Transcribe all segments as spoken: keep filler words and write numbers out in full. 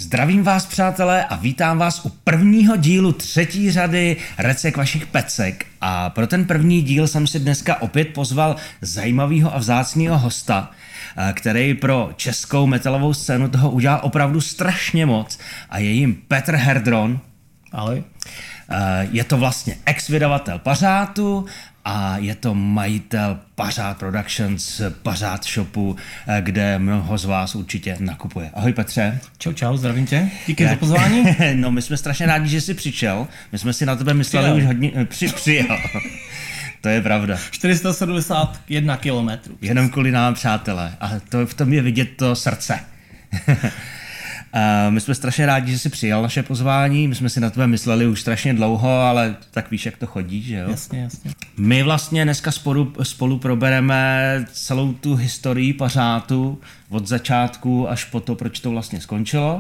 Zdravím vás, přátelé, a vítám vás u prvního dílu třetí řady Recek vašich pecek. A pro ten první díl jsem si dneska opět pozval zajímavého a vzácného hosta, který pro českou metalovou scénu toho udělal opravdu strašně moc. A je jim Petr Herdron. Ahoj. Je to vlastně ex-vydavatel Pařátu a je to majitel Pařád Productions, Pařád shopu, kde mnoho z vás určitě nakupuje. Ahoj Petře. Čau, čau, zdravím tě. Díky Jak? za pozvání. No, my jsme strašně rádi, že jsi přišel. My jsme si na tebe mysleli přijel. už hodně... Při, přijel. To je pravda. čtyři sta sedmdesát jedna kilometrů. Jenom kvůli nám, přátelé. A to, v tom je vidět to srdce. Uh, my jsme strašně rádi, že jsi přijal naše pozvání, my jsme si na tebe mysleli už strašně dlouho, ale tak víš, jak to chodí, že jo? Jasně, jasně. My vlastně dneska spolu, spolu probereme celou tu historii Pařátu od začátku až po to, proč to vlastně skončilo.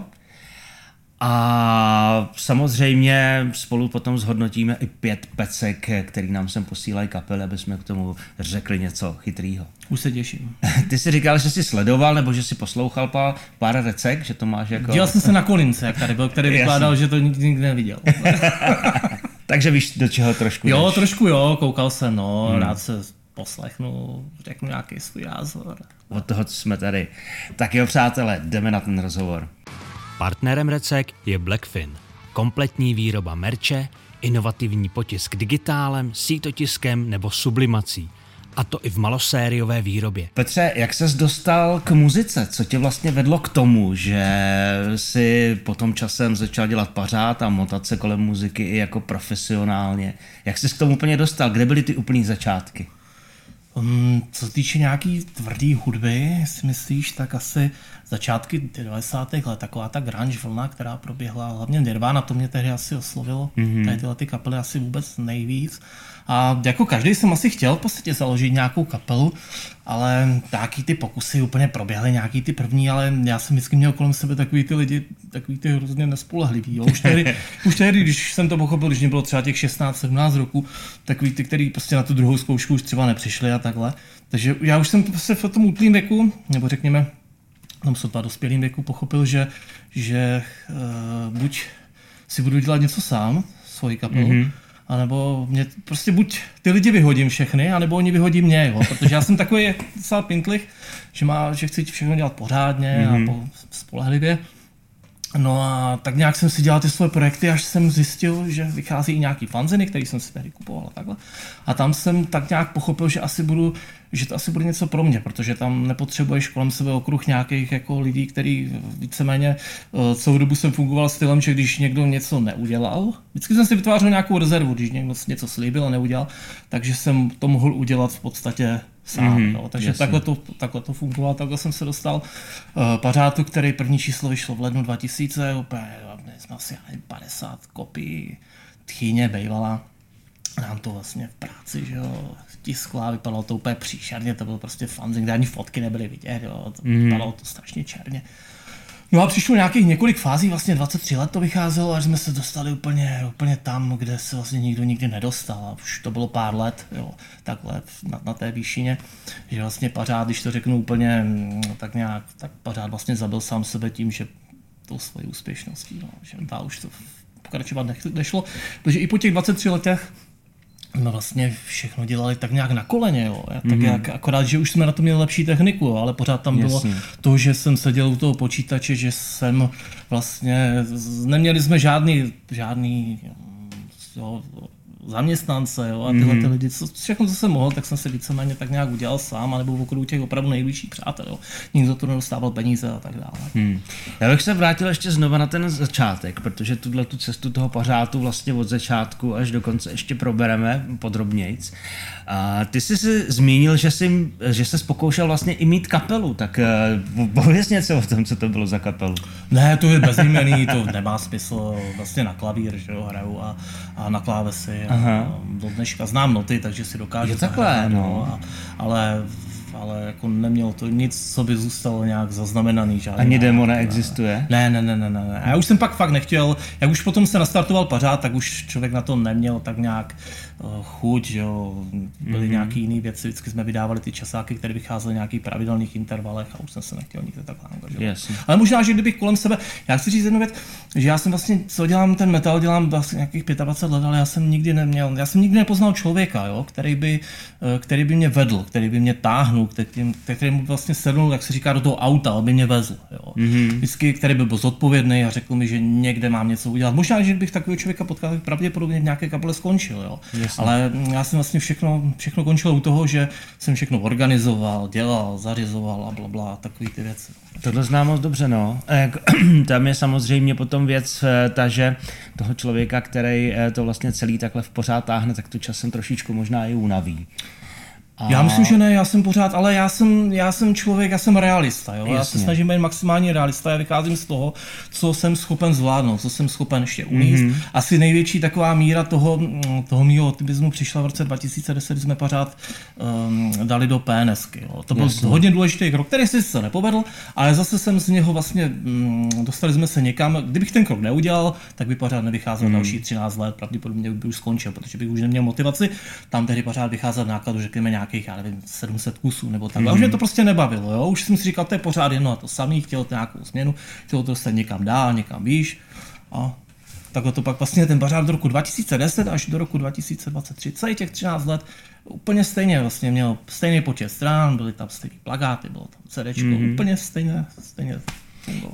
A samozřejmě spolu potom zhodnotíme i pět pecek, který nám sem posílají kapely, aby jsme k tomu řekli něco chytrýho. Už se těším. Ty jsi říkal, že jsi sledoval, nebo že jsi poslouchal pár, pár recek, že to máš jako... Díval jsem se na Kolince, jak tady byl, který vykládal, že to nikdy nikdy neviděl. Takže víš, do čeho trošku Jo, jdeš. trošku jo, koukal jsem, no, hmm. rád se poslechnu, řeknu nějaký svůj názor. Od toho, co jsme tady. Tak jo, přátelé, jdeme na ten rozhovor. Partnerem Recek je Blackfin. Kompletní výroba merče, inovativní potisk digitálem, sítotiskem nebo sublimací. A to i v malosériové výrobě. Petře, jak ses dostal k muzice? Co tě vlastně vedlo k tomu, že si potom časem začal dělat Pařád a motat se kolem muziky i jako profesionálně? Jak jsi k tomu úplně dostal? Kde byly ty úplný začátky? Um, co se týče nějaký tvrdý hudby, si myslíš, tak asi začátky devadesátých let, taková ta grunge vlna, která proběhla, hlavně Nirvana, to mě tehdy asi oslovilo, mm-hmm. tady tyhle ty kapely asi vůbec nejvíc. A jako každý jsem asi chtěl v podstatě založit nějakou kapelu, ale nějaký ty pokusy úplně proběhly, nějaký ty první, ale já jsem vždycky měl kolem sebe takový ty lidi, takový ty hrozně nespolehlivý. Jo. Už, tehdy, už tehdy, když jsem to pochopil, když mě bylo třeba těch šestnáct sedmnáct roků, takový ty, který prostě na tu druhou zkoušku už třeba nepřišli a takhle. Takže já už jsem prostě v tom útlým věku, nebo řekněme, v tom sotva dospělým věku pochopil, že, že uh, buď si budu dělat něco sám, svoji kapelu, mm-hmm. A nebo mě prostě buď ty lidi vyhodím všechny, anebo oni vyhodí mě, jo? Protože já jsem takový docela pintlich, že, má, že chci všechno dělat pořádně mm-hmm. a po, spolehlivě. No a tak nějak jsem si dělal ty svoje projekty, až jsem zjistil, že vychází i nějaký fanziny, který jsem si tady kupoval a takhle. A tam jsem tak nějak pochopil, že asi budu, že to asi bude něco pro mě, protože tam nepotřebuješ kolem sebe okruh nějakých jako lidí, který víceméně celou dobu jsem fungoval stylem, že když někdo něco neudělal, vždycky jsem si vytvářel nějakou rezervu, když někdo něco slíbil a neudělal, takže jsem to mohl udělat v podstatě sám. Mm-hmm, no. Takže takhle to, takhle to fungovalo, takhle jsem se dostal uh, Pařátu, který první číslo vyšlo v lednu dva tisíce, úplně jsme asi padesát kopií, tchýně bejvala. Nám to vlastně v práci, že jo, tiskla, vypadalo to úplně příšerně, to bylo prostě fanzin, kde ani fotky nebyly vidět, jo, to mm. vypadalo to strašně černě. No a přišlo nějakých několik fází, vlastně dvacet tři let to vycházelo, až jsme se dostali úplně, úplně tam, kde se vlastně nikdo nikdy nedostal. A už to bylo pár let, jo, takhle na, na té výšině, že vlastně Pařád, když to řeknu úplně tak nějak, tak Pařád vlastně zabil sám sebe tím, že tou svojí úspěšností, no, že dál už to pokračovat nešlo, protože i po těch dvaceti třech letech jsme vlastně všechno dělali tak nějak na koleně, jo. Tak mm-hmm. jak, akorát, že už jsme na to měli lepší techniku, jo, ale pořád tam bylo Jasně. to, že jsem seděl u toho počítače, že jsem vlastně, neměli jsme žádný, žádný jo, zaměstnance, jo, a tyhle ty lidi, co, všechno, co jsem mohl, tak jsem se víceméně tak nějak udělal sám, anebo v okruhu těch opravdu nejbližších přátel, jo. Nikdo to nedostával peníze a tak dále. Hmm. Já bych se vrátil ještě znova na ten začátek, protože tuhle tu cestu toho Pařátu vlastně od začátku až do konce ještě probereme podrobnějc. A ty jsi si zmínil, že jsi, že jsi pokoušel vlastně i mít kapelu, tak uh, pověz něco o tom, co to bylo za kapelu. Ne, to je bezjmenný, to nemá smysl, vlastně na klavír, že jo, hraju a, a na klávesy. A do dneška znám noty, takže si dokážu zahrát, no. A, ale ale jako nemělo to nic, co by zůstalo nějak zaznamenaný. Žádný. Ani demo neexistuje? Ne, ne, ne, ne, ne. A já už jsem pak fakt nechtěl, jak už potom se nastartoval pařád, tak už člověk na to neměl tak nějak uh, chuť, že jo. Byly mm-hmm. nějaký jiný věci, vždycky jsme vydávali ty časáky, které vycházely v nějakých pravidelných intervalech a už jsem se nechtěl nikde takhle angažovat. Yes. Ale možná, že kdybych kolem sebe, já chci říct jednu věc, že já jsem vlastně, co dělám ten metal, dělám vlastně nějakých dvacet pět let, ale já jsem nikdy neměl, já jsem nikdy nepoznal člověka, jo, který by, který by mě vedl, který by mě táhnul, který, který mu vlastně sednul, jak se říká, do toho auta, aby mě vezl, jo. Mm-hmm. Vždycky, který by byl zodpovědný a řekl mi, že někde mám něco udělat. Možná, že bych takového člověka potkal, tak pravděpodobně v nějaké kapele skončil, jo. Jasně. Ale já jsem vlastně všechno, všechno končil u toho, že jsem všechno organizoval, dělal, zařizoval a blabla, takový ty věci. Tohle znám moc dobře, no. Tam je samozřejmě potom věc ta, že toho člověka, který to vlastně celý takhle v pořád táhne, tak to časem trošičku možná i unaví. A... Já myslím, že ne, já jsem pořád, ale já jsem, já jsem člověk, já jsem realista, jo? Já se snažím být maximálně realista, já vycházím z toho, co jsem schopen zvládnout, co jsem schopen ještě uníst. Mm-hmm. Asi největší taková míra toho, toho mýho optimismu přišla v roce dva tisíce deset, kdy jsme pořád um, dali do PNSky. Jo? To byl Jasně. hodně důležitý krok, který si se nepovedl, ale zase jsem z něho vlastně, um, dostali jsme se někam, kdybych ten krok neudělal, tak by pořád nevycházel mm-hmm. další třináct let, pravděpodobně by už skončil, protože bych už neměl motivaci, tam tehdy pořád vycházel nákladu, řekněme nějak já nevím, sedm set kusů nebo tak. Mm-hmm. Už mě to prostě nebavilo, jo? Už jsem si říkal, to je pořád jedno a to samý, chtěl to nějakou změnu, chtěl to dostat někam dál, někam výš. A takhle to pak vlastně ten pořád do roku dva tisíce deset až do roku dva tisíce dvacet tři, celý těch třináct let úplně stejně vlastně měl stejný počet strán, byly tam stejný plakáty, bylo tam CDčko, mm-hmm. úplně stejně, stejně fungovalo.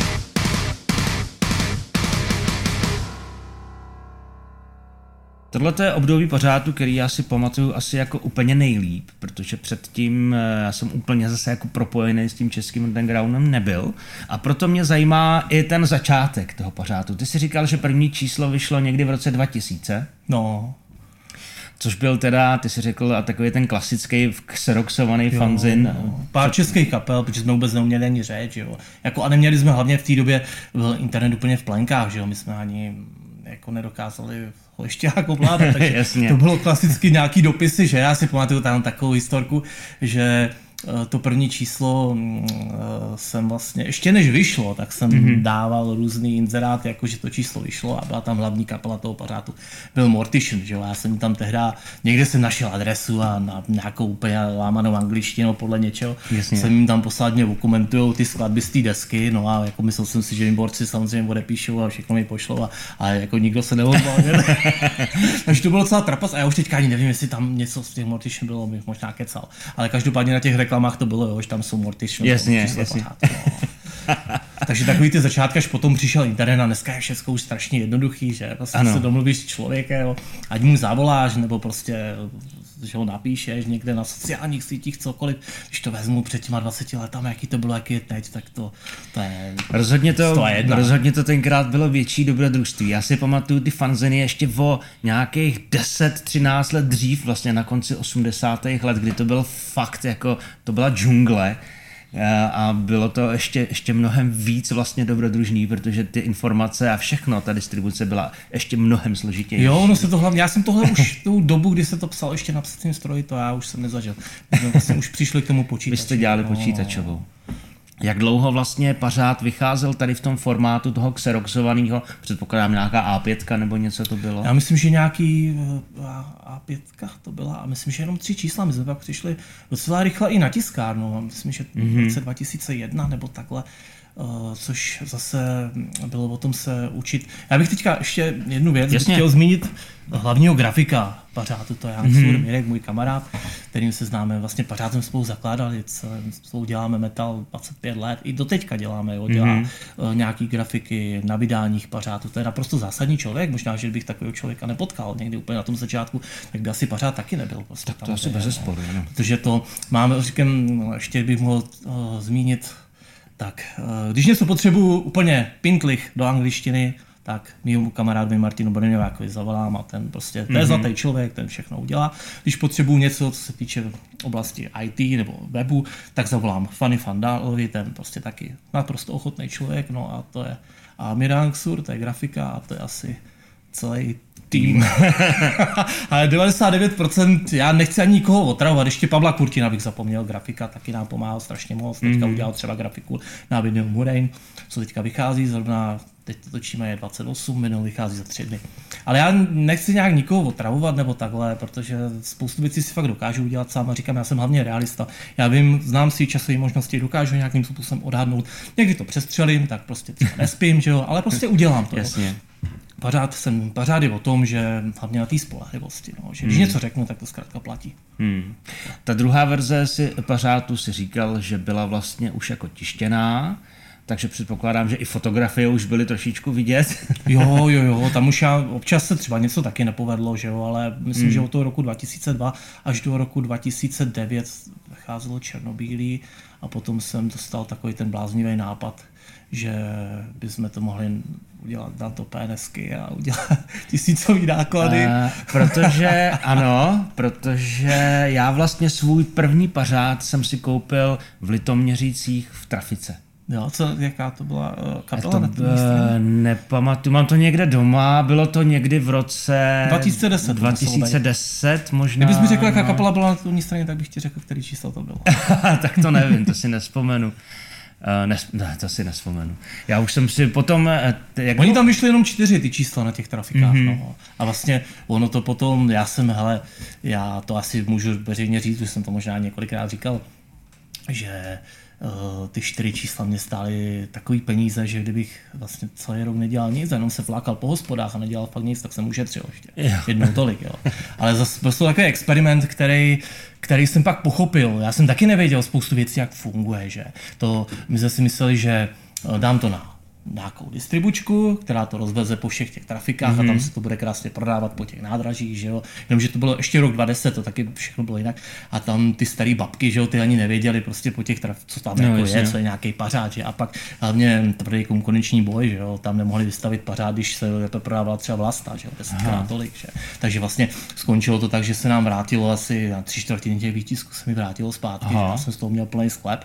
Tohle je období pořádu, který já si pamatuju asi jako úplně nejlíp, protože předtím já jsem úplně zase jako propojený s tím českým undergroundem nebyl a proto mě zajímá i ten začátek toho pořádu. Ty jsi říkal, že první číslo vyšlo někdy v roce dva tisíce. No. Což byl teda, ty jsi řekl, a takový ten klasický xeroxovaný fanzin. No. Pár českých kapel, protože jsme vůbec neuměli ani řeč, jo. Jako, a neměli jsme hlavně v té době, byl internet úplně v plenkách, že jo, my jsme ani jako nedokázali ho ještě jako vládat, takže to bylo klasicky nějaký dopisy, že já si pamatuju tam takovou historku, že to první číslo jsem vlastně, ještě než vyšlo, tak jsem mm-hmm. dával různý inzeráty, jako že to číslo vyšlo a byla tam hlavní kapela toho pořádu, byl Mortician, že jo, já jsem tam tehda, někde jsem našel adresu a na nějakou úplně lámanou angličtinu podle něčeho, Jasně. jsem jim tam poslal, mě dokumentujou ty skladby z té desky, no a jako myslel jsem si, že jim borci samozřejmě odepíšou a všechno mi pošlou a, a jako nikdo se neozval. Takže to bylo celá trapas a já už teďka ani nevím, jestli tam něco z těch Mortician bylo, bych možná kecal, ale každopádně na těch reklamách to bylo, jo, že tam jsou Mortician. Jasně, jasně. Takže takový ty začátky, až potom přišel internet a dneska je všechno už strašně jednoduchý, že prostě se domluvíš s člověkem, ať mu zavoláš, nebo prostě že ho napíšeš někde na sociálních sítích, cokoliv. Když to vezmu před těma dvaceti letami, jaký to bylo, jaký je teď, tak to, to je rozhodně to, rozhodně to tenkrát bylo větší dobrodružství. Já si pamatuju ty fanziny ještě o nějakých deset třináct let dřív, vlastně na konci osmdesátých let, kdy to bylo fakt jako, to byla džungle. A bylo to ještě, ještě mnohem víc vlastně dobrodružný, protože ty informace a všechno, ta distribuce byla ještě mnohem složitější. Jo, no se to hlavně, já jsem tohle už tu dobu, kdy se to psal ještě na psacím stroji, to já už jsem nezažil. My jsme vlastně už přišli k tomu počítači. Vy jste dělali počítačovou. Jak dlouho vlastně pařád vycházel tady v tom formátu toho xeroxovaného, předpokládám nějaká á pět nebo něco to bylo? Já myslím, že nějaký á pět to byla a myslím, že jenom tři čísla, my jsme pak přišli docela rychle i na tiskárnu, myslím, že v roce dva tisíce jedna nebo takhle, což zase bylo o tom se učit. Já bych teďka ještě jednu věc bych chtěl zmínit hlavního grafika pařádu, to je Jan mm-hmm. Sur, Mirek, můj kamarád, kterým se známe, vlastně pařád jsme spolu zakládali, spolu děláme metal dvacet pět let, i doteďka děláme, jo, dělá mm-hmm. nějaký grafiky na vydáních pařádu, to je naprosto zásadní člověk, možná, že bych takového člověka nepotkal někdy úplně na tom začátku, tak by asi pařád taky nebyl. Prostě tak to asi bezesporu, no. Protože to máme, říkám, ještě bych mohl uh, zmínit, tak, uh, když něco potřebuju úplně pintlich do angličtiny, tak mýmu kamarádovi Martinu Brněvákovi zavolám a ten prostě, to je mm-hmm. zlatý člověk, ten všechno udělá. Když potřebuju něco, co se týče oblasti í té nebo webu, tak zavolám Fanny Fandálovi, ten prostě taky naprosto ochotný člověk, no a to je a Mirang Sur, to je grafika a to je asi celý tým. Ale devadesát devět procent, já nechci ani nikoho otravovat, ještě Pavla Kurtina bych zapomněl, grafika taky nám pomáhal strašně moc, teďka mm-hmm. udělal třeba grafiku na video Murain, co teďka vychází, zrovna teď to točíme je dvacet osm, minul vychází za tři dny. Ale já nechci nějak nikoho otravovat nebo takhle, protože spoustu věcí si fakt dokážu udělat sám a říkám, já jsem hlavně realista. Já vím, znám si časové možnosti, dokážu nějakým způsobem odhadnout. Někdy to přestřelím, tak prostě třeba nespím, že jo, ale prostě udělám to. Jasně. Pořád jsem pořád je o tom, že hlavně na té spolehlivosti, no, že když hmm. něco řeknu, tak to zkrátka platí. Hmm. Ta druhá verze si Pařátu si říkal, že byla vlastně už jako tištěná, takže předpokládám, že i fotografie už byly trošičku vidět. Jo, jo, jo, tam už já, občas se třeba něco taky nepovedlo, že jo, ale myslím, hmm. že od toho roku dva tisíce dva až do roku dva tisíce devět vycházelo černobílý a potom jsem dostal takový ten bláznivý nápad, že bychom to mohli udělat na to PNSky a udělat tisícový náklady. Uh, protože, ano, protože já vlastně svůj první pařád jsem si koupil v Litoměřicích v Trafice. Jo, co, jaká to byla uh, kapela? To, na uh, nepamatuju, mám to někde doma, bylo to někdy v roce dva tisíce deset. dva tisíce deset možná. Kdybys mi řekl, jaká kapela byla na té straně, tak bych ti řekl, který číslo to bylo. Tak to nevím, to si nespomenu. Uh, nes, ne, to si nespomenu. Já už jsem si potom... Jak Oni tam vyšli jenom čtyři ty čísla na těch trafikách. Mm-hmm. No. A vlastně ono to potom, já jsem, hele, já to asi můžu veřejně říct, už jsem to možná několikrát říkal, že uh, ty čtyři čísla mě stály takový peníze, že kdybych vlastně celý rok nedělal nic, jenom se vlákal po hospodách a nedělal fakt nic, tak jsem ušetřil ještě. Jo. Jednou tolik, jo. Ale zase prostě takový experiment, který který jsem pak pochopil. Já jsem taky nevěděl spoustu věcí, jak funguje, že to, my jsme si mysleli, že dám to na nějakou distribučku, která to rozveze po všech těch trafikách mm-hmm. a tam se to bude krásně prodávat po těch nádražích, že jo. Jenomže to bylo ještě rok dva tisíce deset, to taky všechno bylo jinak. A tam ty starý babky, že jo, ty ani nevěděli prostě po těch traf, co tam no, jako je, co je nějaký pařád, že? A pak hlavně tvrdý konkurenční boj, že jo, tam nemohli vystavit pařád, když se to prodávala třeba Vlasta, že jo, desetkrát tolik, že? Takže vlastně skončilo to tak, že se nám vrátilo asi na tři čtvrtiny těch výtisků se mi vrátilo zpátky, že já jsem z toho měl plný sklep.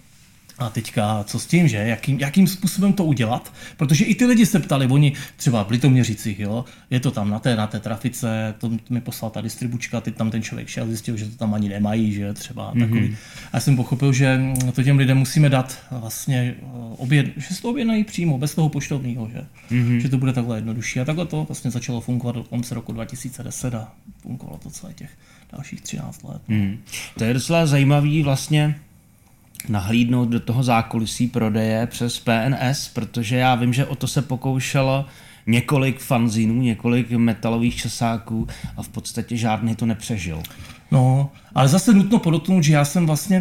A teďka, co s tím, že? Jakým, jakým způsobem to udělat? Protože i ty lidi se ptali, oni třeba v Litoměřicích, jo, je to tam na té, na té trafice, to mi poslal ta distribučka, teď tam ten člověk šel, zjistil, že to tam ani nemají, že třeba mm-hmm. takový. A já jsem pochopil, že to těm lidem musíme dát vlastně oběd, že se to objednají přímo, bez toho poštovního, že? Mm-hmm. Že to bude takhle jednodušší. A takhle to vlastně začalo fungovat do konce roku dva tisíce deset a fungovalo to celé těch dalších třináct let. Mm. To je docela zajímavý vlastně nahlídnout do toho zákulisí prodeje přes P N S, protože já vím, že o to se pokoušelo několik fanzínů, několik metalových časáků a v podstatě žádný to nepřežil. No, ale zase nutno podotknout, že já jsem vlastně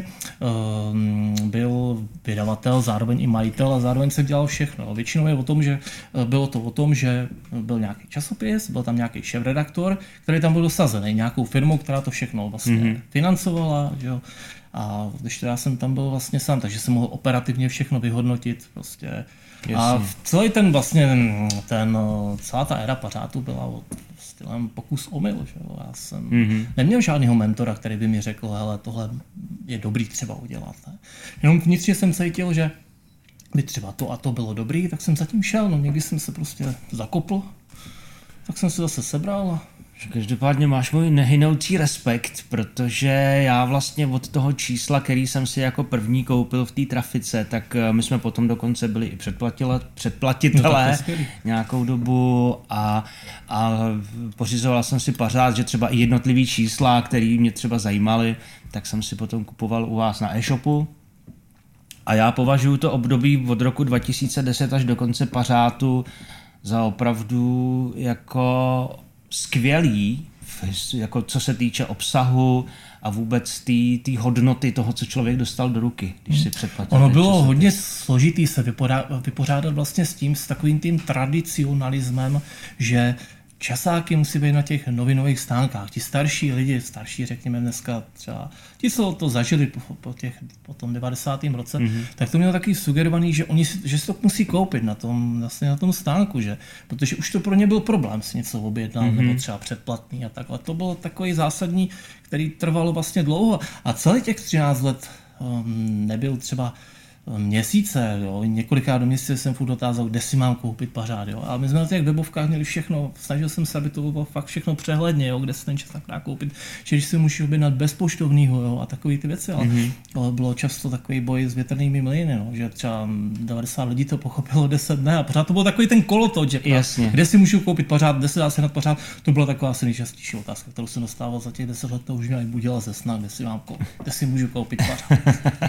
um, byl vydavatel, zároveň i majitel a zároveň jsem dělal všechno. Většinou je o tom, že bylo to o tom, že byl nějaký časopis, byl tam nějaký šéfredaktor, který tam byl dosazený nějakou firmou, která to všechno vlastně mm-hmm. financovala, že jo. A když to já jsem tam byl vlastně sám, takže jsem mohl operativně všechno vyhodnotit prostě. Jasně. A celý ten vlastně ten, ten celá ta éra pařátu byla o stylem pokus omyl, že jo. Já jsem mm-hmm. neměl žádného mentora, který by mi řekl, hele, tohle je dobrý třeba udělat. Ne? Jenom vnitřně jsem cítil, že by třeba to a to bylo dobrý, tak jsem zatím šel, no někdy jsem se prostě zakopl, tak jsem se zase sebral a každopádně máš můj nehynoucí respekt, protože já vlastně od toho čísla, který jsem si jako první koupil v té trafice, tak my jsme potom dokonce byli i předplatitelé no nějakou dobu a, a pořizoval jsem si pařád, že třeba i jednotlivý čísla, který mě třeba zajímaly, tak jsem si potom kupoval u vás na e-shopu. A já považuji to období od roku dva tisíce deset až do konce pařátu za opravdu jako skvělý, jako co se týče obsahu a vůbec té hodnoty toho, co člověk dostal do ruky, když si předplatil. Ono bylo hodně složitý se vypořádat vlastně s tím, s takovým tím tradicionalismem, že časáky musí být na těch novinových stánkách. Ti starší lidi, starší řekněme dneska třeba, ti, co to zažili po, po, těch, po tom devadesátém roce, mm-hmm. tak to mělo taky sugerovaný, že oni si, že si to musí koupit na tom, vlastně na tom stánku, že? Protože už to pro ně byl problém si něco objednat, mm-hmm. nebo třeba předplatný a takhle. To bylo takový zásadní, který trvalo vlastně dlouho a celý těch třináct let um, nebyl třeba měsíce, jo, několikrát do měsíce jsem furt dotázal, kde si mám koupit pařád, jo. A my jsme na těch webovkách měli všechno, snažil jsem se, aby to bylo fakt všechno přehledně, jo, kde se ten časák dá koupit, že když si můžeš objednat bez poštovního, jo, a takový ty věci, ale mm-hmm. bylo často takový boj s větrnými mlýny, no, že třeba devadesát lidí to pochopilo deset dne a pořád to byl takový ten kolotoč, že kde si můžu koupit pařád, kde se dá sehnat pařád, to byla taková asi nejčastější otázka, kterou jsem dostával za těch deset let, to už mě budila ze sna, kde si mám koupit, kde si můžu koupit pařád.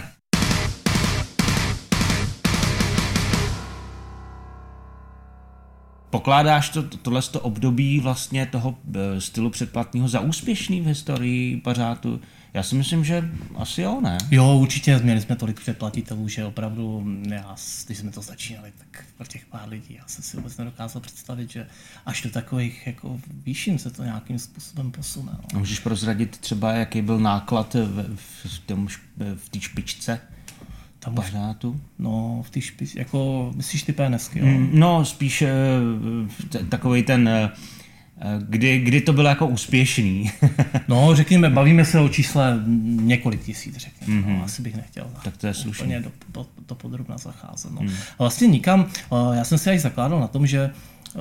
Pokládáš to, tohle období vlastně toho stylu předplatného za úspěšný v historii pařátu? Já si myslím, že asi jo, ne? Jo, určitě, měli jsme tolik předplatitelů, že opravdu, já, když jsme to začínali, tak pro těch pár lidí, já jsem si vůbec nedokázal představit, že až do takových jako výšin se to nějakým způsobem posune. No. Můžeš prozradit třeba, jaký byl náklad v, v, tom, v té špičce? Tam pařátu? No, v té špičce, jako myslíš ty PNSky, jo? Mm, no, spíš t- takovej ten, kdy, kdy to bylo jako úspěšný. No, řekněme, bavíme se o čísle několik tisíc, řekněme, mm-hmm. no, asi bych nechtěl. Tak to je slušný. Úplně do, do, do podrobna zacházet. No. Mm. Vlastně nikam, já jsem si až zakládal na tom, že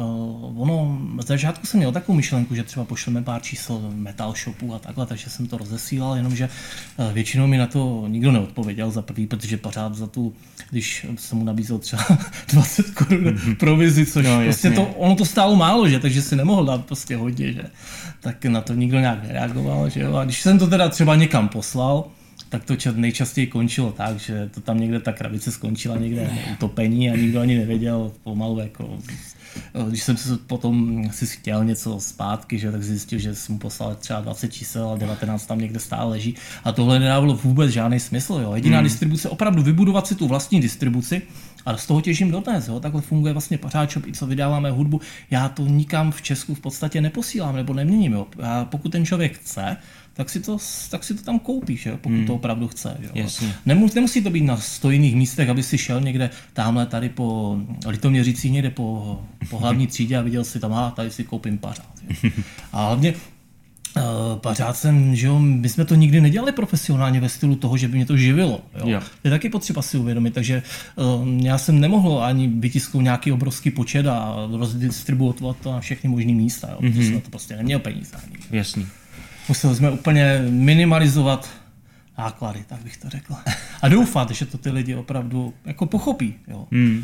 Uh, ono, z začátku jsem měl takovou myšlenku, že třeba pošleme pár čísel metal shopu a takhle, takže jsem to rozesílal, jenomže uh, většinou mi na to nikdo neodpověděl za prvý, protože pořád za tu, když jsem mu nabízel třeba dvacet korun mm-hmm. provizi, což no, prostě to, ono to stálo málo, že, takže si nemohl dát prostě hodně, že, tak na to nikdo nějak nereagoval, že jo, a když jsem to teda třeba někam poslal, tak to nejčastěji končilo tak, že to tam někde ta krabice skončila někde utopení a nikdo ani nevěděl pomalu jako. Když jsem si potom si chtěl něco zpátky, že, tak zjistil, že jsem mu poslal třeba dvacet čísel a devatenáct tam někde stále leží. A tohle nedávalo vůbec žádný smysl. Jo. Jediná hmm. distribuce, opravdu vybudovat si tu vlastní distribuci a z toho těžím dodnes. Jo. Takhle funguje vlastně Pařád Shop, i co vydáváme hudbu. Já to nikam v Česku v podstatě neposílám nebo neměním. Jo. A pokud ten člověk chce, tak si to, tak si to tam koupíš, jo, pokud hmm. to opravdu chce. Jo. Nemus, nemusí to být na stojných místech, aby si šel někde tamhle tady po Litoměřicích, někde po, po hlavní třídě a viděl si tam, a tady si koupím pařád. Jo. A hlavně uh, pařád jsem, že jo, my jsme to nikdy nedělali profesionálně ve stylu toho, že by mě to živilo. Jo. Jo. To je taky potřeba si uvědomit, takže uh, já jsem nemohl ani vytisknout nějaký obrovský počet a rozdistribuovat to na všechny možný místa. Jo. Mm-hmm. Jsme to prostě neměl peníze. Ani, Jasný. Museli jsme úplně minimalizovat náklady, tak bych to řekl. A doufat, že to ty lidi opravdu jako pochopí. Jo. Hmm.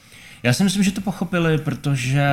Já si myslím, že to pochopili, protože,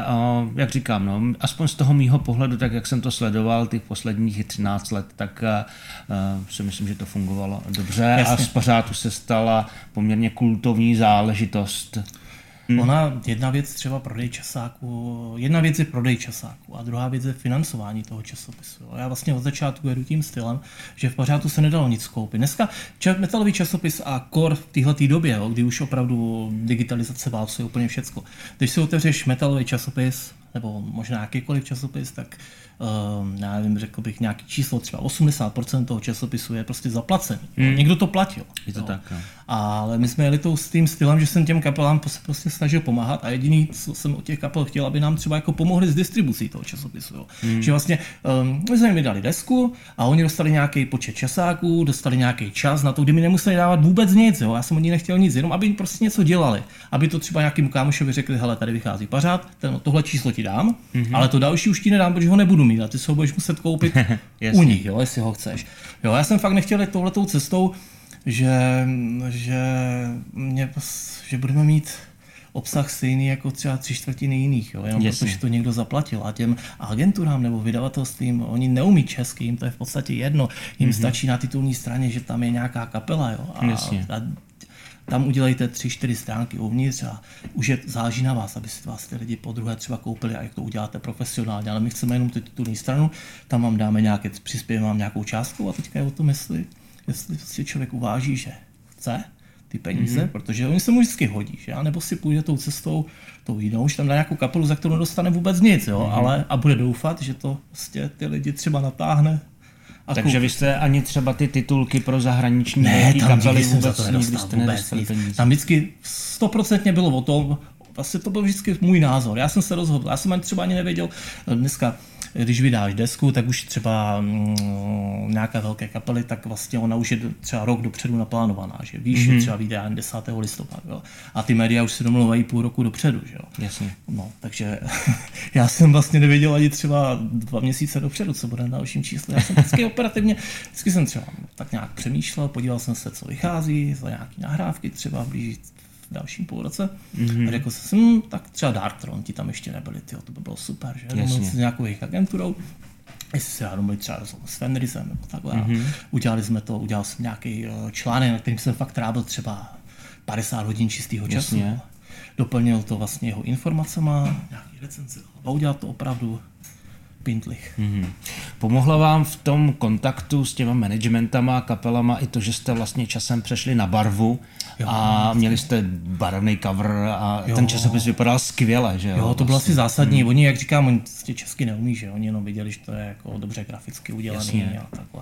jak říkám, no, aspoň z toho mýho pohledu, tak jak jsem to sledoval těch posledních třináct let, tak uh, si myslím, že to fungovalo dobře. Jasně. A z Pařátu se stala poměrně kultovní záležitost. Hmm. Ona, jedna věc třeba prodej časáku, jedna věc je prodej časáku a druhá věc je financování toho časopisu. Já vlastně od začátku jedu tím stylem, že v Pařátu se nedalo nic koupit. Dneska metalový časopis a kor v téhletý době, jo, kdy už opravdu digitalizace válcuje úplně všecko. Když si otevřeš metalový časopis, nebo možná jakýkoliv časopis, tak uh, já nevím, řekl bych nějaký číslo, třeba osmdesát procent toho časopisu je prostě zaplacený. Mm. Někdo to platil. Je to jo. tak, no. Ale my jsme jeli to s tím stylem, že jsem těm kapelám se prostě snažil pomáhat a jediný, co jsem od těch kapel chtěl, aby nám třeba jako pomohli s distribucí toho časopisu. Jo. Mm. Že vlastně um, my jsme jim vydali desku a oni dostali nějaký počet časáků, dostali nějaký čas na to, kdy mi nemuseli dávat vůbec nic. Jo. Já jsem od nich nechtěl nic, jenom aby prostě něco dělali. Aby to třeba nějakému kámošovi řekli, hele, tady vychází Pařád, ten, tohle číslo ti dám, mm-hmm. ale to další už ti nedám, protože ho nebudu mít a ty se ho budeš muset koupit u nich, jo, jestli ho chceš. Jo, já jsem fakt nechtěl jít touhletou cestou, že, že, mě, že budeme mít obsah stejný jako třeba tři čtvrtiny jiných, jo, jenom protože to někdo zaplatil. A těm agenturám nebo vydavatelstvím, oni neumí česky, jim to je v podstatě jedno. Jim mm-hmm. stačí na titulní straně, že tam je nějaká kapela. Jo, a, a tam udělejte tři, čtyři stránky uvnitř a už je, záleží na vás, aby si vás ty lidi po druhé třeba koupili a jak to uděláte profesionálně. Ale my chceme jenom tu titulní stranu, tam vám dáme nějaké, přispějeme vám nějakou částku a teďka je o tom, jestli, jestli si člověk uváží, že chce ty peníze, mm-hmm. protože oni se mu vždycky hodí, že? A nebo si půjde tou cestou, tou jinou, už tam dá nějakou kapelu, za kterou nedostane vůbec nic, jo? Mm-hmm. Ale a bude doufat, že to prostě ty lidi třeba natáhne. A takže koupit. Vy jste ani třeba ty titulky pro zahraniční ne, kapely vůbec to nedostal, nikdy vůbec nic. Tam vždycky stoprocentně bylo o tom, vlastně to byl vždycky můj názor. Já jsem se rozhodl, já jsem ani třeba ani nevěděl, dneska když vydáš desku, tak už třeba mm, nějaké velké kapely, tak vlastně ona už je třeba rok dopředu naplánovaná, že víš, mm-hmm. že třeba vyjde desátého listopadu, jo. A ty média už se domluvají půl roku dopředu, že jo. Jasně. No, takže já jsem vlastně nevěděl ani třeba dva měsíce dopředu, co bude na dalším čísle. Já jsem vždycky operativně, vždycky jsem třeba tak nějak přemýšlel, podíval jsem se, co vychází, za nějaký nahrávky třeba blíží v dalším půlroce. Mm-hmm. A řekl jsem, hm, tak třeba Darktron, ti tam ještě nebyli, tyjo, to by bylo super, že? Domluvil se s nějakou jejich agenturou, jestli se já domluvili třeba rozhovor s Fenrisem, nebo takhle. Mm-hmm. Udělali jsme to, udělal jsem nějaký článek, na kterým jsem fakt trávil třeba padesát hodin čistého času. Jasně. Doplnil to vlastně jeho informacema, nějaký recenze a udělal to opravdu pintlich. Mm-hmm. Pomohlo vám v tom kontaktu s těma managementama, kapelama i to, že jste vlastně časem přešli na barvu jo, a vlastně. Měli jste barevný cover a jo. Ten časopis vypadal skvěle, že jo? Jo, to bylo vlastně. Asi zásadní. Mm. Oni, jak říkám, oni vlastně česky neumí, že oni jenom viděli, že to je jako dobře graficky udělaný. Jasně. A takhle.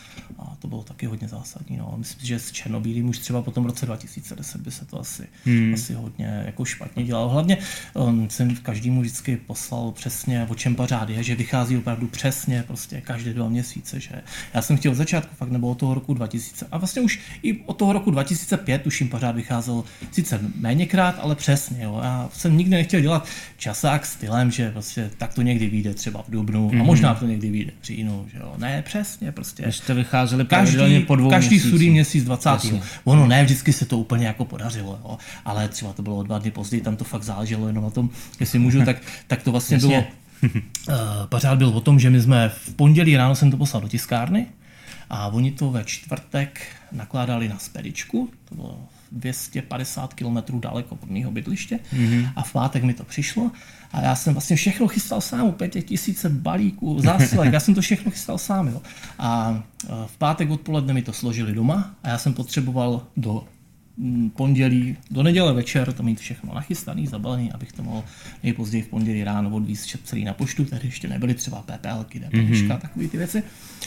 A to bylo taky hodně zásadní. No. Myslím, že s černobílým už třeba po tom roce dva tisíce deset by se to asi, hmm. asi hodně jako špatně dělalo. Hlavně um, jsem každému vždycky poslal přesně, o čem pořád je, že vychází opravdu přesně prostě každé dva měsíce. Že já jsem chtěl od začátku, fakt nebo od toho roku dva tisíce. A vlastně už i od toho roku dva tisíce pět už jim pořád vycházel sice méněkrát, ale přesně. Jo. Já jsem nikdy nechtěl dělat časák stylem, že prostě tak to někdy vyjde třeba v dubnu hmm. a možná to někdy vyjde v říjnu. Že jo. Ne, přesně prostě. Každý, po dvou každý sudý měsíc dvacátého Ono ne, vždycky se to úplně jako podařilo, jo. Ale třeba to bylo o dva dny později, tam to fakt záleželo jenom na tom, jestli můžu, tak, tak to vlastně Jasně. bylo, uh, pořád byl o tom, že my jsme v pondělí ráno jsem to poslal do tiskárny a oni to ve čtvrtek nakládali na spedičku, to bylo dvě stě padesát kilometrů daleko od mého bydliště mm-hmm. a v pátek mi to přišlo a já jsem vlastně všechno chystal sám, úplně těch tisíce balíků, zásilek, já jsem to všechno chystal sám. Jo. A v pátek odpoledne mi to složili doma a já jsem potřeboval do pondělí, do neděle večer to mít všechno nachystaný, zabalený, abych to mohl nejpozději v pondělí ráno odvízt celý na poštu, tady ještě nebyly třeba PPLky, DPDčka, mm-hmm. takové ty věci.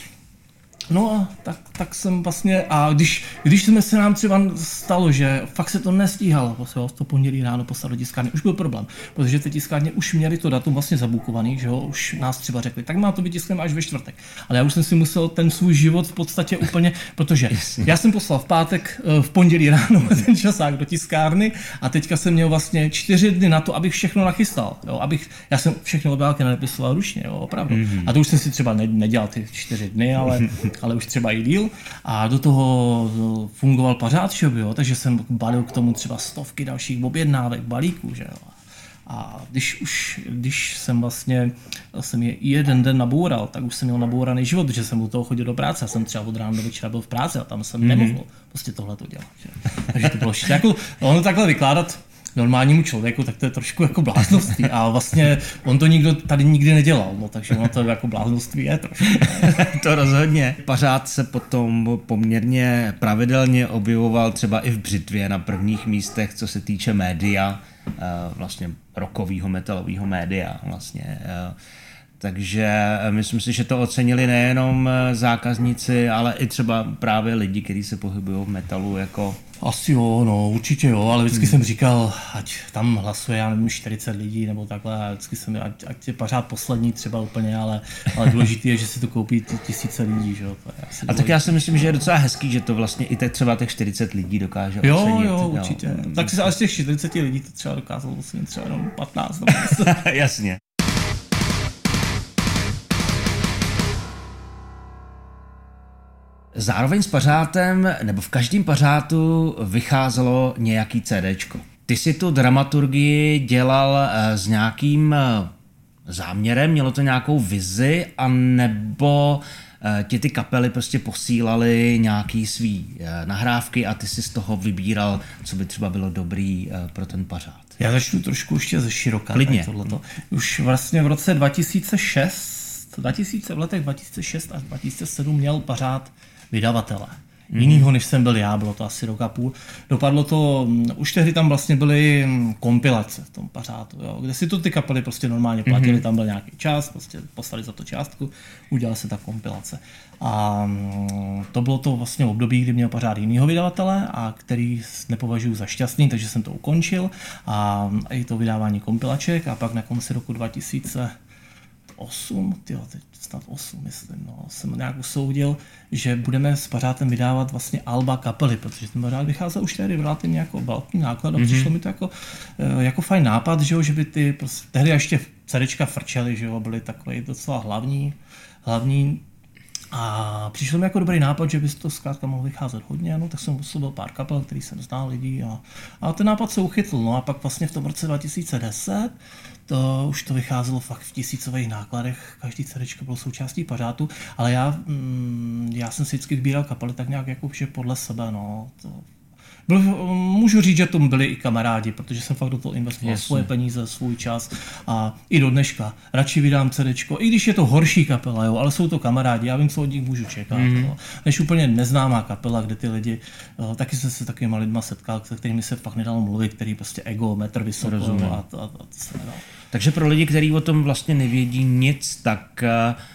No a tak, tak jsem vlastně, a když, když jsme se nám třeba stalo, že fakt se to nestíhalo, to pondělí ráno poslat do tiskárny, už byl problém, protože ty tiskárny už měli to datum vlastně zabukovaný, že jo, už nás třeba řekli, tak má to být tiskneme až ve čtvrtek. Ale já už jsem si musel ten svůj život v podstatě úplně, protože já jsem poslal v pátek, v pondělí ráno ten časák do tiskárny a teďka jsem měl vlastně čtyři dny na to, abych všechno nachystal, jo, abych, já jsem všechno obálky napisoval ručně, jo, opravdu. Mm-hmm. A to už jsem si třeba ne, nedělal ty čtyři dny, ale ale už třeba i díl a do toho fungoval pořád shop, jo, takže jsem balil k tomu třeba stovky dalších objednávek, balíků, že jo. A když už, když jsem vlastně jsem je jeden den naboural, tak už jsem měl nabouraný život, protože jsem u toho chodil do práce, já jsem třeba od rána do večera byl v práci a tam jsem mm-hmm. nemohl prostě tohle to dělat. Že? Takže to bylo šitě. Jako, ono takhle vykládat normálnímu člověku, tak to je trošku jako bláznoství. A vlastně on to nikdo tady nikdy nedělal, no, takže ono to jako bláznoství je trošku. To rozhodně. Pařád se potom poměrně pravidelně objevoval třeba i v Břitvě na prvních místech, co se týče média, vlastně rockového, metalového média vlastně. Takže myslím si, že to ocenili nejenom zákazníci, ale i třeba právě lidi, kteří se pohybují v metalu jako... Asi jo, no určitě jo, ale vždycky hmm. jsem říkal, ať tam hlasuje, já nevím, čtyřicet lidí nebo takhle, a vždycky jsem, ať, ať je pořád poslední třeba úplně, ale, ale důležité je, že si to koupí ty tisíce lidí, že jo. To je asi a tak já si myslím, že je docela hezký, že to vlastně i te, třeba těch čtyřicet lidí dokáže jo, ocenit. Jo, určitě. Jo. Tak si ale z těch čtyřiceti lidí to třeba dokázalo ocenit třeba jenom patnáct. Jasně. Zároveň s pařátem, nebo v každém pařátu vycházelo nějaký CDčko. Ty si tu dramaturgii dělal s nějakým záměrem, mělo to nějakou vizi, anebo ti ty kapely prostě posílaly nějaký svý nahrávky a ty si z toho vybíral, co by třeba bylo dobrý pro ten pařát. Já začnu trošku ještě ze široka. Klidně. Už vlastně v roce dva tisíce šest, dva tisíce, v letech dva tisíce šest až dva tisíce sedm měl pařád vydavatele. Mm. Jinýho, než jsem byl já, bylo to asi rok a půl. Dopadlo to, už tehdy tam vlastně byly kompilace v tom pařátu, jo, kde si to ty kapely prostě normálně platili, mm. tam byl nějaký čas, prostě poslali za to částku, udělala se ta kompilace. A to bylo to vlastně období, kdy měl pařád jinýho vydavatele, a který nepovažuji za šťastný, takže jsem to ukončil a i to vydávání kompilaček a pak na konci roku dva tisíce osm, tyjo, teď snad osm, myslím, no, jsem nějak usoudil, že budeme s Pařátem vydávat vlastně alba kapely, protože ten Pařát vycházel už tehdy relativně jako velký náklad a mm-hmm. přišlo mi to jako, jako fajn nápad, že, jo, že by ty, prostě, tehdy ještě CDčka frčely, že jo, byly takový docela hlavní, hlavní a přišlo mi jako dobrý nápad, že by to zkrátka mohlo vycházet hodně, no, tak jsem oslovil pár kapel, který jsem znal lidí a, a ten nápad se uchytl, no a pak vlastně v tom roce dva tisíce deset to už to vycházelo fakt v tisícových nákladech, každý CDčko bylo součástí Pařátu, ale já, mm, já jsem si vždycky vybíral kapely tak nějak jako že podle sebe, no, to Byl, můžu říct, že tomu byli i kamarádi, protože jsem fakt do toho investoval Jasně. svoje peníze, svůj čas a i do dneška. Radši vydám CDčko, i když je to horší kapela, jo, ale jsou to kamarádi, já vím, co od nich můžu čekat. Mm. Jo. Než úplně neznámá kapela, kde ty lidi, jo, taky jsem se takovýma lidma setkal, se kterými se fakt nedalo mluvit, který prostě ego, metr vysoko a, a, a to se nedalo. Takže pro lidi, kteří o tom vlastně nevědí nic, tak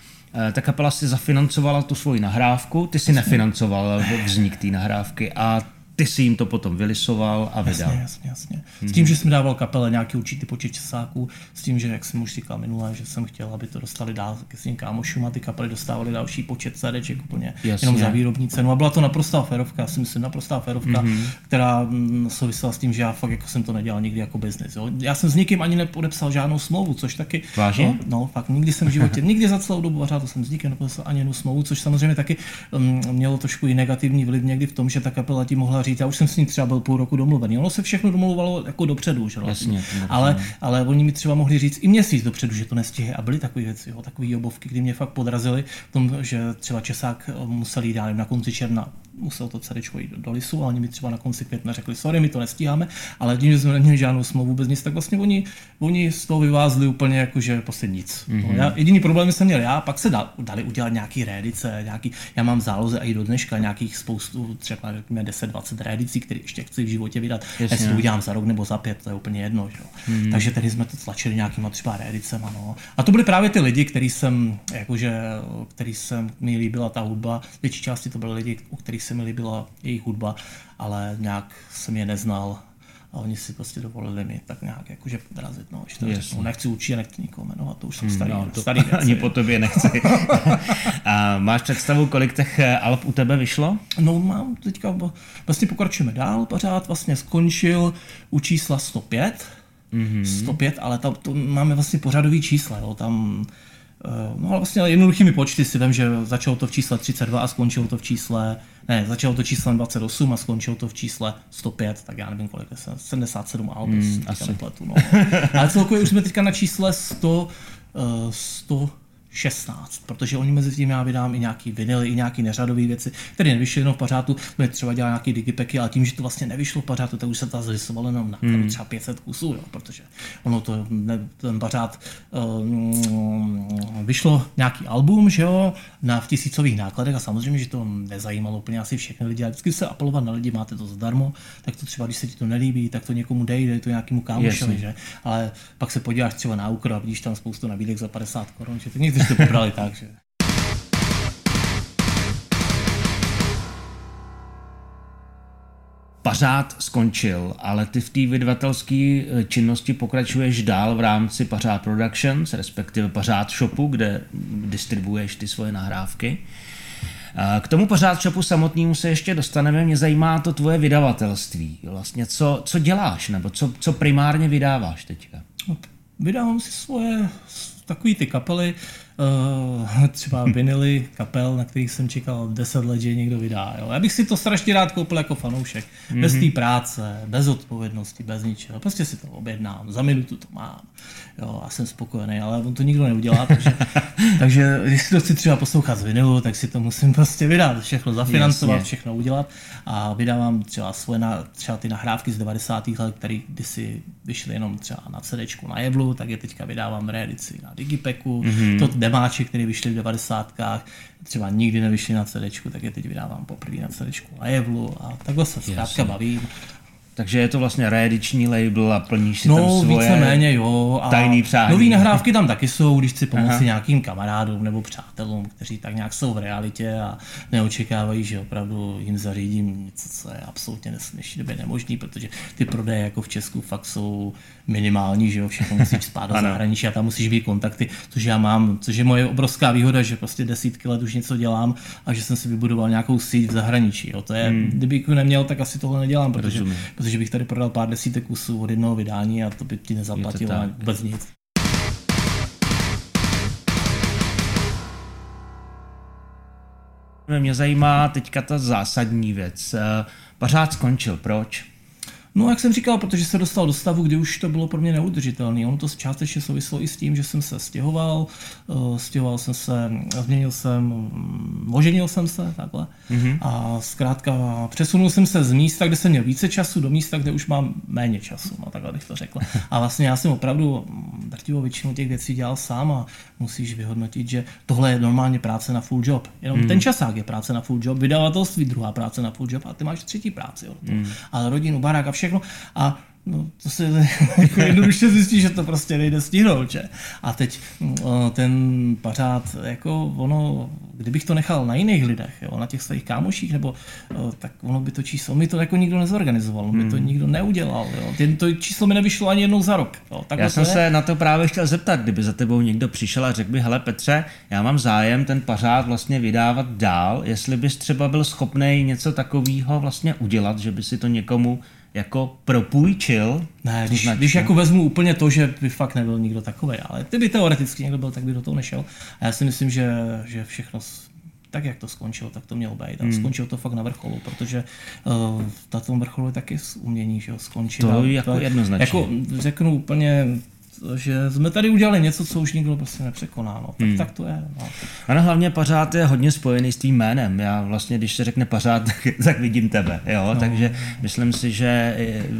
ta kapela si zafinancovala tu svoji nahrávku, ty si nefinancoval vznik té nahrávky a ty si jim to potom vylisoval a vydal. Jasně, jasně, jasně. S tím, že jsem dával kapele nějaký určitý počet časáků, s tím, že, jak jsem už říkal minule, že jsem chtěl, aby to dostali dál ke svým kámošům a ty kapely dostávaly další počet CDček úplně jasně. jenom za výrobní cenu. A byla to naprostá férovka, já si myslím, naprostá férovka, mm-hmm. která mm, souvisela s tím, že já fakt jako jsem to nedělal nikdy jako biznis. Jo. Já jsem s nikým ani nepodepsal žádnou smlouvu, což taky... Vážně? No, no, fakt nikdy jsem v životě, nikdy za celou dobu to jsem s nikým nepodepsal ani jednu smlouvu, což samozřejmě taky um, mělo trošku i negativní vliv někdy v tom, že ta kapela ti mohla říct, já už jsem s ní třeba byl půl roku domluvený. Ono se všechno domluvalo jako dopředu, že Jasně, ale, ale oni mi třeba mohli říct i měsíc dopředu, že to nestihne. A byly takové věci, jo, takové obovky, kdy mě fakt podrazili v tom, že třeba Česák musel jít dál na konci června. Musel to CDčko jít do, do lisu a oni mi třeba na konci května řekli, sorry, my to nestíháme, ale tím, že jsme neměli žádnou smlouvu bez nic, tak vlastně oni, oni z toho vyvázli úplně jako, že prostě nic. Mm-hmm. No, já, jediný problém jsem měl já, pak se dal, dali udělat nějaký rédice, nějaký, já mám v záloze a i do dneška nějakých spoustu, třeba deset dvacet rédicí, které ještě chci v životě vydat. Jestli to udělám za rok nebo za pět, to je úplně jedno. Že? Mm-hmm. Takže tady jsme to tlačili nějakýma třeba rédicema. No. A to byli právě ty lidi, který jsem, jakože, který jsem, mi líbila ta hudba. Větší části to byly lidi, u kterých se mi líbila jejich hudba, ale nějak jsem je neznal a oni si prostě dovolili mi tak nějak jakože podrazit. No, že řeknu, nechci určitě, nechci nikoho jmenovat, to už jsou starý, no, to starý věci. Ani po tobě nechci. A máš představu, kolik těch alb u tebe vyšlo? No mám teďka, vlastně pokračujeme dál, pořád vlastně skončil u čísla sto pět, mm-hmm. sto pět, ale tam to máme vlastně pořadový čísla, jo, tam no ale vlastně jednoduchými počty si vím, že začalo to v čísle třicet dva a skončilo to v čísle, ne, začalo to číslem dvacet osm a skončilo to v čísle sto pět, tak já nevím kolik, sedmdesát sedm album, mm, teďka nepletu, no. Ale celkově už jsme teďka na čísle sto, sto šestnáct, protože oni mezi tím já vydám i nějaký vinyly, i nějaký neřadové věci, které nevyšly jenom v Pařátu, my třeba dělali nějaký digipacky, ale tím, že to vlastně nevyšlo v Pařátu, tak už se to zrysovalo jenom na hmm. třeba pět set kusů, jo, protože ono to, ne, ten Pařát um, vyšlo nějaký album, že jo, na v tisícových nákladech a samozřejmě, že to nezajímalo úplně asi všechny lidi, ale vždycky se apelovat na lidi, máte to zadarmo, tak to třeba, když se ti to nelíbí, tak to někomu dej, dej to nějakému kámošovi, že, ale pak se podíváš třeba na úkor a vidíš tam spoustu nabídek za padesát korun, že to někdy to pobrali tak, že... Pařád skončil, ale ty v té vydavatelské činnosti pokračuješ dál v rámci Pařád Productions, respektive Pařád Shopu, kde distribuuješ ty svoje nahrávky. K tomu Pařád Shopu samotnému se ještě dostaneme, mě zajímá to tvoje vydavatelství. Vlastně co, co děláš, nebo co, co primárně vydáváš teďka? Vydávám si svoje takový ty kapely, Uh, třeba vinily kapel, na kterých jsem čekal deset let, že někdo vydá. Jo. Já bych si to strašně rád koupil jako fanoušek. Mm-hmm. Bez té práce, bez odpovědnosti, bez ničeho. Prostě si to objednám, za minutu to mám. Jo, a jsem spokojený, ale on to nikdo neudělá. Takže, takže když si to chci třeba poslouchat z vinilu, tak si to musím prostě vydat. Všechno zafinancovat, Jasně. všechno udělat. A vydávám třeba svoje na, třeba ty nahrávky z devadesátých let, které kdysi vyšly jenom třeba na CDčku na Jevlu, tak je teďka vydávám v reedici na Digipacku. Mm-hmm. To demáči, které vyšly v devadesátkách, třeba nikdy nevyšly na CDčku, tak je teď vydávám poprvé na CDčku na Jevlu a takhle se zkrátka bavím. takže je to vlastně reediční label a plníš si no, tam svoje víceméně, jo. A tajný přání. nový nahrávky tam taky jsou, když chci pomoci Aha. nějakým kamarádům nebo přátelům, kteří tak nějak jsou v realitě a neočekávají, že opravdu jim zařídím něco, co je absolutně v dnešní době nemožný, protože ty prodeje jako v Česku fakt jsou minimální, že jo, všechno musíš spát do zahraničí a tam musíš být kontakty, což já mám, což je moje obrovská výhoda, že prostě desítky let už něco dělám a že jsem si vybudoval nějakou síť v zahraničí. Jo. To je, hmm. kdybych ji neměl, tak asi tohle nedělám, protože, protože bych tady prodal pár desítek kusů od jednoho vydání a to by ti nezaplatilo vůbec nic. Mě zajímá teďka ta zásadní věc. Pařád skončil, proč? No, jak jsem říkal, protože se dostal do stavu, kdy už to bylo pro mě neudržitelné. Ono to částečně souvislo i s tím, že jsem se stěhoval, uh, stěhoval jsem se, změnil jsem, oženil jsem se, takhle. Mm-hmm. A zkrátka přesunul jsem se z místa, kde jsem měl více času, do místa, kde už mám méně času, no, takhle bych to řekl. A vlastně já jsem opravdu drtivou většinu těch věcí dělal sám a musíš vyhodnotit, že tohle je normálně práce na full job. Jenom mm-hmm. ten časák je práce na full job, vydavatelství druhá práce na full job a ty máš třetí práci. Jo, mm. Ale rodinu, barák a všechno. A no, to se jako jednoduše zjistí, že to prostě nejde stihnout, že? A teď ten pařád, jako ono, kdybych to nechal na jiných lidech, jo, na těch svých kámoších, nebo tak ono by to číslo, mi to jako nikdo nezorganizoval, hmm. by to nikdo neudělal, jo. Ten, to číslo mi nevyšlo ani jednou za rok. Jo. Já jsem je. se na to právě chtěl zeptat, kdyby za tebou někdo přišel a řekl by, hele Petře, já mám zájem ten pařád vlastně vydávat dál, jestli bys třeba byl schopnej něco takového vlastně udělat, že by si to někomu jako propůjčil. Ne, když, když jako vezmu úplně to, že by fakt nebyl nikdo takovej, ale kdyby teoreticky někdo byl, tak by do toho nešel. A já si myslím, že, že všechno tak, jak to skončilo, tak to mělo být. A hmm. skončilo to fakt na vrcholu, protože uh, na tom vrcholu je taky umění, že jo, skončit. To je jako jednoznačně. Jako řeknu úplně, že jsme tady udělali něco, co už nikdo prostě nepřekoná. No. Tak, hmm. tak to je. No. Ano, hlavně pařád je hodně spojený s tvým jménem. Já vlastně, když se řekne pařád, tak, tak vidím tebe. Jo? No. Takže myslím si, že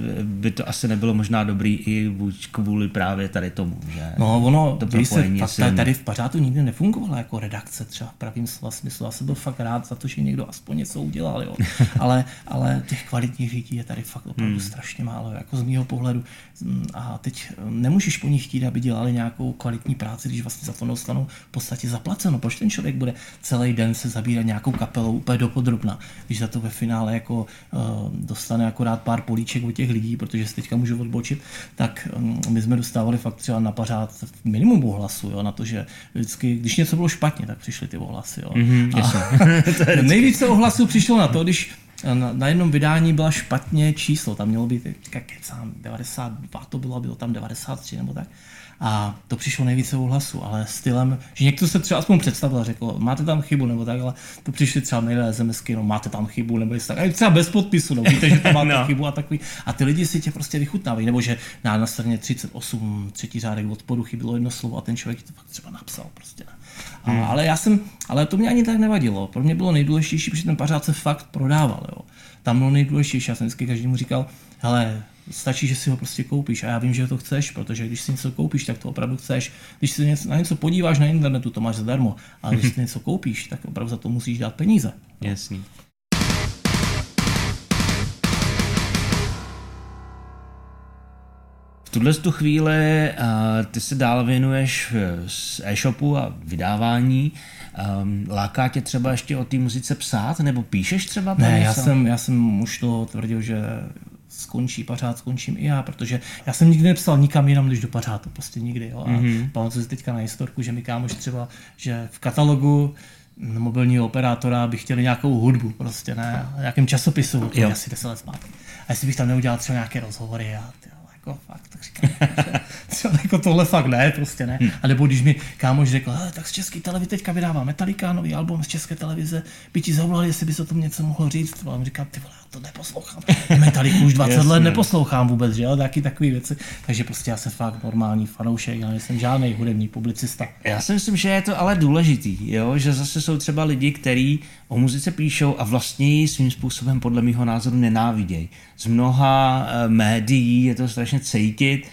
by to asi nebylo možná dobrý i kvůli právě tady tomu. Že no ono, to když se fakt, tady v pařádu nikdy nefungovala jako redakce třeba v pravým slova smyslu. Já jsem byl fakt rád za to, že někdo aspoň něco udělal. Jo? ale, ale těch kvalitních lidí je tady fakt opravdu hmm. strašně málo. Jako z mýho pohledu. A teď nemůžeš po nich chtít, aby dělali nějakou kvalitní práci, když vlastně za to dostanou v podstatě zaplaceno. Proč ten člověk bude celý den se zabírat nějakou kapelou úplně dopodrobna, když za to ve finále jako uh, dostane akorát pár políček od těch lidí, protože se teďka můžu odbočit, tak um, my jsme dostávali fakt třeba na pařád minimum ohlasu, jo, na to, že vždycky, když něco bylo špatně, tak přišly ty ohlasy. Jo. Mm-hmm, a nejvíce ohlasů přišlo na to, když Na, na jednom vydání byla špatně číslo, tam mělo být kecám, devadesát dva to bylo, bylo tam devadesát tři nebo tak. A to přišlo nejvíce ohlasů, ale stylem, že někdo se třeba aspoň představil a řekl, máte tam chybu nebo tak, ale to přišli třeba maily, SMSky, no máte tam chybu, nebo tak, a třeba bez podpisu, no víte, že tam máte no. chybu a takový. A ty lidi si tě prostě vychutnávají, nebo že na, na straně třicet osm, třetí řádek od spodu chybilo jedno slovo a ten člověk to fakt třeba napsal prostě. A, hmm. ale já jsem, ale to mě ani tak nevadilo. Pro mě bylo nejdůležitější, protože ten pařád se fakt prodával. Jo. Tam bylo nejdůležitější. Já jsem vždycky každému říkal, hele, stačí, že si ho prostě koupíš. A já vím, že to chceš, protože když si něco koupíš, tak to opravdu chceš. Když si na něco podíváš na internetu, to máš zadarmo. Ale když si něco koupíš, tak opravdu za to musíš dát peníze. Jasný. V tuhle tu chvíli uh, ty se dál věnuješ z e-shopu a vydávání. Um, láká tě třeba ještě o té muzice psát, nebo píšeš třeba? Ne, já jsem, já jsem už to tvrdil, že skončí pařád, skončím i já, protože já jsem nikdy nepsal nikam jinam, než do pařádu, prostě nikdy. Jo. A mm-hmm. pamatuju si teďka na historku, že mi kámoš třeba, že v katalogu mobilního operátora by chtěli nějakou hudbu, prostě ne, nějakým časopisu, to je asi deset let zpátky. A jestli bych tam neudělal třeba nějaké rozhovory a ty, jako fakt, tak říkám, že, jako tohle fakt ne, prostě ne. Hmm. A nebo když mi kámoš řekl, tak z České televize teďka vydává Metallica, nový album z České televize, by ti zavolali, jestli bys o tom něco mohl říct. A on říká, ty vole, to neposlouchám. Metallica už dvacet let neposlouchám vůbec, že jo, taky takové věci. Takže prostě já jsem fakt normální fanoušek, já nejsem žádný hudební publicista. Já si myslím, že je to ale důležitý, jo, že zase jsou třeba lidi, kteří o muzice píšou a vlastně ji svým způsobem podle mého názoru nenávidějí. Z mnoha uh, médií je to strašně cítit,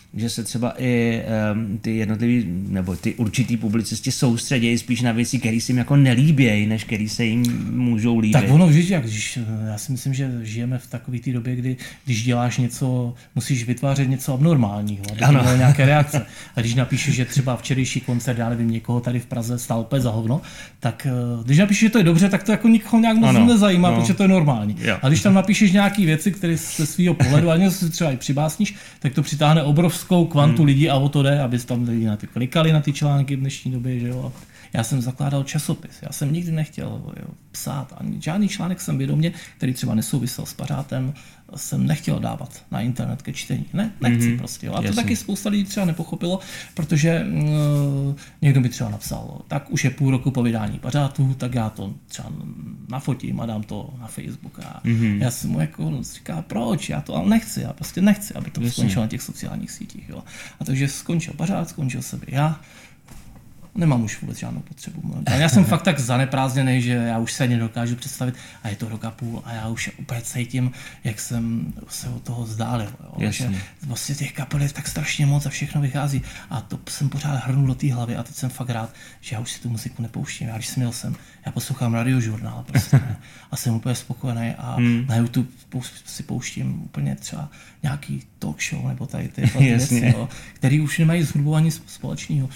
že se třeba i um, ty jednotlivý, nebo ty určitý publicisti soustředějí spíš na věci, které se jim jako nelíbějí, než které se jim můžou líbit. Tak ono vždyť, jak když, já si myslím, že žijeme v takové té době, kdy když děláš něco, musíš vytvářet něco abnormálního, aby to mělo nějaké reakce. A když napíšeš, že třeba včerejší koncert, já nevím, někoho tady v Praze stál úplně za hovno, tak když napíšeš, že to je dobře, tak to jako nikoho nějak moc nezajímá, no. Protože to je normální. Jo. A když tam napíšeš nějaké věci, které ze svého pohledu, a něco si třeba i přibásníš, tak to přitáhne obrovskou kvantu hmm. lidí a o to jde, aby tam lidi na ty klikali na ty články v dnešní době, že jo. Já jsem zakládal časopis, já jsem nikdy nechtěl jo, psát, ani žádný článek jsem vědomě, který třeba nesouvisel s pařátem, jsem nechtěl dávat na internet ke čtení. Ne, nechci mm-hmm. prostě. Jo. A to Jasně. taky spousta lidí třeba nepochopilo, protože uh, někdo mi třeba napsal, tak už je půl roku po vydání pařátů, tak já to třeba nafotím a dám to na Facebook. A mm-hmm. já jsem mu jako říkal, proč, já to ale nechci, já prostě nechci, aby to Jasně. skončilo na těch sociálních sítích. Jo. A takže skončil pařát, skončil sebe já. Nemám už vůbec žádnou potřebu. Já jsem fakt tak zaneprázdněný, že já už se nedokážu představit a je to rok a půl a já už úplně cítím, jak jsem se od toho vzdálil. Jo. Že vlastně těch kapel je tak strašně moc a všechno vychází a to jsem pořád hrnul do té hlavy a teď jsem fakt rád, že já už si tu muziku nepouštím. Já když jsem měl jsem, já poslouchám radiožurnál prostě, ne? A jsem úplně spokojený a hmm. na YouTube si pouštím úplně třeba nějaký talk show nebo tady ty věci, jo, který už nemají s hudbou ani společného.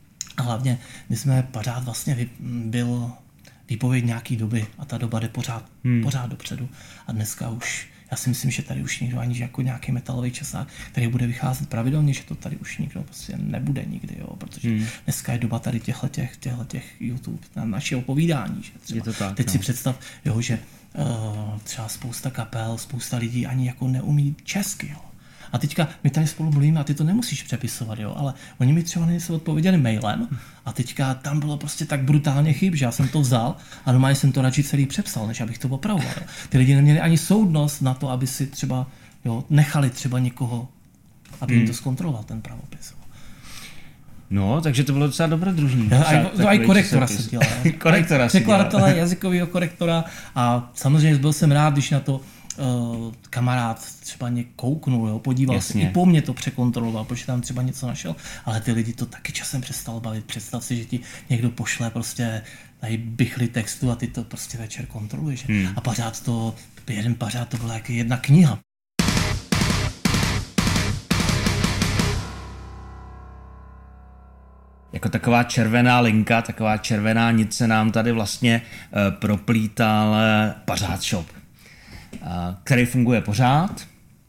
A hlavně my jsme pořád vlastně byl výpověď nějaký doby a ta doba jde pořád, hmm. pořád dopředu. A dneska už, já si myslím, že tady už nikdo ani jako nějaký metalový časák, který bude vycházet pravidelně, že to tady už nikdo prostě nebude nikdy, jo, protože hmm. dneska je doba tady těchto těch, těch YouTube, na našeho povídání. Že třeba. Je to tak, Teď no. si představ, jo, že uh, třeba spousta kapel, spousta lidí ani jako neumí česky, jo. A teďka my tady spolu mluvíme a ty to nemusíš přepisovat, jo, ale oni mi třeba něco odpověděli mailem a teďka tam bylo prostě tak brutálně chyb, že já jsem to vzal a doma jsem to radši celý přepsal, než abych to opravoval. Jo. Ty lidi neměli ani soudnost na to, aby si třeba jo, nechali třeba někoho, aby jim to zkontroloval ten pravopis. Jo. No, takže to bylo docela dobrodružný. Ja, aj, to aj korektora se dělá. Korektora se dělá. Překladatele, jazykového korektora a samozřejmě byl jsem rád, když na to Uh, kamarád třeba mě kouknul, jo, podíval Jasně. se, i po mně to překontroloval, protože tam třeba něco našel, ale ty lidi to taky časem přestalo bavit. Představ si, že ti někdo pošle prostě tady bychly textu a ty to prostě večer kontroluješ. Hmm. A pořád to, jeden pořád to byla jako jedna kniha. Jako taková červená linka, taková červená nit se nám tady vlastně uh, proplítal Pařád shop, který funguje pořád.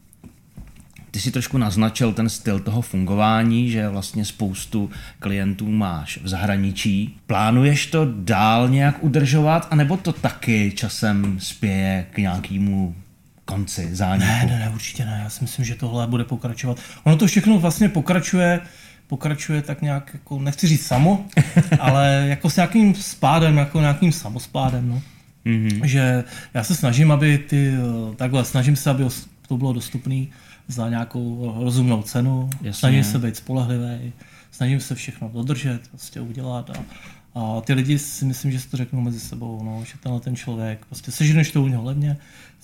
Ty si trošku naznačil ten styl toho fungování, že vlastně spoustu klientů máš v zahraničí. Plánuješ to dál nějak udržovat, anebo to taky časem spěje k nějakému konci, zániku? Ne, ne, ne, určitě ne. Já si myslím, že tohle bude pokračovat. Ono to všechno vlastně pokračuje, pokračuje tak nějak, jako, nechci říct samo, ale jako s nějakým spádem, jako nějakým samospádem, no. Mm-hmm. Že já se snažím, aby ty, takhle, snažím se, aby to bylo dostupné za nějakou rozumnou cenu, Jasně. snažím se být spolehlivý, snažím se všechno dodržet, prostě udělat a, a ty lidi si myslím, že si to řeknou mezi sebou, no, že tenhle ten člověk, prostě seženeš to u něho levně,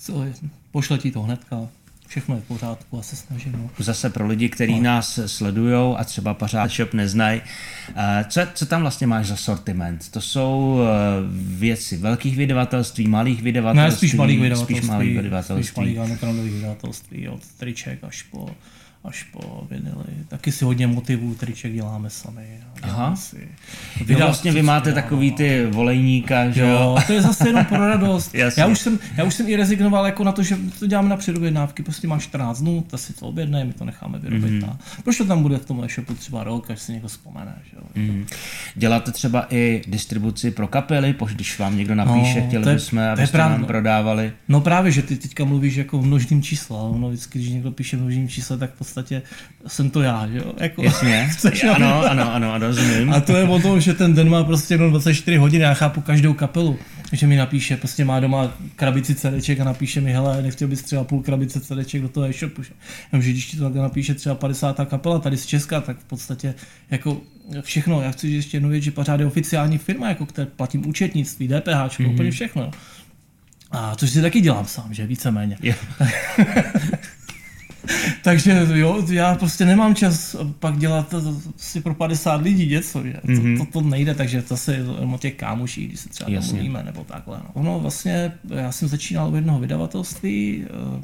pošle ti to hnedka, všechno je v pořádku a se snažím. No. Zase pro lidi, kteří no. nás sledujou a třeba Pařád shop neznají, co, co tam vlastně máš za sortiment? To jsou věci velkých vydavatelství, malých vydavatelství? Ne, spíš malých vydavatelství. Spíš malých vydavatelství. Spíš malých undergroundových vydavatelství, od triček až po, až po vinily. Taky si hodně motivů triček děláme sami. Aha. Si jo, vlastně vy máte takový ty volejníka, že jo? To je zase jenom pro radost. já, už jsem, já už jsem i rezignoval jako na to, že to děláme na předobjednávky. Prostě máš čtrnáct dnů, to si to objednej, my to necháme vyrobit. Mm-hmm. Proč to tam bude v tom e-shopu třeba rok, až si někdo vzpomene, že jo? Mm-hmm. Děláte třeba i distribuci pro kapely, když vám někdo napíše, no, chtěli je, bychom, abyste nám prodávali? No právě, že ty teďka mluvíš jako v množným čísle, ale ono vždycky, když někdo píše v množným čísle, tak v podstatě jsem to já, že jo? Jako, Jasně, ano, ano, ano, ano, rozumím. A to je o tom, že ten den má prostě jenom dvacet čtyři hodin, já chápu každou kapelu, že mi napíše, prostě má doma krabici CDček a napíše mi, hele, nechtěl bys třeba půl krabice CDček do toho e-shopu. Jenomže když ti to takhle napíše třeba padesátá kapela tady z Česka, tak v podstatě jako všechno, já chci říct ještě jednu věc, že Pařád je oficiální firma, jako které platím účetnictví, D P H, mm-hmm. úplně všechno. A což si taky dělám sám, že víceméně. Yeah. Takže jo, já prostě nemám čas pak dělat si pro padesát lidí něco, že? Mm-hmm. To, to, to nejde, takže to se o těch kámoší, když se třeba domluvíme nebo takhle. No. Ono vlastně, já jsem začínal u jednoho vydavatelství,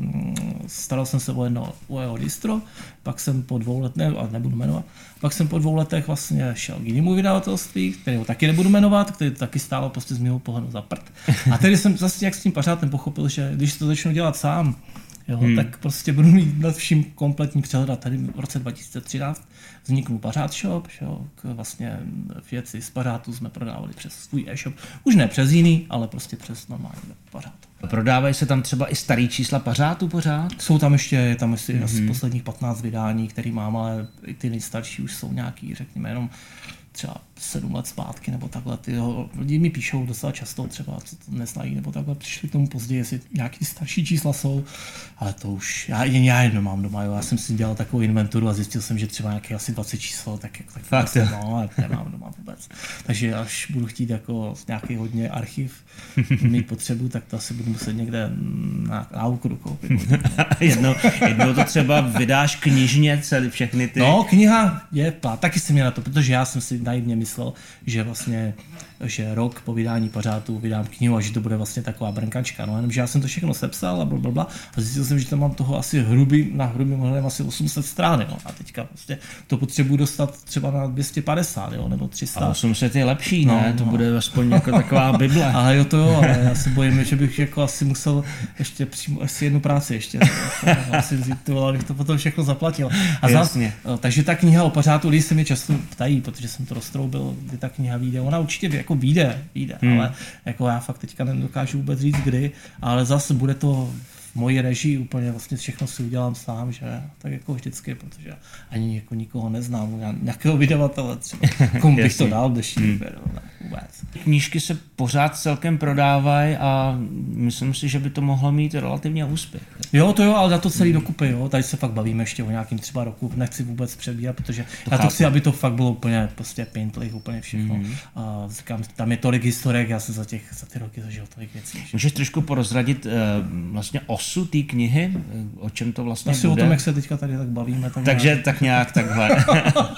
staral jsem se o jedno, o jeho distro, pak jsem po dvou letech, ne, a nebudu jmenovat, pak jsem po dvou letech vlastně šel k jinému vydavatelství, kterého taky nebudu jmenovat, který taky stálo prostě z mého pohledu za prd. A tedy jsem zase jak s tím pařátem pochopil, že když to začnu dělat sám, jo, hmm. tak prostě budu mít nad vším kompletní přehled. A tady v roce dva tisíce třináct vznikl Pařád shop, jo, vlastně věci z Pařátu jsme prodávali přes svůj e-shop. Už ne přes jiný, ale prostě přes normální Pařád. Prodávají se tam třeba i starý čísla Pařátu pořád? Jsou tam ještě, je tam ještě mm-hmm. posledních patnáct vydání, který mám, ale i ty nejstarší už jsou nějaký, řekněme, jenom třeba sedm let zpátky nebo takhle. Ty lidi mi píšou docela často, třeba co to neznají, nebo takhle přišli k tomu později, jestli nějaký starší čísla jsou, ale to už, já, já jedno mám doma, jo. Já jsem si dělal takovou inventuru a zjistil jsem, že třeba nějaký asi dvacet číslo, tak, tak fakt, no, ale nemám doma vůbec. Takže až budu chtít jako nějaký hodně archiv mít potřebu, tak to asi budu muset někde na, na úkru koupit. jednou, jednou to třeba vydáš knižně celý všechny ty... No, kniha je plát, taky jsem měl na to, protože já jsem si naivně myslel, že vlastně, že rok po vydání Pařátu vydám knihu a že to bude vlastně taková brnkačka. No, jenomže já jsem to všechno sepsal a blablabla a zjistil jsem, že tam mám toho asi hrubý, na hrubým hledem asi osm set strán, no. A teďka prostě to potřebuji dostat třeba na dvě stě padesát, jo, nebo tři sta. A osm set je lepší, ne? No, to no. bude aspoň jako taková bible. Ale jo, to jo, ale já se bojím, že bych jako asi musel ještě přímo asi jednu práci ještě. Asi to, abych to potom všechno zaplatil. A zás, takže ta kniha o Pařátu, lidi se mě často ptají, protože jsem to roztroubil, kdy ta kniha vyjde. Ona určitě jako vyjde, vyjde, hmm. ale jako já fakt teďka nedokážu vůbec říct kdy, ale zase bude to v mojí režii úplně vlastně všechno si udělám sám, že tak jako vždycky, protože ani jako nikoho neznám, nějakého vydavatele třeba, komu bych to dal v dnešní hmm. době, ne, vůbec. Knížky se pořád celkem prodávají a myslím si, že by to mohlo mít relativně úspěch. Jo, to jo, ale za to celý dokupy, jo, tady se fakt bavíme ještě o nějakým třeba roku, nechci vůbec přebírat, protože to já to chci, aby to fakt bylo úplně prostě paintly, úplně všechno. Hmm. A říkám, tam je tolik historiek, já jsem za těch, za ty roky zažil tolik věcí. Můžeš trošku porozradit uh, vlastně osu té knihy, o čem to vlastně asi bude? O tom, jak se teďka tady tak bavíme. Tak Takže nějak... tak nějak takhle.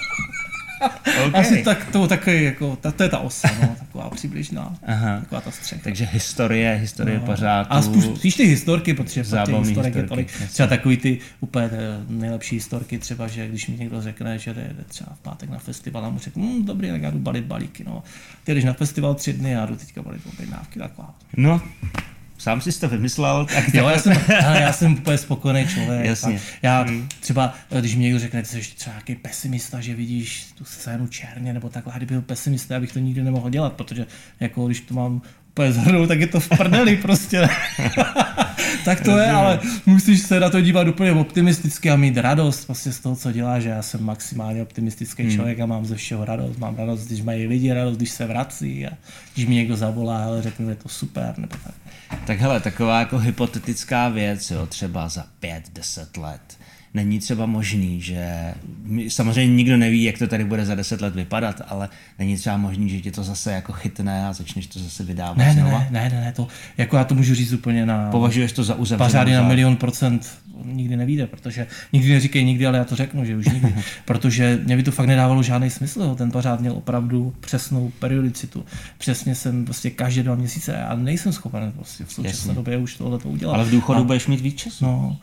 Okay. Asi tak to, takový, jako, ta, to je ta osa, no, taková přibližná, Aha. taková ta střecha. Takže historie, historie no. Pařátu. A spíš ty historky, protože zábavný těch historek historky, je tolik. Třeba takový ty úplně nejlepší historky, třeba, že když mi někdo řekne, že jde, jde třeba v pátek na festival a mu řekne, hm, dobrý, tak já jdu balit balíky, no. Ty jdeš na festival tři dny a jdu teďka balit objednávky, taková. No. Sám jsi to vymyslel. Tak jo, já jsem, já jsem úplně spokojený člověk. Jasně. Já třeba, když mi někdo řekne, že jsi třeba nějaký pesimista, že vidíš tu scénu černě nebo takhle, kdyby byl pesimista, já bych to nikdy nemohl dělat, protože jako když to mám úplně zhrnout, tak je to v prdeli prostě. Tak to je, ale musíš se na to dívat úplně optimisticky a mít radost prostě z toho, co děláš, že já jsem maximálně optimistický hmm. člověk a mám ze všeho radost. Mám radost, když mají lidi radost, když se vrací a když mi někdo zavolá, ale řekne, je to super, nebo tak. Tak hele, taková jako hypotetická věc, jo, třeba za pět, deset let. Není třeba možný, že samozřejmě nikdo neví, jak to tady bude za deset let vypadat, ale není třeba možný, že ti to zase jako chytne a začneš to zase vydávat ne, znova? Ne, ne, ne, ne, to, jako já to můžu říct úplně na... Považuješ to za uzavřenou? Pařády na milion procent nikdy nevíde, protože nikdy neříkej nikdy, ale já to řeknu, že už nikdy, protože mě by to fakt nedávalo žádný smysl, ten Pařád měl opravdu přesnou periodicitu. Přesně jsem prostě každé dva měsíce a nejsem schopen prostě v současné době už tohle to udělat. Ale v důchodu a, budeš mít víc času. No.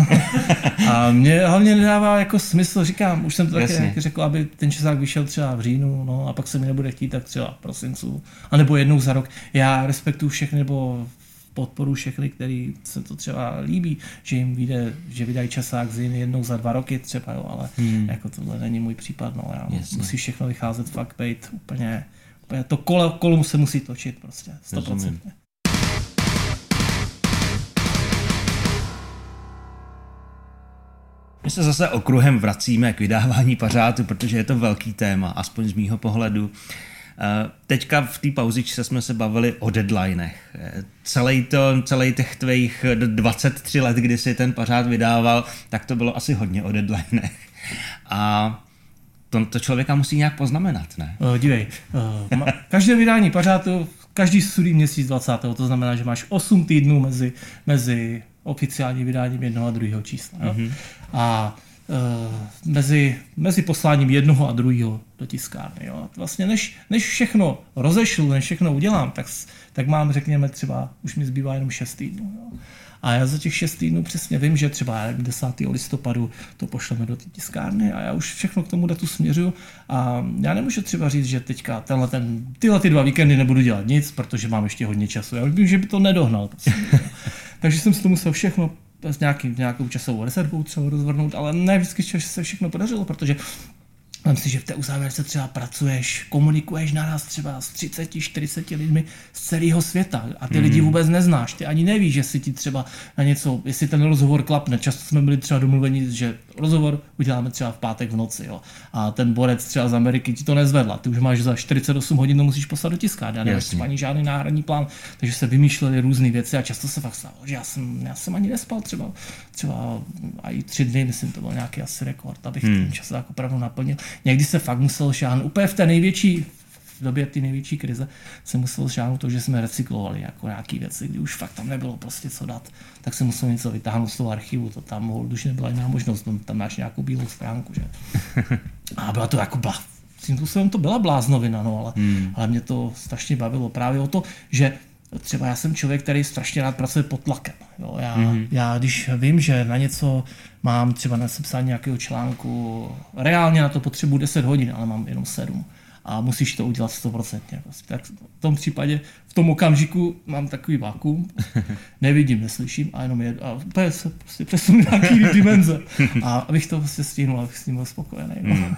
A mě hlavně nedává jako smysl, říkám, už jsem to taky řekl, aby ten časák vyšel třeba v říjnu, no a pak se mi nebude chtít tak třeba v prosincu, anebo jednou za rok. Já respektuju všechny, nebo podporu všechny, který se to třeba líbí, že jim vyjde, že vydají časák z jiný jednou za dva roky třeba, jo, ale hmm. jako tohle není můj případ, no, já musí všechno vycházet fakt být úplně, úplně to kolo, kolo se musí točit prostě, sto procent. My se zase okruhem vracíme k vydávání Pařátu, protože je to velký téma, aspoň z mýho pohledu. Teďka v té pauzičce jsme se bavili o deadlinech. Celý, to, celý těch tvých dvacet tři let, kdy si ten Pařád vydával, tak to bylo asi hodně o deadlinech. A to, to člověka musí nějak poznamenat, ne? Uh, dívej, uh, každé vydání Pařátu, každý sudý měsíc dvacátého, to znamená, že máš osm týdnů mezi, mezi oficiálním vydáním jednoho a druhého čísla. Jo? Mm-hmm. A e, mezi, mezi posláním jednoho a druhého do tiskárny. Jo? Vlastně než, než všechno rozešlu, než všechno udělám, tak, tak mám, řekněme, třeba, už mi zbývá jenom šest týdnů. Jo? A já za těch šest týdnů přesně vím, že třeba desátého listopadu to pošleme do té tiskárny a já už všechno k tomu datu směřuju a já nemůžu třeba říct, že teďka tenhle ten, tyhle ty dva víkendy nebudu dělat nic, protože mám ještě hodně času. Já už vím, že by to nedohnal. Prostě. Takže jsem si to musel všechno s nějakým, nějakou časovou rezervou třeba rozvrhnout, ale ne vždycky se všechno podařilo, protože mám si, že v té uzávěrce třeba pracuješ, komunikuješ naraz třeba s třicet čtyřicet lidmi z celého světa a ty mm. lidi vůbec neznáš. Ty ani nevíš, jestli ti třeba na něco, jestli ten rozhovor klapne. Často jsme byli třeba domluveni, že rozhovor uděláme třeba v pátek v noci. Jo. A ten borec třeba z Ameriky ti to nezvedla. Ty už máš za čtyřicet osm hodin, to musíš poslat do tiskárny. A nemáš třeba ani žádný náhradní plán. Takže se vymýšlely různé věci a často se fakt stalo, že já jsem, já jsem ani nespal třeba, třeba i tři dny, myslím, to byl nějaký asi rekord, abych mm. ten čas tak opravdu naplnil. Někdy se fakt musel šáhnout, úplně v té největší, v době té největší krize se musel šáhnout to, že jsme recyklovali jako nějaký věci, kdy už fakt tam nebylo prostě co dát, tak se musel něco vytáhnout z toho archivu, to tam už nebyla jiná možnost, tam máš nějakou bílou stránku, že? A byla to jako blá, tím způsobem to byla bláznovina, no, ale, hmm. ale mě to strašně bavilo právě o to, že třeba já jsem člověk, který strašně rád pracuje pod tlakem. Jo, já, mm-hmm. já když vím, že na něco mám třeba na sepsání nějakého článku, reálně na to potřebuji deset hodin, ale mám jenom sedm. A musíš to udělat sto procent. Tak v tom případě, v tom okamžiku mám takový vakuum, nevidím, neslyším a jenom je, a úplně se prostě přesunu nějaký dimenze. A abych to prostě stihnul, abych s tím byl spokojený. Mm.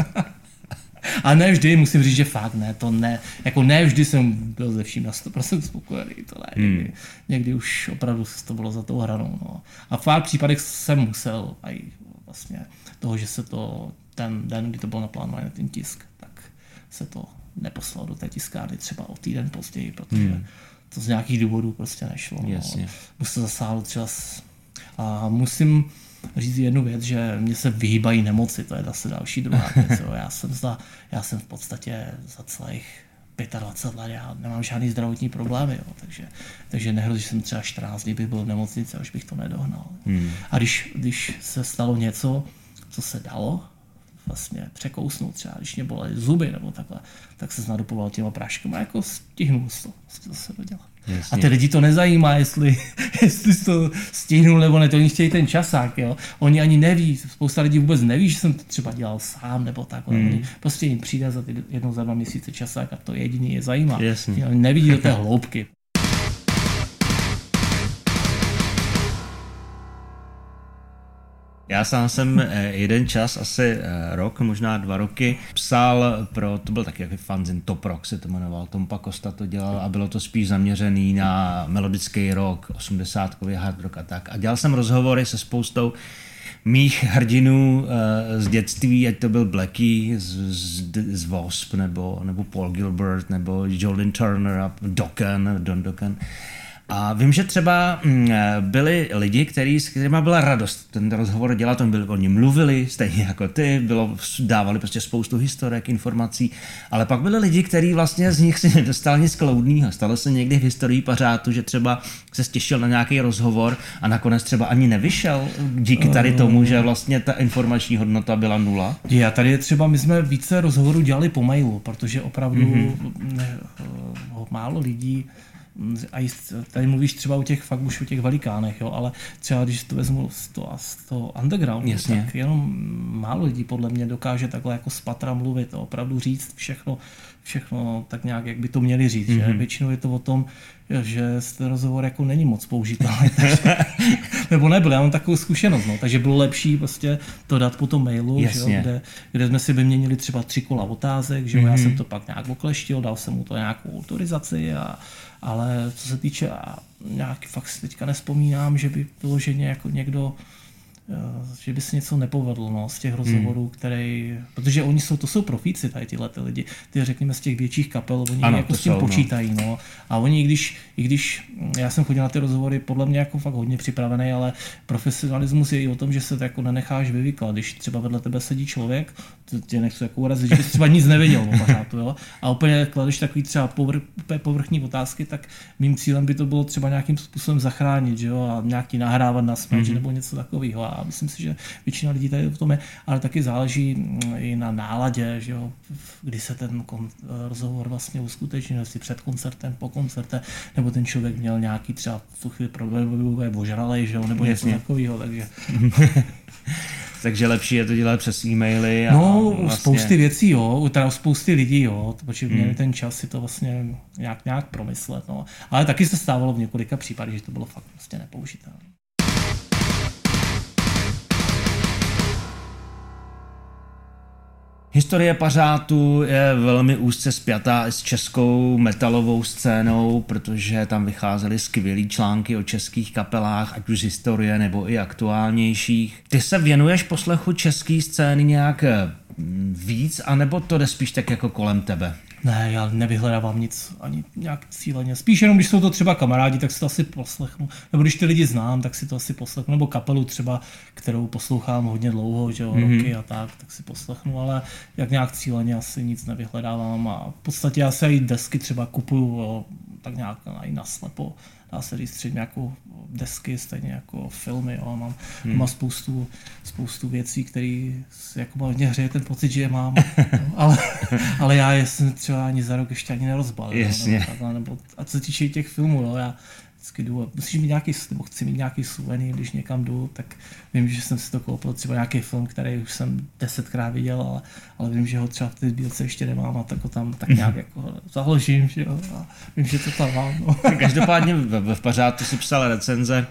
A ne vždy, musím říct, že fakt ne, to ne, jako ne vždy jsem byl ze vším na sto procent spokojený, to ne, hmm. někdy, někdy už opravdu to bylo za tou hranou, no. A v pár případech jsem musel, aj vlastně toho, že se to, ten den, kdy to bylo naplánované, ten tisk, tak se to neposlalo do té tiskárny třeba o týden později, protože hmm. to z nějakých důvodů prostě nešlo, no. Musím zasáhnout třeba s, a musím říct jednu věc, že mě se vyhýbají nemoci, to je zase další druhá věc. Jo. Já jsem za, já jsem v podstatě za celých dvacet pět let, já nemám žádný zdravotní problémy, jo. Takže, takže nehrozí, že jsem třeba čtrnáct dní bych byl v nemocnici a už bych to nedohnal. Hmm. A když, když se stalo něco, co se dalo vlastně překousnout, třeba když mě bolely zuby nebo takhle, tak se znadupoval těma práškama, jako stihnul to, to se dodělat. Jasně. A ty lidi to nezajímá, jestli, jestli to stihnul nebo ne, to oni chtějí ten časák, jo. Oni ani neví, spousta lidí vůbec neví, že jsem to třeba dělal sám nebo takhle. Mm. Prostě jim přijde za ty jednou za dva měsíce časák a to jediný je zajímá. Jasně. Oni nevidí do té hloubky. Já sám jsem jeden čas, asi rok, možná dva roky, psal pro, to byl taky jako fanzin Top Rock se to jmenoval, Tom Pakosta to dělal a bylo to spíš zaměřený na melodický rock, osmdesátkový hard rock a tak. A dělal jsem rozhovory se spoustou mých hrdinů z dětství, ať to byl Blackie z, z, z Wasp, nebo, nebo Paul Gilbert, nebo Jolene Turner a Dokken, Don Dokken. A vím, že třeba byli lidi, který, s kterýma byla radost ten rozhovor dělat, oni, byli, oni mluvili stejně jako ty, bylo, dávali prostě spoustu historek, informací, ale pak byli lidi, kteří vlastně z nich si nedostali nic kloudného. Stalo se někdy v historii pařátu, že třeba se stěšil na nějaký rozhovor a nakonec třeba ani nevyšel díky tady tomu, že vlastně ta informační hodnota byla nula. Já tady třeba, my jsme více rozhovorů dělali po mailu, protože opravdu mm-hmm. ne, málo lidí. A tady mluvíš třeba o těch fakt už o těch velikánech, jo, ale třeba když to vezmu z toho, z toho undergroundu, Jasně. tak jenom málo lidí podle mě dokáže takhle jako z patra mluvit a opravdu říct všechno, všechno tak nějak, jak by to měli říct. Mm-hmm. Že? Většinou je to o tom, že ten rozhovor jako není moc použitelný. Takže, nebo nebyl, já mám takovou zkušenost, no, takže bylo lepší prostě to dát po tom mailu, že jo, kde, kde jsme si vyměnili třeba tři kola otázek, že jo, mm-hmm. já jsem to pak nějak okleštil, dal jsem mu to nějakou autorizaci a ale co se týče, nějaký fakt si teďka nespomínám, že by vyloženě jako někdo že by se něco nepovedlo, no, z těch rozhovorů, hmm. který, protože oni jsou, to jsou profíci tady tyhle ty lidi, ty řekněme z těch větších kapel, oni ano, jako s tím jsou, počítají, no. no. A oni, i když, i když, já jsem chodil na ty rozhovory, podle mě jako fakt hodně připravený, ale profesionalismus je i o tom, že se to jako nenecháš vyvyklat, když třeba vedle tebe sedí člověk, tě nechci jako urazit, že bys třeba nic nevěděl o pařátu, jo, a úplně kladeš takový třeba povr, povrchní otázky, tak mým cílem by to bylo třeba nějakým způsobem zachránit, že jo, a nějaký nahrávat na smeč, mm-hmm. nebo něco takového. A myslím si, že většina lidí tady v tom je, ale taky záleží i na náladě, že jo, kdy se ten kon, rozhovor vlastně uskutečnil, jestli před koncertem, po koncerte, nebo ten člověk měl nějaký třeba v tu chvíli problémové ožralej, že jo, nebo něco takového, takže... Takže lepší je to dělat přes e-maily. A no, vlastně... spousty věcí, jo, teda spousty lidí, jo, protože měli hmm. ten čas si to vlastně nějak, nějak promyslet, no. Ale taky se stávalo v několika případech, že to bylo fakt prostě nepoužitelné. Historie pařátu je velmi úzce spjatá s českou metalovou scénou, protože tam vycházely skvělý články o českých kapelách, ať už z historie nebo i aktuálnějších. Ty se věnuješ poslechu české scény nějak víc, anebo to jde spíš tak jako kolem tebe? Ne, já nevyhledávám nic ani nějak cíleně. Spíš jenom, když jsou to třeba kamarádi, tak si to asi poslechnu. Nebo když ty lidi znám, tak si to asi poslechnu. Nebo kapelu třeba, kterou poslouchám hodně dlouho, že jo, mm-hmm. roky a tak, tak si poslechnu. Ale jak nějak cíleně asi nic nevyhledávám. A v podstatě já si i desky třeba kupuju, jo, tak nějak i naslepo. Dá se říct třeba nějakou desky, stejně jako filmy. Jo. Mám, hmm. mám spoustu, spoustu věcí, které jako mě hřeje ten pocit, že je mám. No, ale, ale já jsem třeba ani za rok ještě ani nerozbalil. Jasně. Nebo takhle, nebo, a co se týče těch filmů, jo, já vždycky jdu, musíš mít nějaký, nebo chci mít nějaký suvenýr, když někam jdu, tak vím, že jsem si to koupil třeba nějaký film, který už jsem desetkrát viděl, ale, ale vím, že ho třeba v té sbírce ještě nemám a tak ho tam tak nějak jako založím, že jo, a vím, že to tam mám. No. Každopádně v, v Pařátu si psal recenze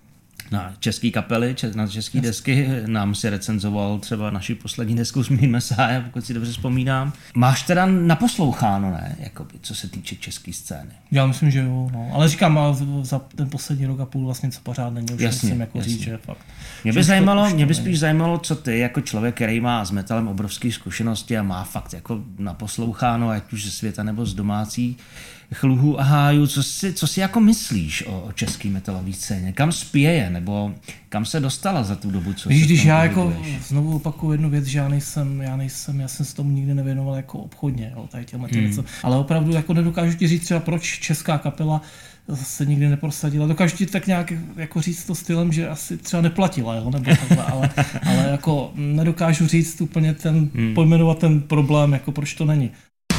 na české kapely, na české desky. Nám si recenzoval třeba naši poslední desku z Mým Mesáje, pokud si dobře vzpomínám. Máš teda naposloucháno, ne? Jakoby, co se týče české scény. Já myslím, že jo, no. Ale říkám, za ten poslední rok a půl vlastně co pořád není, už jasně, musím jako jasně. říct, že fakt. Mě by, zajímalo, mě by spíš zajímalo, co ty jako člověk, který má s metalem obrovské zkušenosti a má fakt jako naposloucháno, ať už ze světa nebo z domácí chluhů a hájů, co si, co si jako myslíš o, o české metalové scéně? Kam spěje, nebo kam se dostala za tu dobu, co Víš, když já jako znovu opakuju jednu věc, že já nejsem, já nejsem, já jsem se tomu nikdy nevěnoval jako obchodně, jo, tady těmhle hmm. něco. Ale opravdu jako nedokážu ti říct třeba, proč česká kapela se nikdy neprosadila. Dokážu ti tak nějak jako říct to stylem, že asi třeba neplatila, jo, nebo takhle, ale, ale jako nedokážu říct úplně ten, hmm. pojmenovat ten problém, jako proč to není.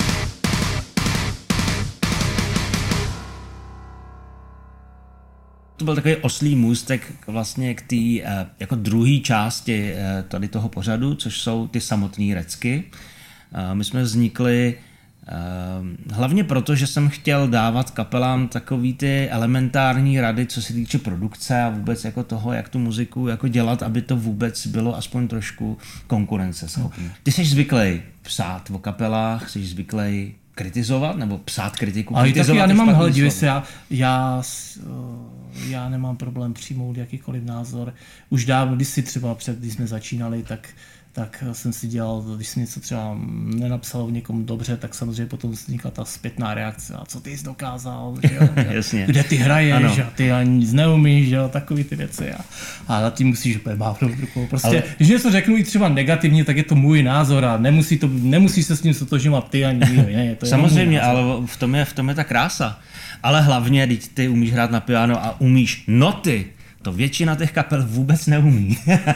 To byl takový oslý můstek vlastně k té jako druhé části tady toho pořadu, což jsou ty samotné recky. My jsme vznikli hlavně proto, že jsem chtěl dávat kapelám takový ty elementární rady, co se týče produkce a vůbec jako toho, jak tu muziku jako dělat, aby to vůbec bylo aspoň trošku konkurenceschopné. Ty jsi zvyklý psát o kapelách, jsi zvyklý kritizovat nebo psát kritiku. Ale taky já nemám, hele, dívej se, já, já, já nemám problém přijmout jakýkoliv názor. Už dávno, když si třeba před, když jsme začínali, tak tak jsem si dělal, když jsem něco třeba nenapsal v někom dobře, tak samozřejmě potom vznikla ta zpětná reakce. A co ty jsi dokázal, že jo? Jasně. Kde ty hraješ, že ty ani nic neumíš, že jo? Takový ty věci. A, a na tím musíš úplně mávnout rukou. Prostě, ale... když něco řeknu i třeba negativně, tak je to můj názor a nemusí, to, nemusí se s tím sotožňovat ty ani nikdo. Ne, to samozřejmě, ale v tom, je, v tom je ta krása. Ale hlavně, když ty umíš hrát na piano a umíš noty, to většina těch kapel vůbec neumí.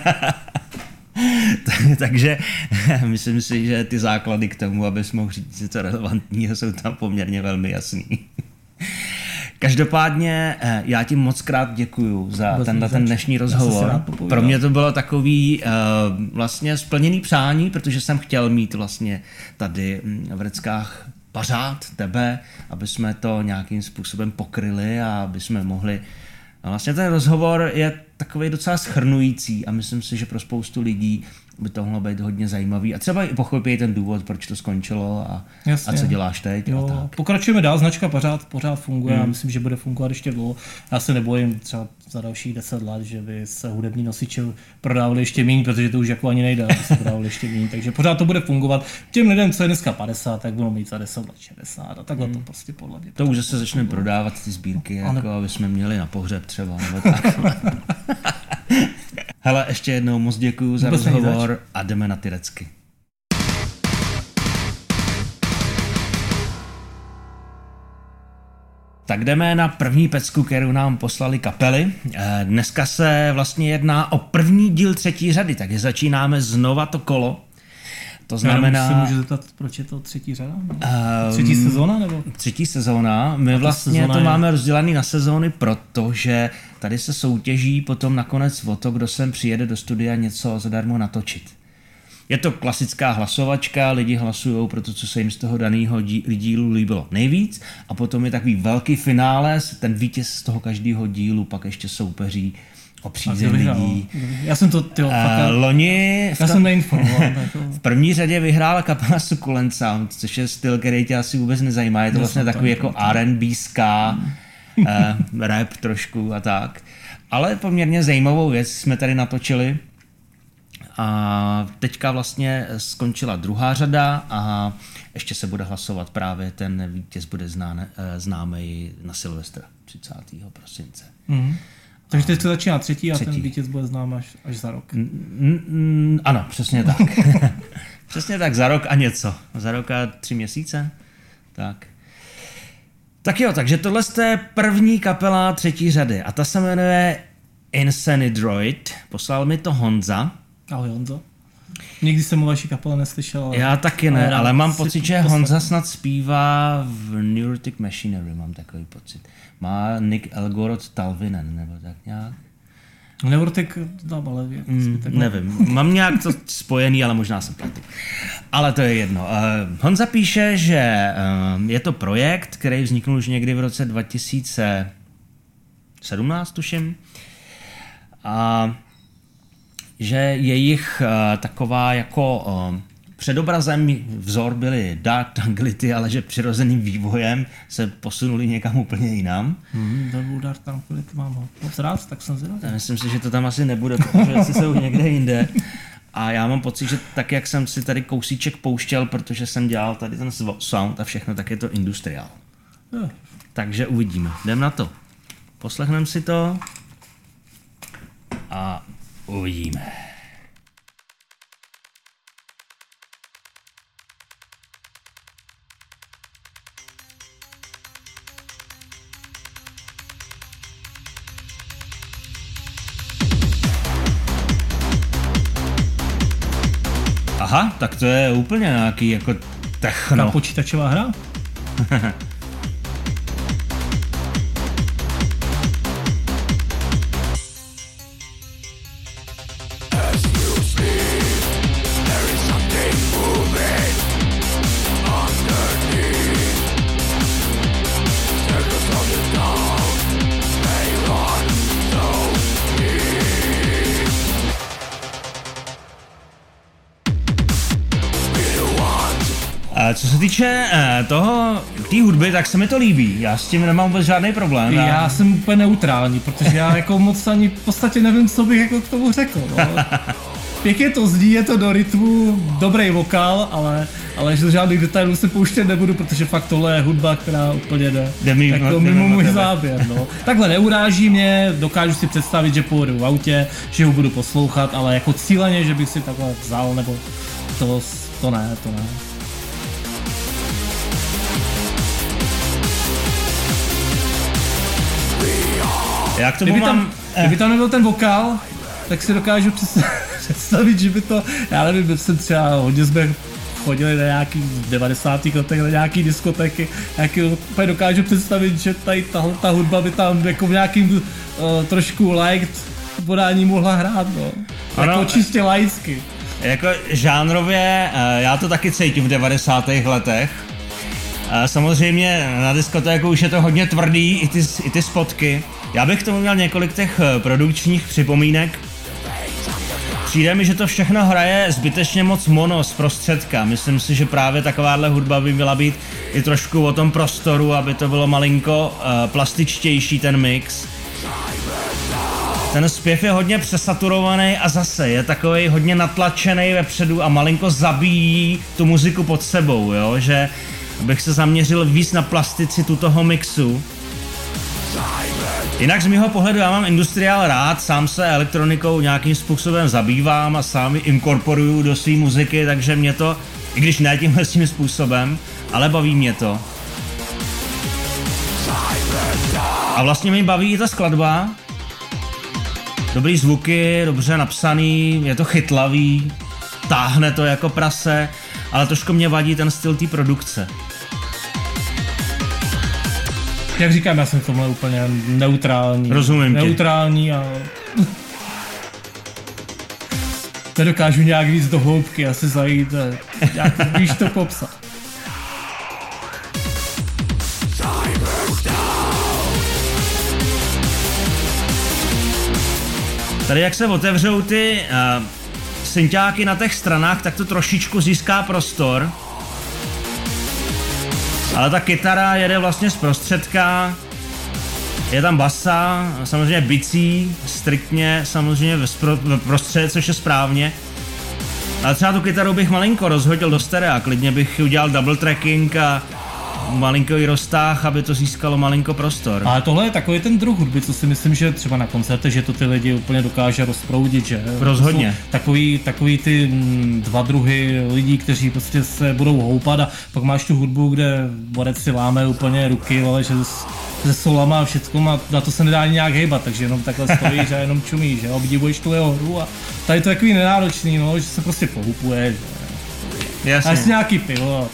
Takže myslím si, že ty základy k tomu, abys mohl říct něco relevantního, jsou tam poměrně velmi jasný. Každopádně já ti moc krát děkuju za ten, ten dnešní rozhovor. Pro mě to bylo takový uh, vlastně splněný přání, protože jsem chtěl mít vlastně tady v Reckách Pařád, tebe, aby jsme to nějakým způsobem pokryli a aby jsme mohli. A vlastně ten rozhovor je takový docela shrnující a myslím si, že pro spoustu lidí by to mohlo být hodně zajímavý a třeba i pochopí ten důvod, proč to skončilo a, a co děláš teď. Jo, a tak. Pokračujeme dál, značka pořád, pořád funguje, hmm. já myslím, že bude fungovat ještě dlouho. Já se nebojím třeba za dalších deset let, že by se hudební nosiče prodávali ještě méně, protože to už jako ani nejde, aby se prodávali ještě méně, takže pořád to bude fungovat. Těm lidem, co je dneska padesát, tak budou mít za deset let šedesát a takhle hmm. to prostě podle mě. To už zase začneme prodávat ty sbírky, jako ne... aby jsme měli na pohřeb třeba, nebo tak. Hele, ještě jednou moc děkuju za Vůbec rozhovor a jdeme na ty recky. Tak jdeme na první pecku, kterou nám poslali kapely. Dneska se vlastně jedná o první díl třetí řady, takže začínáme znova to kolo. To znamená... Já se můžu zeptat, proč je to třetí řada? Um, třetí sezóna? Nebo? Třetí sezóna. My vlastně to je... máme rozdělený na sezóny, protože tady se soutěží potom nakonec o to, kdo sem přijede do studia něco zadarmo natočit. Je to klasická hlasovačka, lidi hlasují pro to, co se jim z toho daného dílu líbilo nejvíc a potom je takový velký finále, ten vítěz z toho každého dílu pak ještě soupeří o přízeň lidí. Já jsem to, tyjo, uh, fakt, loni já jsem neinformoval. V první řadě vyhrála kapela Succulent Sound, což je styl, který tě asi vůbec nezajímá. Je to vlastně takový jako R and B, ska, uh, rap trošku a tak. Ale poměrně zajímavou věc jsme tady natočili. A teďka vlastně skončila druhá řada a ještě se bude hlasovat právě ten vítěz bude známe, známý na Silvestra třicátého prosince. Mm. Takže teď to začíná třetí a třetí. Ten vítěz bude znám až, až za rok. Mm, ano, přesně tak. Přesně tak, za rok a něco. Za rok a tři měsíce. Tak. Tak jo, takže tohle je první kapela třetí řady a ta se jmenuje Insanidroid. Poslal mi to Honza. Ahoj Honzo. Nikdy jsem o vaší kapele neslyšel. Ale... Já taky ne, ale, ale mám pocit, že Honza snad zpívá v Neurotic Machinery, mám takový pocit. Má Nick Elgorod Talvinen, nebo tak nějak. Neurotic, dám, ale mm, nevím, mám nějak to spojený, ale možná jsem platý. Ale to je jedno. Uh, Honza píše, že uh, je to projekt, který vzniknul už někdy v roce dva tisíce sedmnáct, tuším. A že jejich uh, taková jako uh, předobrazem vzor byly Dark Tranquillity, ale že přirozeným vývojem se posunuli někam úplně jinam. Hmm, to Dark Tranquillity mám moc rád, tak jsem zvědavý. Myslím si, že to tam asi nebude, protože asi jsou někde jinde. A já mám pocit, že tak, jak jsem si tady kousíček pouštěl, protože jsem dělal tady ten sound a všechno, tak je to industriál. Hmm. Takže uvidíme. Jdem na to. Poslechneme si to a uvidíme. Aha, tak to je úplně nějaký jako techno. Ta počítačová hra? Co se týče eh, toho, té hudby, tak se mi to líbí. Já s tím nemám vůbec žádný problém. Já, já jsem úplně neutrální, protože já jako moc ani v podstatě nevím, co bych jako k tomu řekl. No. Pěkně to zní, je to do rytmu, dobrý vokál, ale, ale že žádných detailů se pouštět nebudu, protože fakt tohle je hudba, která úplně jde, jde mimo, jako mimo můj záběr. No. Takhle neuráží mě, dokážu si představit, že pojedu v autě, že ho budu poslouchat, ale jako cíleně, že bych si takhle vzal, nebo to, to ne, to ne. Já k tomu kdyby, mám... tam, kdyby tam nebyl ten vokál, tak si dokážu představit, že by to, já nevím, by jsem třeba hodně jsme chodili na nějaký devadesátých letech, na nějaký diskotéky, jaký úplně dokážu představit, že tady tahle ta hudba by tam jako v nějakým uh, trošku liked podání mohla hrát, no. Ano, jako čistě laicky. Jako žánrově, já to taky cítím v devadesátých letech. Samozřejmě na diskotéku už je to hodně tvrdý, i ty, i ty spotky. Já bych k tomu měl několik těch produkčních připomínek. Přijde mi, že to všechno hraje zbytečně moc mono z prostředka. Myslím si, že právě takováhle hudba by měla být i trošku o tom prostoru, aby to bylo malinko uh, plastičtější ten mix. Ten zpěv je hodně přesaturovaný a zase je takovej hodně natlačený vepředu a malinko zabíjí tu muziku pod sebou, jo? Že bych se zaměřil víc na plasticitu toho mixu. Jinak z mého pohledu já mám industriál rád, sám se elektronikou nějakým způsobem zabývám a sám ji inkorporuju do své muziky, takže mě to, i když ne tímhle tím způsobem, ale baví mě to. A vlastně mi baví i ta skladba. Dobrý zvuky, dobře napsaný, je to chytlavý, táhne to jako prase, ale trošku mě vadí ten styl té produkce. Jak říkám, já jsem v tomhle úplně neutrální. Rozumím Neutrální tě. a... nedokážu nějak víc do hloubky asi zajít, nějak víš to popsat. Tady jak se otevřou ty uh, synťáky na těch stranách, tak to trošičku získá prostor. Ale ta kytara jede vlastně z prostředka, je tam basa, samozřejmě bicí, striktně samozřejmě ve, spro, ve prostředí, což je správně. Ale třeba tu kytaru bych malinko rozhodil do sterea, klidně bych udělal double tracking a malinko i roztáh, aby to získalo malinko prostor. Ale tohle je takový ten druh hudby, co si myslím, že třeba na koncertech, že to ty lidi úplně dokáže rozproudit, že? Rozhodně. Takový, takový ty dva druhy lidí, kteří prostě se budou houpat a pak máš tu hudbu, kde borec si láme úplně ruky, ale že se solama a všecko a na to se nedá ani nějak hejbat, takže jenom takhle stojíš a jenom čumíš, že? Obdivuješ tu jeho hru a tady to je takový nenáročný, no, že se prostě pohupuje, že? Jasně. A jestli nějaký pivo.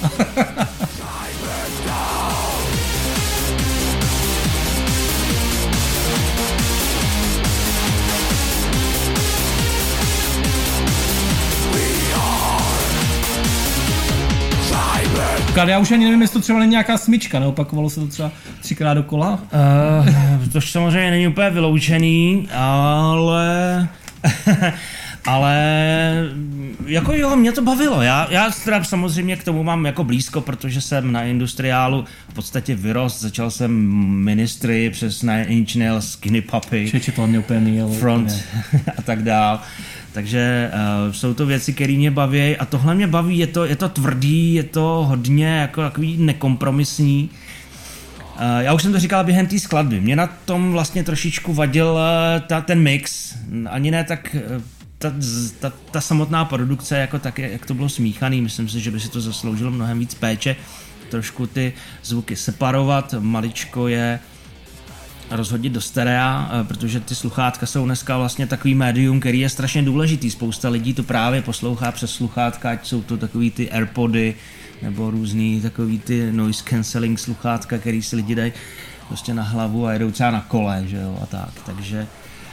Já už ani nevím, jestli to třeba není nějaká smyčka, neopakovalo se to třeba třikrát dokola? Uh, to samozřejmě není úplně vyloučený, ale... ale jako jo, mě to bavilo. Já, já teda samozřejmě k tomu mám jako blízko, protože jsem na industriálu v podstatě vyrost. Začal jsem Ministry přes Nine Inch Nails, Skinny Puppy, Čeče to mě úplně nejelo, Front a tak dál. Takže uh, jsou to věci, které mě baví a tohle mě baví, je to, je to tvrdý, je to hodně jako takový nekompromisní. Uh, já už jsem to říkal během té skladby, mě na tom vlastně trošičku vadil uh, ta, ten mix, ani ne tak uh, ta, ta, ta samotná produkce, jako tak, jak to bylo smíchaný, myslím si, že by si to zasloužilo mnohem víc péče, trošku ty zvuky separovat, maličko je rozhodit do sterea, protože ty sluchátka jsou dneska vlastně takový médium, který je strašně důležitý. Spousta lidí to právě poslouchá přes sluchátka, ať jsou to takový ty AirPody nebo různý takový ty noise cancelling sluchátka, který si lidi dají prostě na hlavu a jedou třeba na kole, že jo, a tak. Takže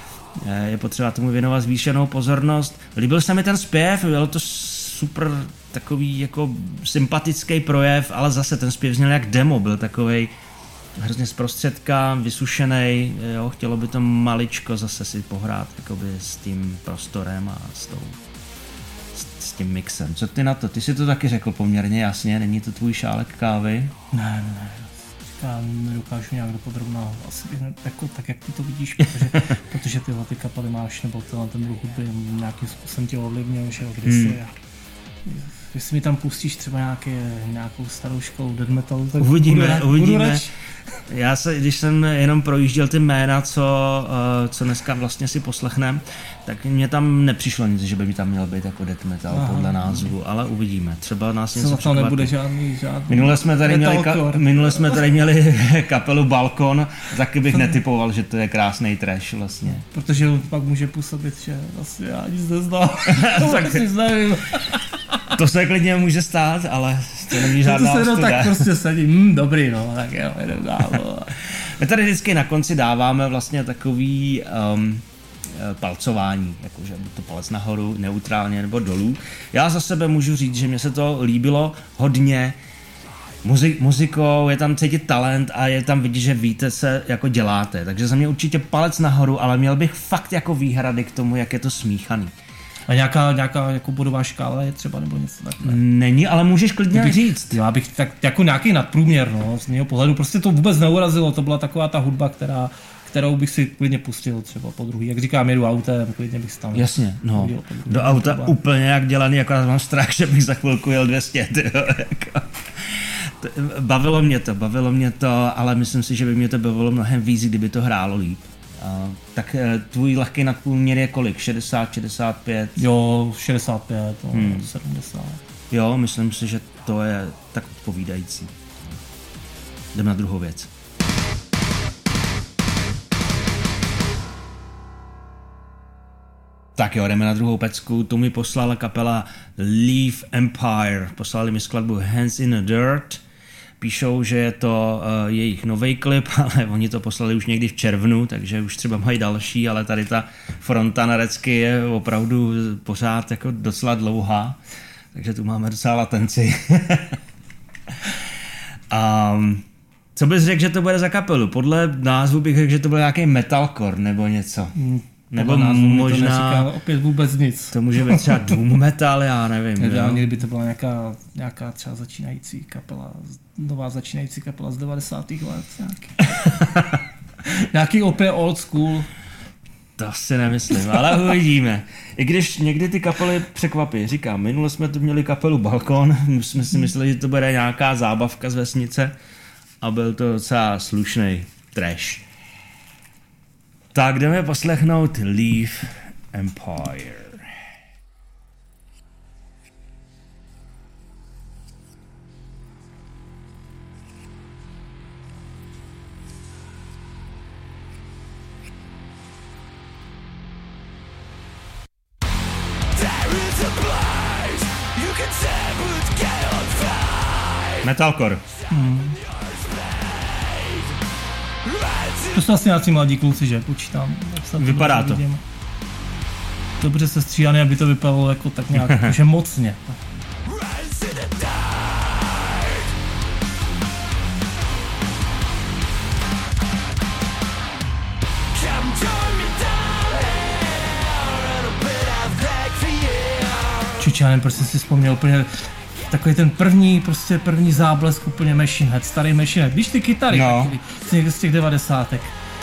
je potřeba tomu věnovat zvýšenou pozornost. Líbil se mi ten zpěv, bylo to super takový jako sympatický projev, ale zase ten zpěv zněl jak demo, byl takovej hrozně zprostředka, vysušenej, jo, chtělo by to maličko zase si pohrát jakoby s tím prostorem a s, tou, s, s tím mixem. Co ty na to? Ty si to taky řekl poměrně jasně, není to tvůj šálek kávy? Ne, ne, já nedokážu nějak dopodrobná, asi bych ne, jako, tak jak ty to vidíš, protože, protože tyhle ty kapely máš, nebo tenhle ten druh hudby nějakým způsobem tě ovlivnil, že jo, kdysi hmm. Jestli mi tam pustíš třeba nějaký, nějakou starou školu death metalu, tak uvidíme, budu, uvidíme. Budu Já se, když jsem jenom projížděl ty jména, co, co dneska vlastně si poslechnem, tak mně tam nepřišlo nic, že by mi tam měl být jako death metal. Aha, podle názvu, ale uvidíme. Třeba nás něco překvapí. To nebude žádný, žádný minule jsme tady měli, ka- minule jsme tady měli kapelu Balkon, taky bych netypoval, že to je krásný trash vlastně. Protože pak může působit, že vlastně já nic neznám. Tak nic nevím. To se klidně může stát, ale to není žádná ostuda. To se tak prostě sedí, hm, dobrý, no, tak jo, jdem dál. My tady vždycky na konci dáváme vlastně takový um, palcování, jakože buď to palec nahoru, neutrálně nebo dolů. Já za sebe můžu říct, že mě se to líbilo hodně. Muzi- muzikou je tam cítit talent a je tam vidět, že víte, se jako děláte. Takže za mě určitě palec nahoru, ale měl bych fakt jako výhrady k tomu, jak je to smíchaný. A nějaká, nějaká jako bodová škála je třeba nebo něco takové? Není, ale můžeš klidně bych, říct. Já bych tak jako nějaký nadprůměr, no, z mého pohledu. Prostě to vůbec neurazilo, to byla taková ta hudba, která, kterou bych si klidně pustil třeba po druhý. Jak říkám, jedu autem, klidně bych tam. Jasně, no. Do auta hudba. Úplně jak dělaný, akorát mám strach, že bych za chvilku jel dvě stě, tyjo, jako. Bavilo mě to, bavilo mě to, ale myslím si, že by mě to bavilo mnohem víc, kdyby to hrálo líp. Uh, tak uh, tvůj lehký nadprůměr je kolik? šedesát, šedesát pět? Jo, šedesát pět, no, hmm. sedmdesát. Jo, myslím si, že to je tak odpovídající. Jdem na druhou věc. Tak jo, jdeme na druhou pecku. Tu mi poslala kapela Leaf Empire. Poslali mi skladbu Hands in the Dirt. Píšou, že je to uh, jejich nový klip, ale oni to poslali už někdy v červnu, takže už třeba mají další, ale tady ta fronta na Recky je opravdu pořád jako docela dlouhá, takže tu máme docela latenci. um, co bys řekl, že to bude za kapelu? Podle názvu bych řekl, že to bude nějaký metalcore nebo něco. Hmm. Nebo možná, to opět vůbec nic. To může být třeba doom metal, já nevím. Ideálně, kdyby to byla nějaká, nějaká třeba začínající kapela, nová začínající kapela z devadesátých let. Nějaký, nějaký opět old school. To si nemyslím, ale uvidíme. I když někdy ty kapely překvapí. Říkám, minule jsme tu měli kapelu Balkon, jsme si mysleli, že to bude nějaká zábavka z vesnice a byl to docela slušnej trash. Tak jdeme poslechnout Leaf Empire. Metalcore. Hmm. To jsou asi nějací mladí kluci, že počítám. Vypadá to. Vidím. Dobře se stříhaný, aby to vypadalo jako tak nějak, že mocně. Čičánem, prostě si vzpomněl úplně takový ten první, prostě první záblesk úplně Machine Head, starý Machine Head. Víš ty kytary, no. Taky, z někde z těch devadesátek.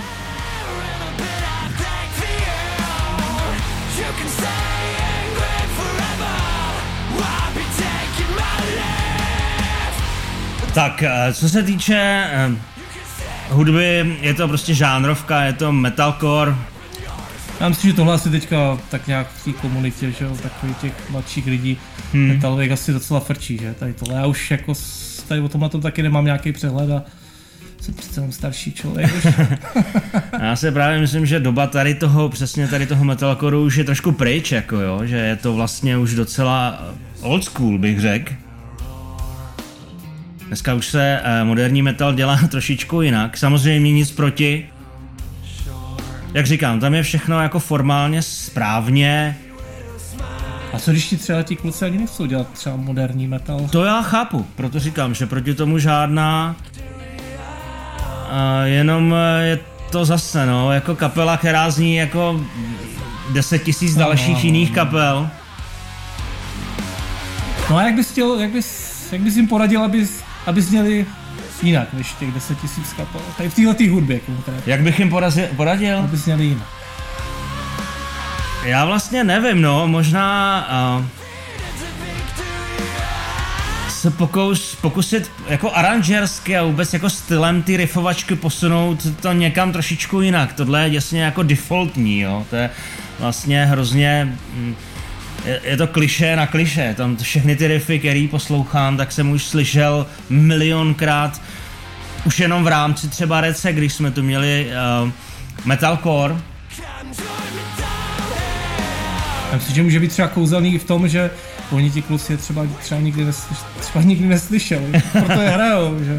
Tak, co se týče hudby, je to prostě žánrovka, je to metalcore. Já myslím, že tohle asi teďka tak nějak v té komunitě, že jo, takových těch mladších lidí hmm. metalových asi docela frčí, že tady tohle. Já už jako tady o tomhle tom taky nemám nějaký přehled a jsem přece jenom starší člověk už. Já si právě myslím, že doba tady toho, přesně tady toho metalcoreu už je trošku pryč, jako jo, že je to vlastně už docela old school, bych řekl. Dneska už se moderní metal dělá trošičku jinak, samozřejmě nic proti. Jak říkám, tam je všechno jako formálně správně. A co když ti třeba ti kluci ani nechcou dělat třeba moderní metal? To já chápu, proto říkám, že proti tomu žádná. A jenom je to zase, no, jako kapela, která zní jako deset tisíc dalších no, jiných kapel. No a jak bys chtěl, jak bys, jak bys jim poradil, abys, abys měli jinak než těch deset tisíc kapel, tady v této hudbě konkrétně. Jak bych jim porazil, poradil? Abys měli jinak. Já vlastně nevím, no, možná uh, se pokus, pokusit jako aranžersky a vůbec jako stylem ty riffovačky posunout to někam trošičku jinak. Tohle je jasně jako defaultní, jo, to je vlastně hrozně, je, je to klišé na klišé, tam všechny ty riffy, který poslouchám, tak jsem už slyšel milionkrát, už jenom v rámci třeba Rece, když jsme tu měli uh, metalcore. Já myslím, že může být třeba kouzelný v tom, že oni ti kluci je třeba, třeba, nikdy, neslyš, třeba nikdy neslyšeli, proto je hrajou, že?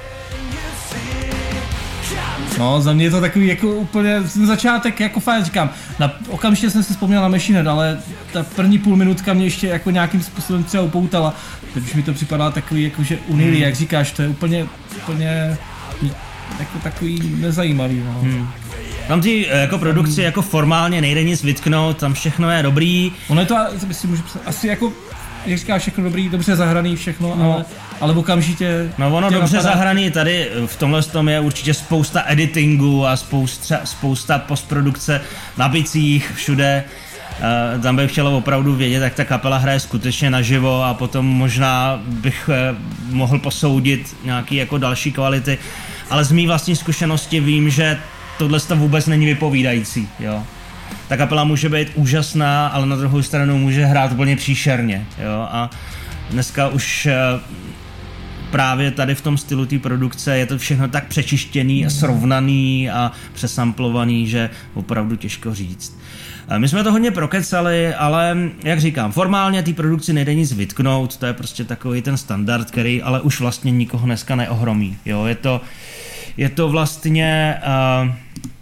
No, za mě je to takový jako úplně, ten začátek jako fajn, říkám, na, okamžitě jsem si vzpomněl na Machine Head, ale ta první půl minutka mě ještě jako nějakým způsobem třeba upoutala, teď už mi to připadá takový jakože unilý, hmm. jak říkáš, to je úplně, úplně jako takový nezajímavý, no. Hmm. Tam ty jako produkci jako formálně nejde nic vytknout, tam všechno je dobrý. Ono je to, myslím, můžu psat, asi jako, jak říkáš, všechno dobrý, dobře zahraný všechno, no. ale, ale okamžitě... No ono dobře napadá... zahraný, tady v tomhle tom je určitě spousta editingu a spousta, spousta postprodukce na bicích, všude. Uh, tam bych chtěl opravdu vědět, jak ta kapela hraje skutečně naživo a potom možná bych uh, mohl posoudit nějaký jako další kvality, ale z mý vlastní zkušenosti vím, že tohle to vůbec není vypovídající, jo. Ta kapela může být úžasná, ale na druhou stranu může hrát úplně příšerně, jo, a dneska už uh, právě tady v tom stylu té produkce je to všechno tak přečištěný a srovnaný a přesamplovaný, že opravdu těžko říct. My jsme to hodně prokecali, ale jak říkám, formálně té produkci nejde nic vytknout, to je prostě takový ten standard, který ale už vlastně nikoho dneska neohromí. Jo, je to, je to vlastně... Uh,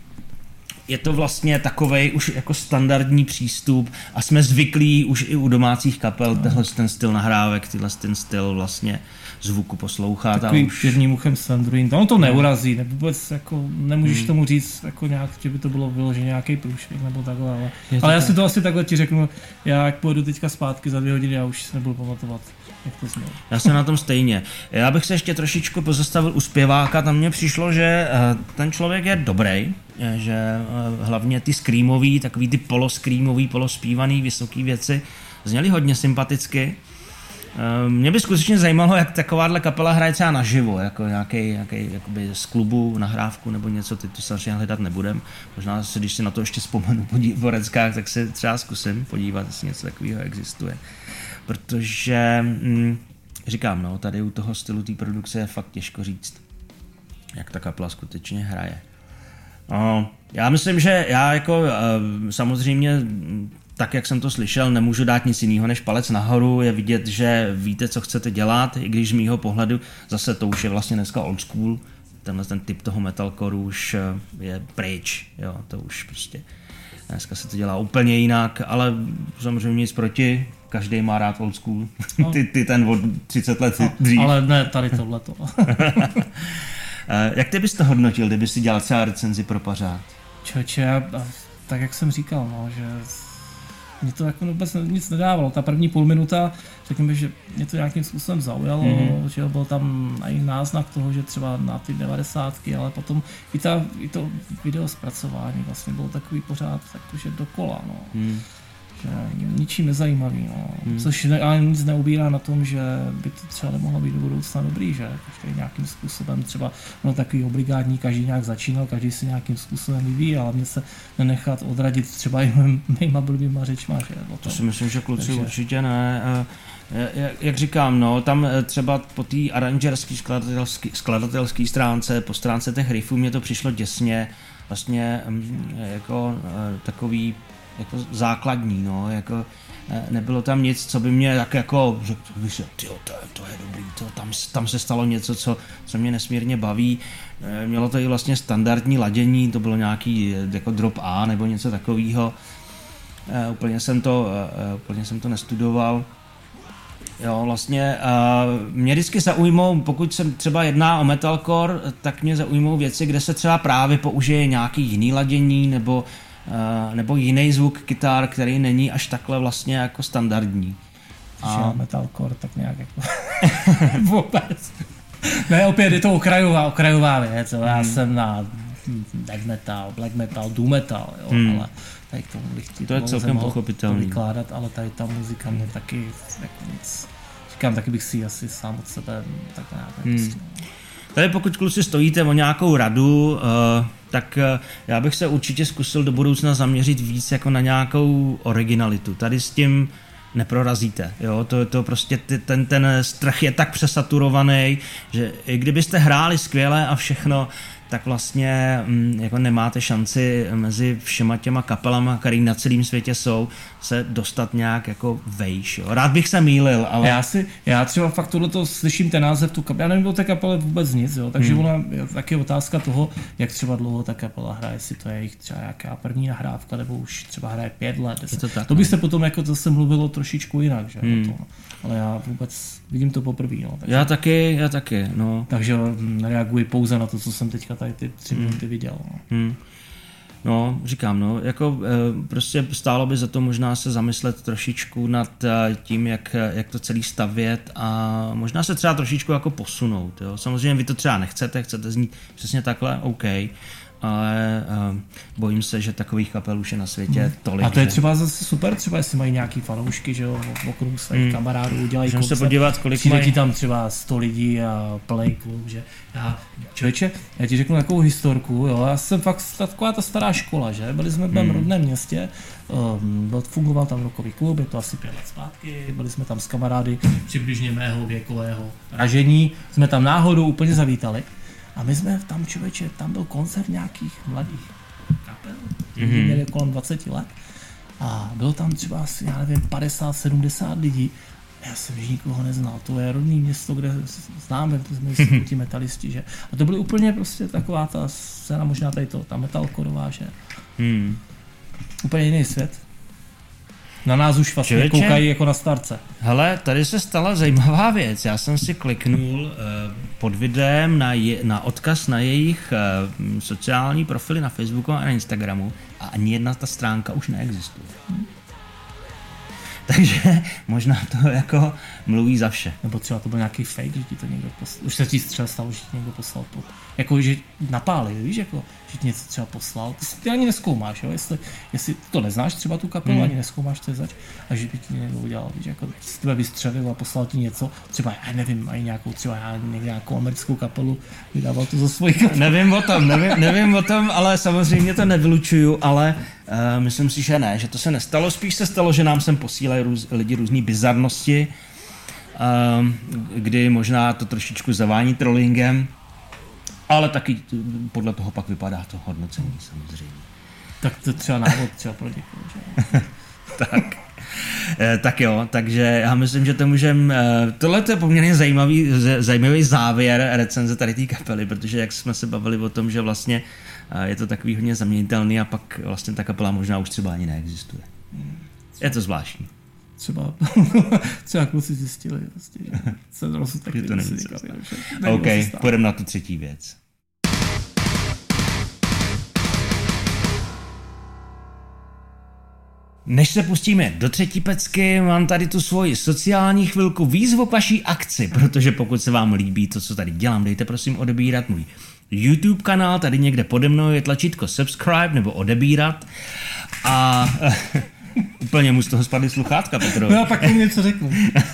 je to vlastně takovej už jako standardní přístup a jsme zvyklí už i u domácích kapel tenhle ten styl nahrávek, tenhle ten styl vlastně zvuku poslouchat. Takový už... jedním uchem s druhým, ono to neurazí, ne, vůbec jako nemůžeš hmm. tomu říct jako nějak, že by to bylo vyloženě nějaký průšvih nebo takhle, ale, ale já tak. si to asi takhle ti řeknu, já jak pojedu teďka zpátky za dvě hodiny, já už si nebudu pamatovat, jak to znělo. Já jsem na tom stejně. Já bych se ještě trošičku pozastavil u zpěváka, tam mně přišlo, že ten člověk je dobrý, že hlavně ty screamový, takový ty poloscreamový, polospívaný, vysoký věci zněly hodně sympaticky. Mě by skutečně zajímalo, jak takováhle kapela hraje třeba naživo, jako nějaký, nějaký jakoby z klubu, nahrávku nebo něco, ty to samozřejmě hledat nebudem. Možná se, když si na to ještě vzpomenu po reckách, tak se třeba zkusím podívat, jestli něco takového existuje. Protože, hm, říkám, no, tady u toho stylu té produkce je fakt těžko říct, jak ta kapela skutečně hraje. No, já myslím, že já jako samozřejmě, tak jak jsem to slyšel, nemůžu dát nic jiného než palec nahoru, je vidět, že víte, co chcete dělat, i když z mýho pohledu zase to už je vlastně dneska old school, tenhle ten typ toho metalcore už je pryč, jo, to už prostě dneska se to dělá úplně jinak, ale samozřejmě nic proti, každý má rád old school, no. ty, ty ten od třicet let no, dřív. Ale ne, tady tohleto. Jak ty bys to hodnotil, kdyby si dělal třeba recenzi pro Pařád? Člověče, já, tak jak jsem říkal, no, že mě to jako vůbec nic nedávalo. Ta první půl minuta, řekněme, že mě to nějakým způsobem zaujalo, mm-hmm. že byl tam i náznak toho, že třeba na ty devadesátky, ale potom i, ta, i to video zpracování vlastně bylo takový pořád jakože dokola, no. Mm. Že ničím nezajímavý, no. Hmm. Což ne, ale nic neubírá na tom, že by to třeba nemohlo být do budoucna dobrý, že každý nějakým způsobem třeba no takový obligátní, každý nějak začínal, každý si nějakým způsobem vyvíjí, ale mě se nenechat odradit třeba i mýma blbýma řečma, že to, to si myslím, že kluci takže... určitě ne. Jak říkám, no, tam třeba po té aranžerské skladatelské, skladatelské stránce, po stránce těch riffů mě to přišlo děsně vlastně jako takový jako základní, no, jako nebylo tam nic, co by mě tak jako řekl, tyjo, to, to je dobrý, to, tam, tam se stalo něco, co, co mě nesmírně baví. Mělo to i vlastně standardní ladění, to bylo nějaký jako drop A nebo něco takového. Úplně jsem to, úplně jsem to nestudoval. Jo, vlastně mě vždycky zaujmou, pokud se třeba jedná o metalcore, tak mě zaujmou věci, kde se třeba právě použije nějaký jiný ladění nebo Uh, nebo jiný zvuk kytar, který není až takhle vlastně jako standardní. A metalcore tak nějak jako vůbec. Ne, opět je to okrajová, okrajová věc, hmm. já jsem na death metal, black metal, doom metal, jo, hmm. ale tady k tomu bych ti to je celkem pochopitelný. Vykládat, ale tady ta muzika mě taky jako nic, říkám, taky bych si asi sám od sebe tak nějak hmm. Tady pokud kluci stojíte o nějakou radu, uh, tak uh, já bych se určitě zkusil do budoucna zaměřit víc jako na nějakou originalitu. Tady s tím neprorazíte, jo, to, to prostě ty, ten, ten strach je tak přesaturovaný, že i kdybyste hráli skvěle a všechno, tak vlastně m, jako nemáte šanci mezi všema těma kapelama, který na celém světě jsou, se dostat nějak jako vejš. Jo. Rád bych se mýlil, ale... Já, si, já třeba fakt tohleto slyším ten název tu kapely, já nevím o té kapele vůbec nic, jo. Takže hmm. ona je taky otázka toho, jak třeba dlouho ta kapela hraje, jestli to je jejich třeba nějaká první nahrávka, nebo už třeba hraje pět let, deset. To, tak, to by se potom jako zase mluvilo trošičku jinak, že? Hmm. To, ale já vůbec vidím to poprvé. No, já taky, já taky, no. Takže nereaguji pouze na to, co jsem teďka tady ty tři minuty hmm. viděl. No. Hmm. No, říkám, no, jako e, prostě stálo by za to možná se zamyslet trošičku nad e, tím, jak, jak to celý stavět a možná se třeba trošičku jako posunout, jo. Samozřejmě vy to třeba nechcete, chcete znít přesně takhle, OK, ale uh, bojím se, že takových kapel už je na světě hmm. tolik. A to je že... třeba zase super, třeba jestli mají nějaký fanoušky, že jo, okruh svých hmm. kamarádů, udělají koncert. Můžeme se podívat, kolik mají. mají. Tam třeba sto lidí a plný klub, že já, člověče, já ti řeknu takovou historku, jo, já jsem fakt taková ta stará škola, že, byli jsme v mém hmm. rodném městě, um, fungoval tam rokový klub, je to asi pět let zpátky, byli jsme tam s kamarády přibližně mého věkového ražení, jsme tam náhodou úplně zavítali. A my jsme tam, člověče, tam byl koncert nějakých mladých kapel, kteří mm-hmm. měli kolem dvacet let. A bylo tam třeba asi, já nevím, padesát sedmdesát lidí. Já jsem již nikoho neznal. To je rodné město, kde známe, jsme mm-hmm. ti metalisti, že? A to byly úplně prostě taková ta scéna, možná tady to, ta metalkorová, že? Mm. Úplně jiný svět. Na nás už vlastně Člověče, koukají jako na starce. Hele, tady se stala zajímavá věc. Já jsem si kliknul uh, pod videem na, je, na odkaz na jejich uh, sociální profily na Facebooku a na Instagramu a ani jedna ta stránka už neexistuje. Hmm. Takže možná to jako mluví za vše. Nebo třeba to byl nějaký fake, že ti to někdo poslal. Už se ti třeba stalo, že ti někdo poslal pod. Jako, že napálil, víš, jako, že ti něco třeba poslal. Ty, ty ani neskoumáš, jo, jestli, jestli to neznáš třeba tu kapelu, hmm. ani neskoumáš, co je zač, a že by ti někdo udělal, víš, jako z tebe vystřelil a poslal ti něco, třeba, já nevím, mají nějakou, třeba já nějakou americkou kapelu, vydával to za svoji kapelu. Nevím o tom, nevím, nevím o tom, ale samozřejmě to nevylučuju, ale uh, myslím si, že ne, že to se nestalo, spíš se stalo, že nám sem posílají růz, lidi různý bizarnosti, uh, kdy možná to trošičku zavání trollingem, ale taky podle toho pak vypadá to hodnocení samozřejmě. Tak to třeba návod třeba pro děkuji, že? Tak. E, tak jo, takže já myslím, že to můžeme, e, tohle je poměrně zajímavý, z, zajímavý závěr recenze tady té kapely, protože jak jsme se bavili o tom, že vlastně e, je to takový hodně zaměnitelný a pak vlastně ta kapela možná už třeba ani neexistuje. Je to zvláštní. Třeba, třeba kluci zjistili, vlastně, že se rozsud taky to není cesta. OK, půjdeme na tu třetí věc. Než se pustíme do třetí pecky, mám tady tu svoji sociální chvilku výzvu k vaší akci, protože pokud se vám líbí to, co tady dělám, dejte prosím odebírat můj YouTube kanál, tady někde pode mnou je tlačítko subscribe nebo odebírat a úplně mu z toho spadly sluchátka, Petro. No a pak mi něco řeknu.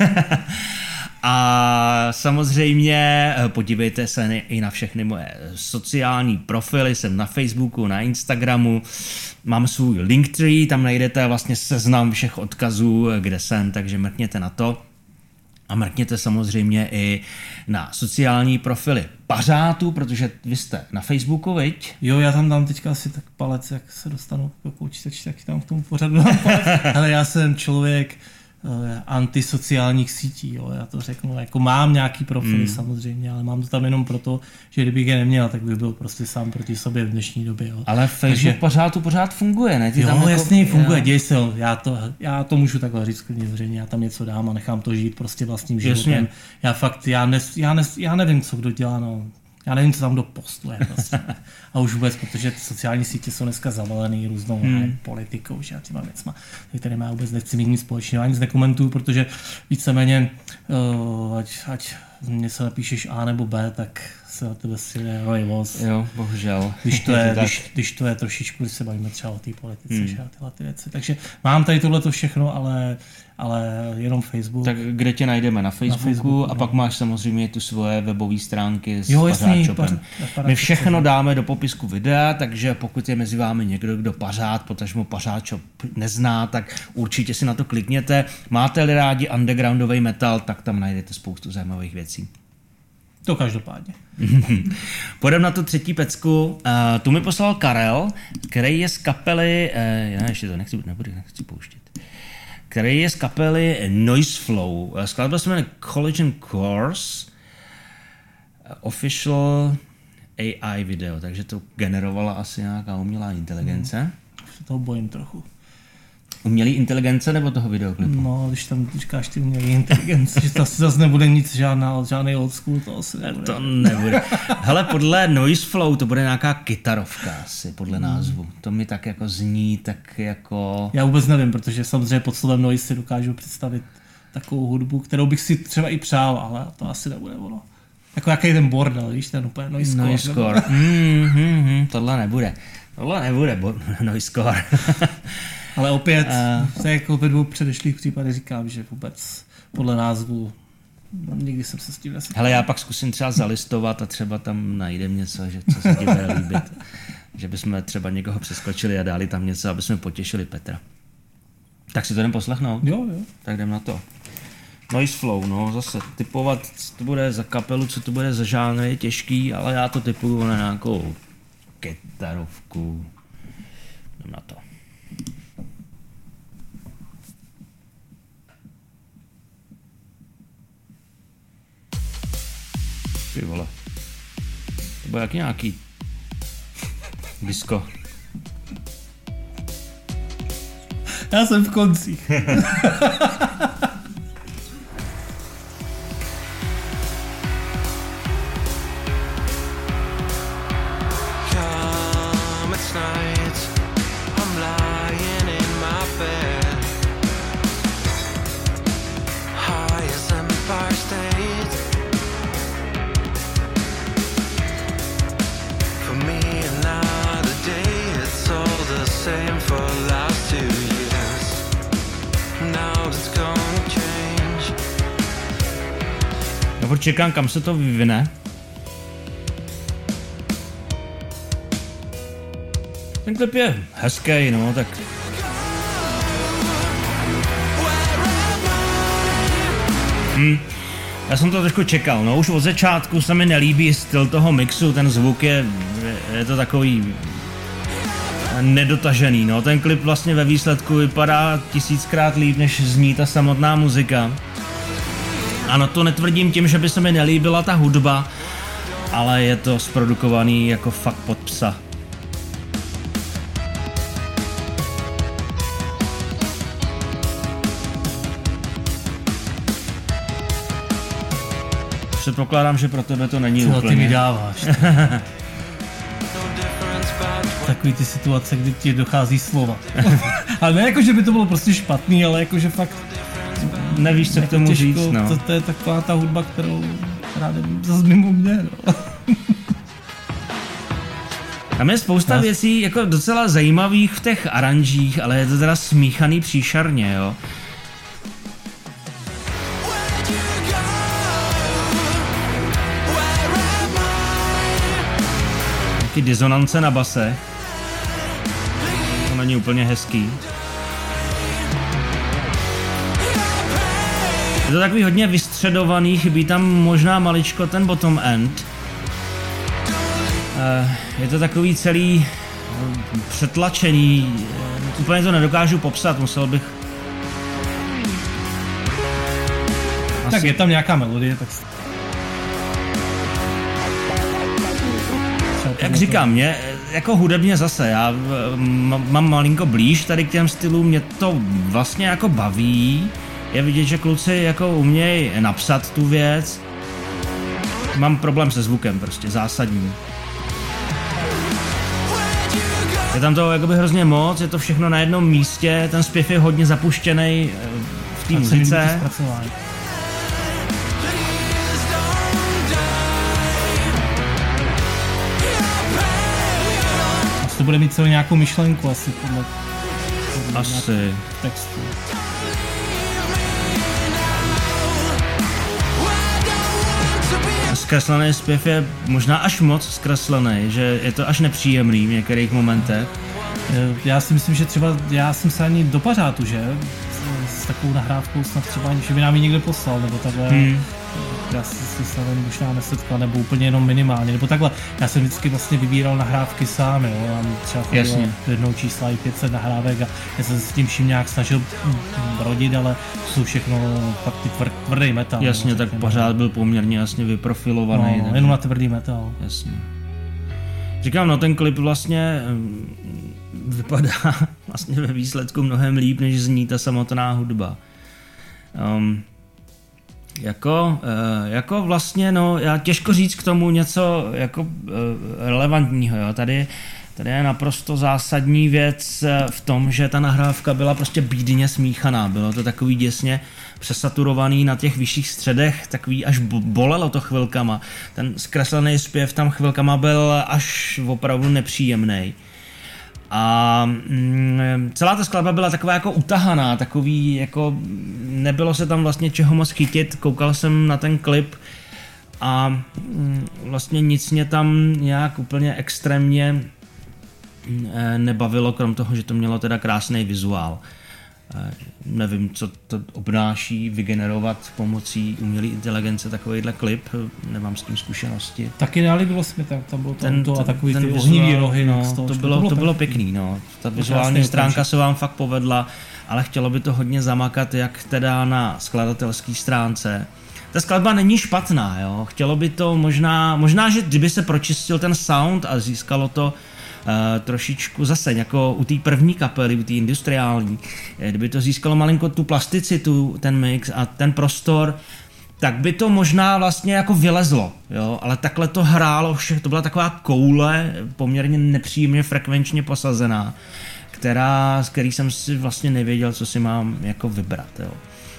A samozřejmě podívejte se i na všechny moje sociální profily, jsem na Facebooku, na Instagramu, mám svůj Linktree, tam najdete vlastně seznam všech odkazů, kde jsem, takže mrkněte na to. A mrkněte samozřejmě i na sociální profily Pařátu, protože vy jste na Facebooku, viď? Jo, já tam dám teďka asi tak palec, jak se dostanu do počítače, tak tam k tomu pořadu dám palec. Ale já jsem člověk antisociálních sítí, jo, já to řeknu, jako mám nějaký profily mm. samozřejmě, ale mám to tam jenom proto, že kdybych je neměl, tak bych byl prostě sám proti sobě v dnešní době. Jo. Ale Facebook Takže, pořád, pořád funguje, ne? Ty jo, tam jako, jasně funguje, děj se, já to, já to můžu takhle říct klidně zřejmě, já tam něco dám a nechám to žít prostě vlastním životem. Jasně. Já fakt, já, nes, já, nes, já nevím, co kdo dělá, no. Já nevím, co tam kdo postuje. Prostě. A už vůbec, protože ty sociální sítě jsou dneska zavalený různou hmm. politikou, že a těma věcma, které má vůbec nechci mít nic společného, ani nekomentuju, protože víceméně, uh, ať, ať mě se napíšeš A nebo B, tak se na tebe si rojvoz. Jo, bohužel. Když to je, když, když to je trošičku, když se bavíme třeba o té politice, hmm. že a tyhle ty věci. Takže mám tady tohleto všechno, ale ale jenom Facebook. Tak kde tě najdeme? Na Facebooku, na Facebooku a no. Pak máš samozřejmě tu svoje webové stránky s jo, Pařádshopem. My všechno dáme do popisku videa, takže pokud je mezi vámi někdo, kdo Pařád, potažmo Pařádshop nezná, tak určitě si na to klikněte. Máte-li rádi undergroundový metal, tak tam najdete spoustu zajímavých věcí. To každopádně. Půjdeme na tu třetí pecku. Uh, tu mi poslal Karel, který je z kapely, uh, já ještě to nechci, nebudu, nechci pouštět, který je z kapely Noise Flow. Skladba se jmenuje Collision Course, official A I video, takže to generovala asi nějaká umělá inteligence. Hmm. Se toho bojím trochu. Umělý inteligence nebo toho videoklipu? No, když tam říkáš ty umělý inteligence, že to asi zase nebude nic, žádná, žádný old school, to asi nebude. To nebude. Hele, podle Noise Flow to bude nějaká kytarovka asi, podle názvu. To mi tak jako zní, tak jako... Já vůbec nevím, protože samozřejmě pod slovem noise si dokážu představit takovou hudbu, kterou bych si třeba i přál, ale to asi nebude ono. Jako jaký ten bordel, víš, ten úplně noise score. Noise score. Mm, mm, mm, tohle nebude. Tohle nebude bo- noise score. Ale opět, uh, jako ve dvou předešlých případech říkám, že vůbec podle názvu nikdy jsem se s tím nesetkal. Hele, já pak zkusím třeba zalistovat a třeba tam najdem něco, že, co se ti bude líbit. Že bychom třeba někoho přeskočili a dali tam něco, aby jsme potěšili Petra. Tak si to jdem poslechnout? Jo, jo. Tak jdem na to. Noise Flow, no zase typovat, co to bude za kapelu, co to bude za žánr, je těžký, ale já to typuju na nějakou kytarovku. Jdem na to. Ty vole. To bude jak nějaký disco. Já jsem v koncích. Já čekám, kam se to vyvine. Ten klip je hezký, no, tak... Hm. Já jsem to trošku čekal, no, už od začátku se mi nelíbí styl toho mixu, ten zvuk je, je to takový nedotažený, no, ten klip vlastně ve výsledku vypadá tisíckrát líp, než zní ta samotná muzika. Ano, to netvrdím tím, že by se mi nelíbila ta hudba, ale je to zprodukovaný jako fakt pod psa. Předpokládám, že pro tebe to není co úplně. Ty mi dáváš. Takový ty situace, kdy ti dochází slova. Ale ne jako, že by to bylo prostě špatný, ale jako, že fakt... Nevíš, co k tomu těžko, říct, no. To, to je taková ta hudba, kterou rád zase mimo mě, no. Tam je spousta Nás... věcí jako docela zajímavých v těch aranžích, ale je to teda smíchaný příšerně, jo. Taky disonance na base. To není úplně hezký. Je to takový hodně vystředovaný, chybí tam možná maličko ten bottom end. Je to takový celý přetlačený, úplně to nedokážu popsat, musel bych... Asi... Tak je tam nějaká melodie, tak... Jak říkám, mě jako hudebně zase, já mám malinko blíž tady k těm stylům, mě to vlastně jako baví. Je vidět, že kluci jako umějí napsat tu věc. Mám problém se zvukem prostě, zásadní. Je tam toho jakoby hrozně moc, je to všechno na jednom místě, ten zpěv je hodně zapuštěný v té muzice. Asi to bude mít celou nějakou myšlenku asi podle, podle asi textu. Zkreslený zpěv je možná až moc zkreslený, že je to až nepříjemný v některých momentech. Já si myslím, že třeba já jsem se ani do pařátu, že? S takovou nahrávkou snad třeba ani, že by nám ji někde poslal, nebo takhle. Hmm. Já si si se nevím, už nám nesetkal, nebo úplně jenom minimálně, nebo takhle. Já jsem vždycky vlastně vybíral nahrávky sám, jo. Já třeba chodil jednou čísla i pět set nahrávek a já jsem se s tím vším nějak snažil brodit, ale jsou všechno fakt ty tvr, tvrdý metal. Jasně, no, tak pořád byl poměrně jasně vyprofilovaný. No, jenom na tvrdý metal. Jasně. Říkám, no ten klip vlastně vypadá vlastně ve výsledku mnohem líp, než zní ta samotná hudba. Um, jako, uh, jako vlastně, no, já těžko říct k tomu něco jako uh, relevantního, jo. Tady, tady je naprosto zásadní věc v tom, že ta nahrávka byla prostě bídně smíchaná, bylo to takový děsně přesaturovaný na těch vyšších středech, takový až bolelo to chvilkama. Ten zkreslený zpěv tam chvilkama byl až opravdu nepříjemný. A mm, celá ta skladba byla taková jako utahaná, takový jako nebylo se tam vlastně čeho moc chytit, koukal jsem na ten klip a mm, vlastně nic mě tam nějak úplně extrémně e, nebavilo, krom toho, že to mělo teda krásný vizuál. E, nevím, co to obnáší vygenerovat pomocí umělé inteligence takovýhle klip, nemám s tím zkušenosti. Taky nelíbilo se mi tam, tam bylo to ten, auto a takový ten ty vizuál, ohnivý rohy. No, to, to, to, bylo, bylo, to bylo pěkný, no. Ta vizuální stránka se vám fakt povedla, ale chtělo by to hodně zamakat, jak teda na skladatelské stránce. Ta skladba není špatná, jo. Chtělo by to možná, možná, že kdyby se pročistil ten sound a získalo to Uh, trošičku zase, jako u té první kapely, u té industriální, kdyby to získalo malinko tu plasticitu, ten mix a ten prostor, tak by to možná vlastně jako vylezlo, jo, ale takhle to hrálo, vše, to byla taková koule, poměrně nepříjemně frekvenčně posazená, která, z který jsem si vlastně nevěděl, co si mám jako vybrat, jo.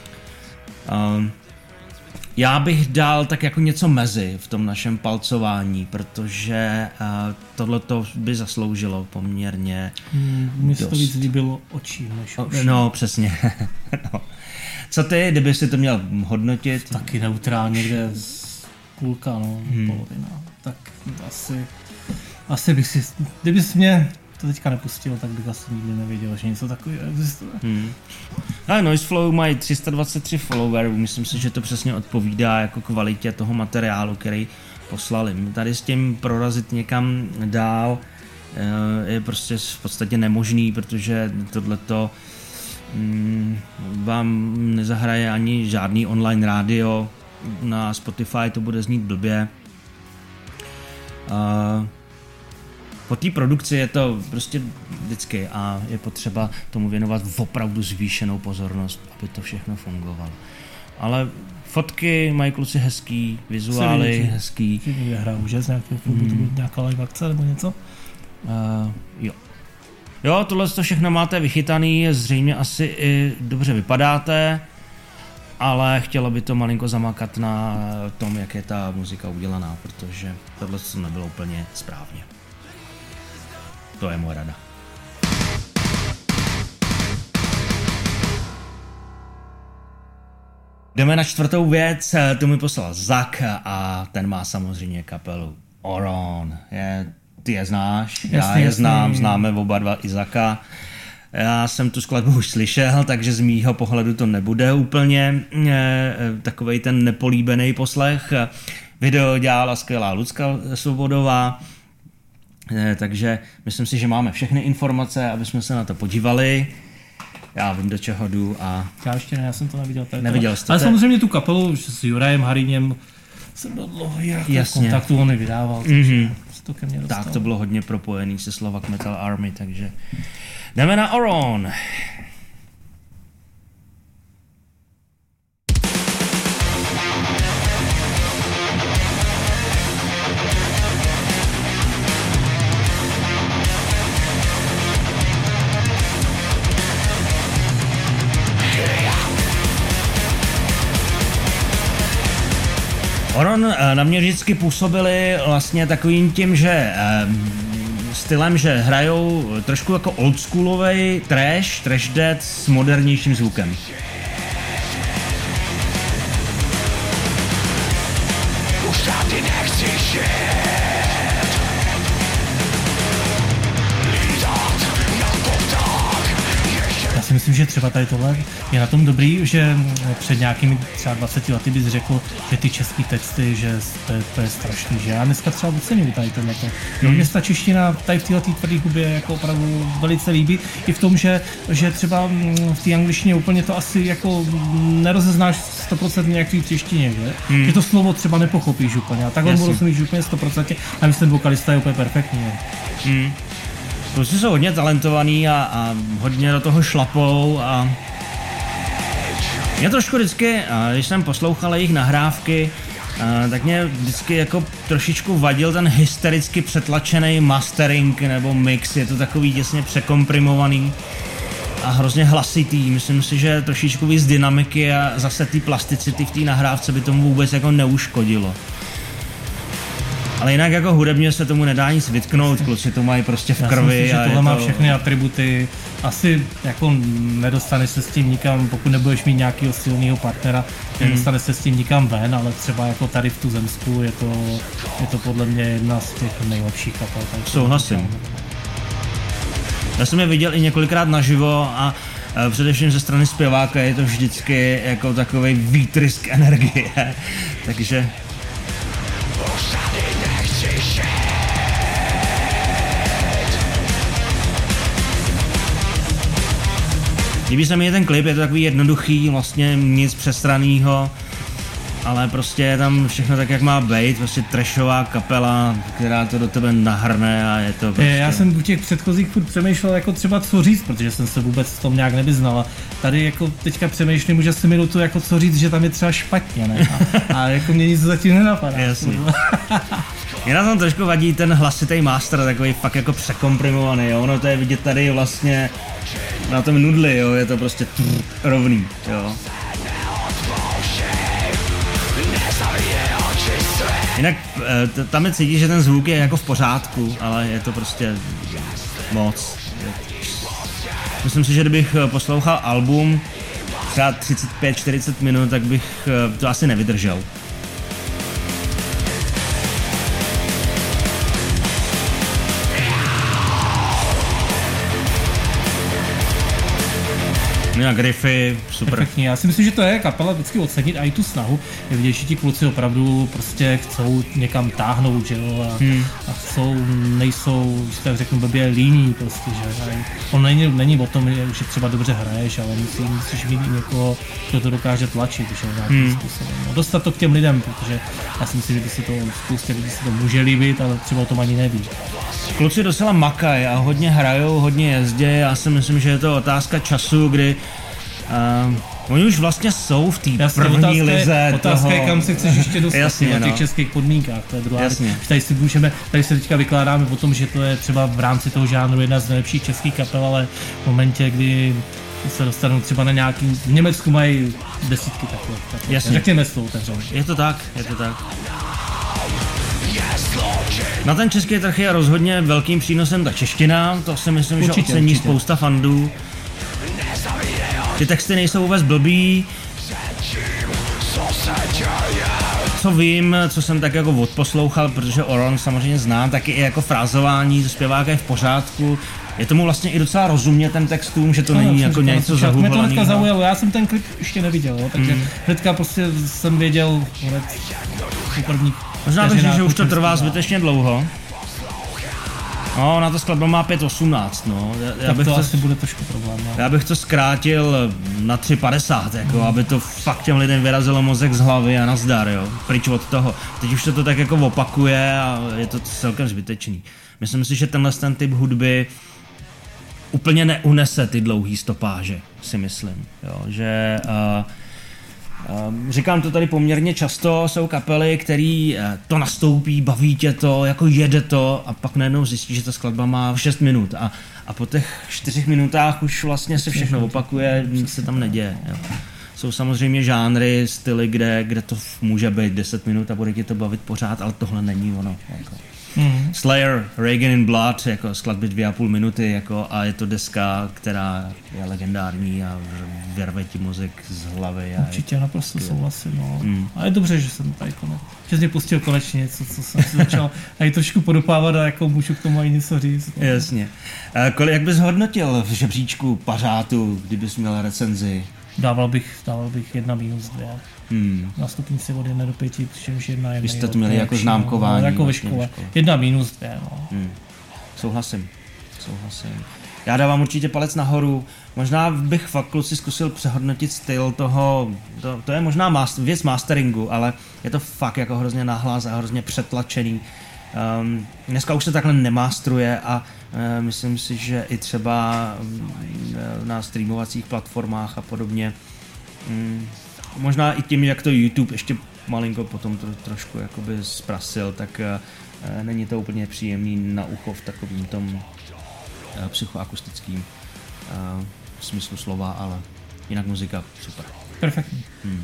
Um, Já bych dal tak jako něco mezi v tom našem palcování, protože uh, tohleto by zasloužilo poměrně hmm, Mně se to víc líbilo očí než uší. No, přesně. No. Co ty, kdyby si to měl hodnotit? Taky neutrálně, někde z půlka, no, hmm. polovina. Tak asi, asi bych si, kdybys mě to teďka nepustil, tak bych asi nikdy nevěděl, že něco takového existuje. Hmm. Ale Noise Flow mají tři sta dvacet tři followerů, myslím si, že to přesně odpovídá jako kvalitě toho materiálu, který poslali. Tady s tím prorazit někam dál je prostě v podstatě nemožný, protože tohleto mm, vám nezahraje ani žádný online rádio, na Spotify to bude znít blbě. Uh, Po té produkci je to prostě vždycky a je potřeba tomu věnovat opravdu zvýšenou pozornost, aby to všechno fungovalo. Ale fotky mají kluci hezký, vizuály vidí, hezký. Někde hrajou, že z nějakého klubu, to bude nějaká live akce nebo něco? Uh, jo. Jo, tohle to všechno máte vychytaný, zřejmě asi i dobře vypadáte, ale chtělo by to malinko zamakat na tom, jak je ta muzika udělaná, protože tohle to nebylo úplně správně. To je moje rada. Jdeme na čtvrtou věc, tu mi poslal Zak a ten má samozřejmě kapelu Oron. Je, ty je znáš, jasný, já je jasný. znám, známe oba dva i Zaka. Já jsem tu skladbu už slyšel, takže z mýho pohledu to nebude úplně e, takovej ten nepolíbený poslech. Video dělala skvělá Lucka Svobodová. Takže myslím si, že máme všechny informace, aby jsme se na to podívali. Já vím, do čeho jdu a... Já ještě ne, já jsem to neviděl. Tady Neviděl jste Ale to? samozřejmě tu kapelu s Jurajem Hariněm jsem byl dlouhý kontaktu, on ji vydával, takže mm-hmm. to ke mně dostal. Tak to bylo hodně propojený se Slovak Metal Army, takže jdeme na Oron. Oron na mě vždycky působili vlastně takovým tím, že eh, stylem, že hrajou trošku jako oldschoolovej trash, trash death s modernějším zvukem. Já si myslím, že třeba tady tohle je na tom dobrý, že před nějakými třeba dvaceti lety bys řekl, že ty český texty, že to je, to je strašný, že já dneska třeba ocením tady tohleto. No, mě ta čeština tady v této tvrdé hudbě jako opravdu velice líbí, i v tom, že, že třeba v té angličtině úplně to asi jako nerozeznáš sto procent nějak v té češtině, že? Hmm. Že to slovo třeba nepochopíš úplně a takhle mu rozumíš úplně sto procent a myslím, ten vokalista je úplně perfektní. Hmm. Kluci jsou hodně talentovaný a, a hodně do toho šlapou a mě trošku vždycky, když jsem poslouchal jejich nahrávky, tak mě vždycky jako trošičku vadil ten hystericky přetlačený mastering nebo mix, je to takový těsně překomprimovaný a hrozně hlasitý. Myslím si, že trošičku víc dynamiky a zase té plasticity v té nahrávce by tomu vůbec jako neuškodilo. Ale jinak jako hudebně se tomu nedá nic vytknout, kluci to mají prostě v krvi. Já si myslím, že tohle to... má všechny atributy, asi jako nedostaneš se s tím nikam, pokud nebudeš mít nějakého silného partnera, hmm. nedostaneš se s tím nikam ven, ale třeba jako tady v tu Zemsku je to, je to podle mě jedna z těch nejlepších kapel. Souhlasím. Já jsem je viděl i několikrát naživo a především ze strany zpěváka je to vždycky jako takovej výtrysk energie, takže... Líbí se mi ten klip, je to takový jednoduchý, vlastně nic přestranného, ale prostě je tam všechno tak, jak má být, prostě trashová kapela, která to do tebe nahrne a je to prostě... Já jsem u těch předchozích furt přemýšlel jako třeba co říct, protože jsem se vůbec v tom nějak nevyznal a tady jako teďka přemýšlím už asi minutu jako co říct, že tam je třeba špatně, ne? A, a jako mě nic zatím nenapadá. Jasně. Mě na tom trošku vadí ten hlasitý master, takový fakt jako překomprimovaný, jo? Ono to je vidět tady vlastně na tom nudli, jo? Je to prostě trrr, rovný, jo. Jinak t- tam je cítit, že ten zvuk je jako v pořádku, ale je to prostě moc. Myslím si, že kdybych poslouchal album třeba třicet pět čtyřicet minut, tak bych to asi nevydržel. Jinak riffy, super. Perfektní. Já si myslím, že to je kapela vždycky ocenit a i tu snahu. Je vidět, že ti kluci opravdu prostě chcou někam táhnout, že jo, a, hmm. a chcou, nejsou, že tak řeknu blbě, líní prostě, že on není, není o tom, že třeba dobře hraješ, ale musí, musíš mít někoho, kdo to dokáže tlačit, že jo, nějakým hmm. způsobem. No, dostat to k těm lidem, protože já si myslím, že by se to spoustě lidí se to může líbit, ale třeba o tom ani neví. Kluci docela makají a hodně hrajou, hodně jezdí. Já si myslím, že je to otázka času, kdy uh, oni už vlastně jsou v té první otázka lize. Je, otázka toho... je, kam se chceš ještě dostat. Jasně, na těch no. českých podmínkách, to je druhá Jasně. věc. Tady si můžeme, tady se teďka vykládáme o tom, že to je třeba v rámci toho žánru jedna z nejlepších českých kapel, ale v momentě, kdy se dostanou třeba na nějaký, v Německu mají desítky takhle. takhle. Jasně. Řekněme s tou otevřenou. Je to tak, je to tak. Na ten český trh je rozhodně velkým přínosem ta čeština, to si myslím, určitě, že ocení určitě. Spousta fandů. Ty texty nejsou vůbec blbý. Co vím, co jsem tak jako odposlouchal, protože Oron samozřejmě znám, taky i jako frázování, to zpěváka je v pořádku. Je tomu vlastně i docela rozumět ten textům, že to no, není jako něco zahublaného. Mě to hnedka zaujalo, já jsem ten klip ještě neviděl, jo, takže hmm. hnedka prostě jsem věděl hned u prvních. Možná bych řekl, že už to trvá zbytečně dlouho. No, na to skladba má pět osmnáct, no. Já, tak bych to, to asi bude trošku problém, no. Já bych to zkrátil na tři padesát, jako, hmm. aby to fakt těm lidem vyrazilo mozek z hlavy a nazdar, jo. Pryč od toho. Teď už se to tak jako opakuje a je to celkem zbytečný. Myslím si, že tenhle ten typ hudby úplně neunese ty dlouhý stopáže, si myslím, jo. Že... Uh, Um, říkám to tady poměrně často, jsou kapely, který uh, to nastoupí, baví tě to, jako jede to a pak najednou zjistí, že ta skladba má šest minut a, a po těch čtyřech minutách už vlastně se všechno opakuje, nic se tam neděje. Jo. Jsou samozřejmě žánry, styly, kde, kde to může být deset minut a bude tě to bavit pořád, ale tohle není ono. Jako. Mm. Slayer, Reagan in Blood, jako skladby dvě a půl minuty jako, a je to deska, která je legendární a vyrve ti mozek z hlavy. A určitě, naprosto souhlasím. No. Mm. A je dobře, že jsem tady konec. Že jsi mě pustil konečně něco, co jsem si začal a i trošku podopávat a jako můžu k tomu i něco říct. No. Jasně. A kolik, jak bys hodnotil v žebříčku pařátu, kdybys měl recenzi? Dával bych, dával bych jedna minus dvě. Hmm. Na stupnici od jedna do pěti, přičemž jedna je. Vy jste to měli jako známkování. No, jako ve škole. Jedna minus dvě, no. Hmm. Souhlasím. Souhlasím. Já dávám určitě palec nahoru. Možná bych fakt kluci zkusil přehodnotit styl toho, to, to je možná master, věc masteringu, ale je to fakt jako hrozně nahlas a hrozně přetlačený. Um, dneska už se takhle nemástruje a uh, myslím si, že i třeba um, na streamovacích platformách a podobně. Um, možná i tím, jak to YouTube ještě malinko potom to trošku jakoby zprasil, tak uh, není to úplně příjemný na ucho v takovým tom uh, psychoakustickým uh, smyslu slova, ale jinak muzika super. Perfektní. Hmm.